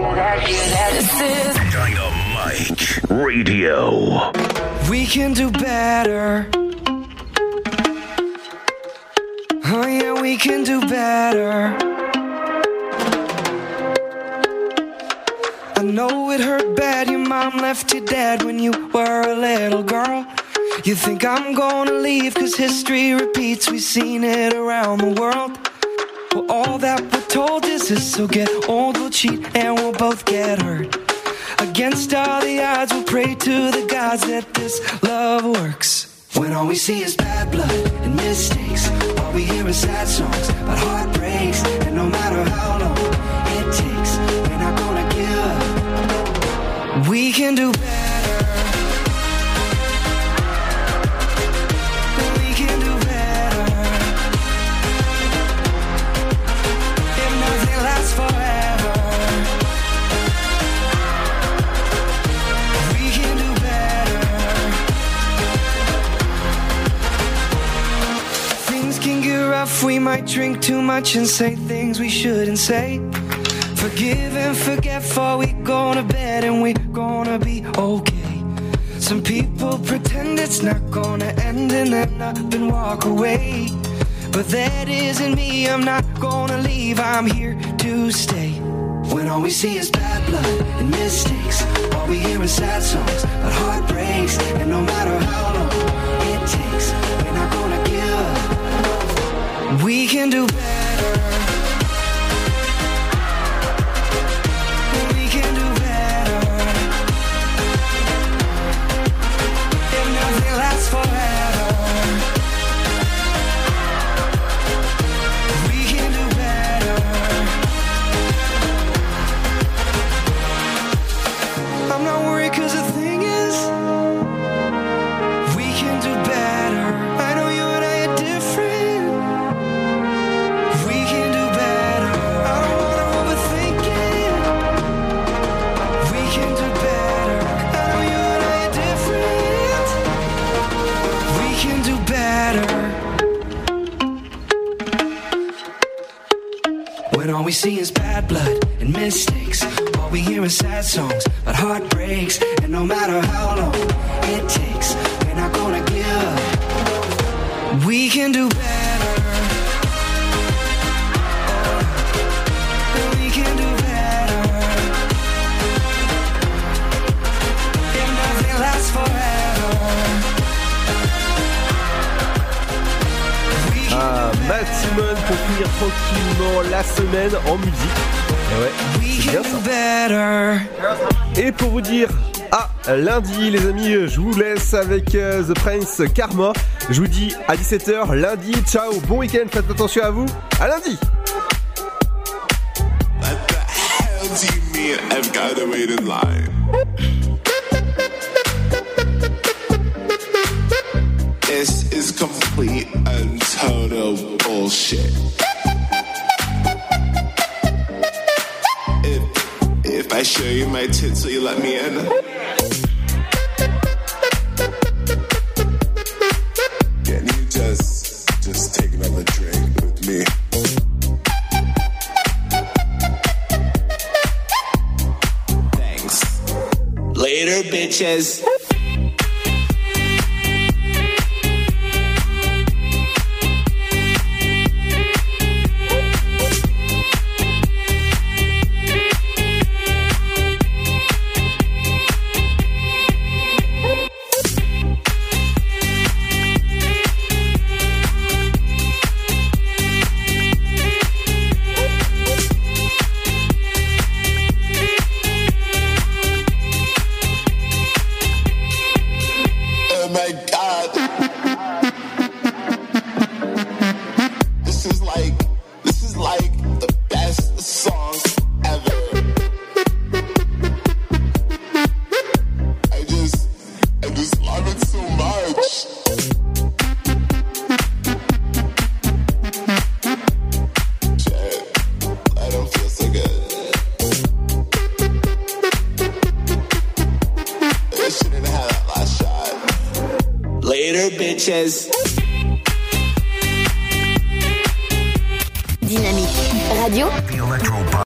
Dynamique Radio. We can do better. Oh yeah, we can do better. I know it hurt bad, your mom left you dead when you were a little girl. You think I'm gonna leave cause history repeats, we've seen it around the world. Well, all that we're told is this, so get old, we'll cheat and we'll both get hurt. Against all the odds, we'll pray to the gods that this love works. When all we see is bad blood and mistakes, all we hear is sad songs about heartbreaks. And no matter how long it takes, we're not gonna give up. We can do better. We might drink too much and say things we shouldn't say. Forgive and forget before we go to bed and we're gonna be okay. Some people pretend it's not gonna end and then up and walk away. But that isn't me, I'm not gonna leave, I'm here to stay. When all we see is bad blood and mistakes, all we hear is sad songs about heartbreaks. And no matter how long it takes, we're not gonna give up. We can do better. We can do better. If nothing lasts forever, we can do better. I'm not worried cause the thing is, we can do better. I know you when all we see is bad blood and mistakes. All we hear is sad songs about heartbreaks, and no matter how long it takes, we're not gonna give up. We can do better. We can do better. And nothing lasts forever. Ah, Matt Simon pour finir tranquillement la semaine en musique. Et ouais, c'est bien ça. Et pour vous dire, à lundi les amis, je vous laisse avec euh, The Prince Karma. Je vous dis à dix-sept heures lundi, ciao, bon week-end, faites attention à vous, à lundi. What the hell do you mean I've gotta wait in line? This is complete and total bullshit. If, if I show you my tits, will you let me in? Can you just, just take another drink with me? Thanks. Later, bitches. Dynamique Radio.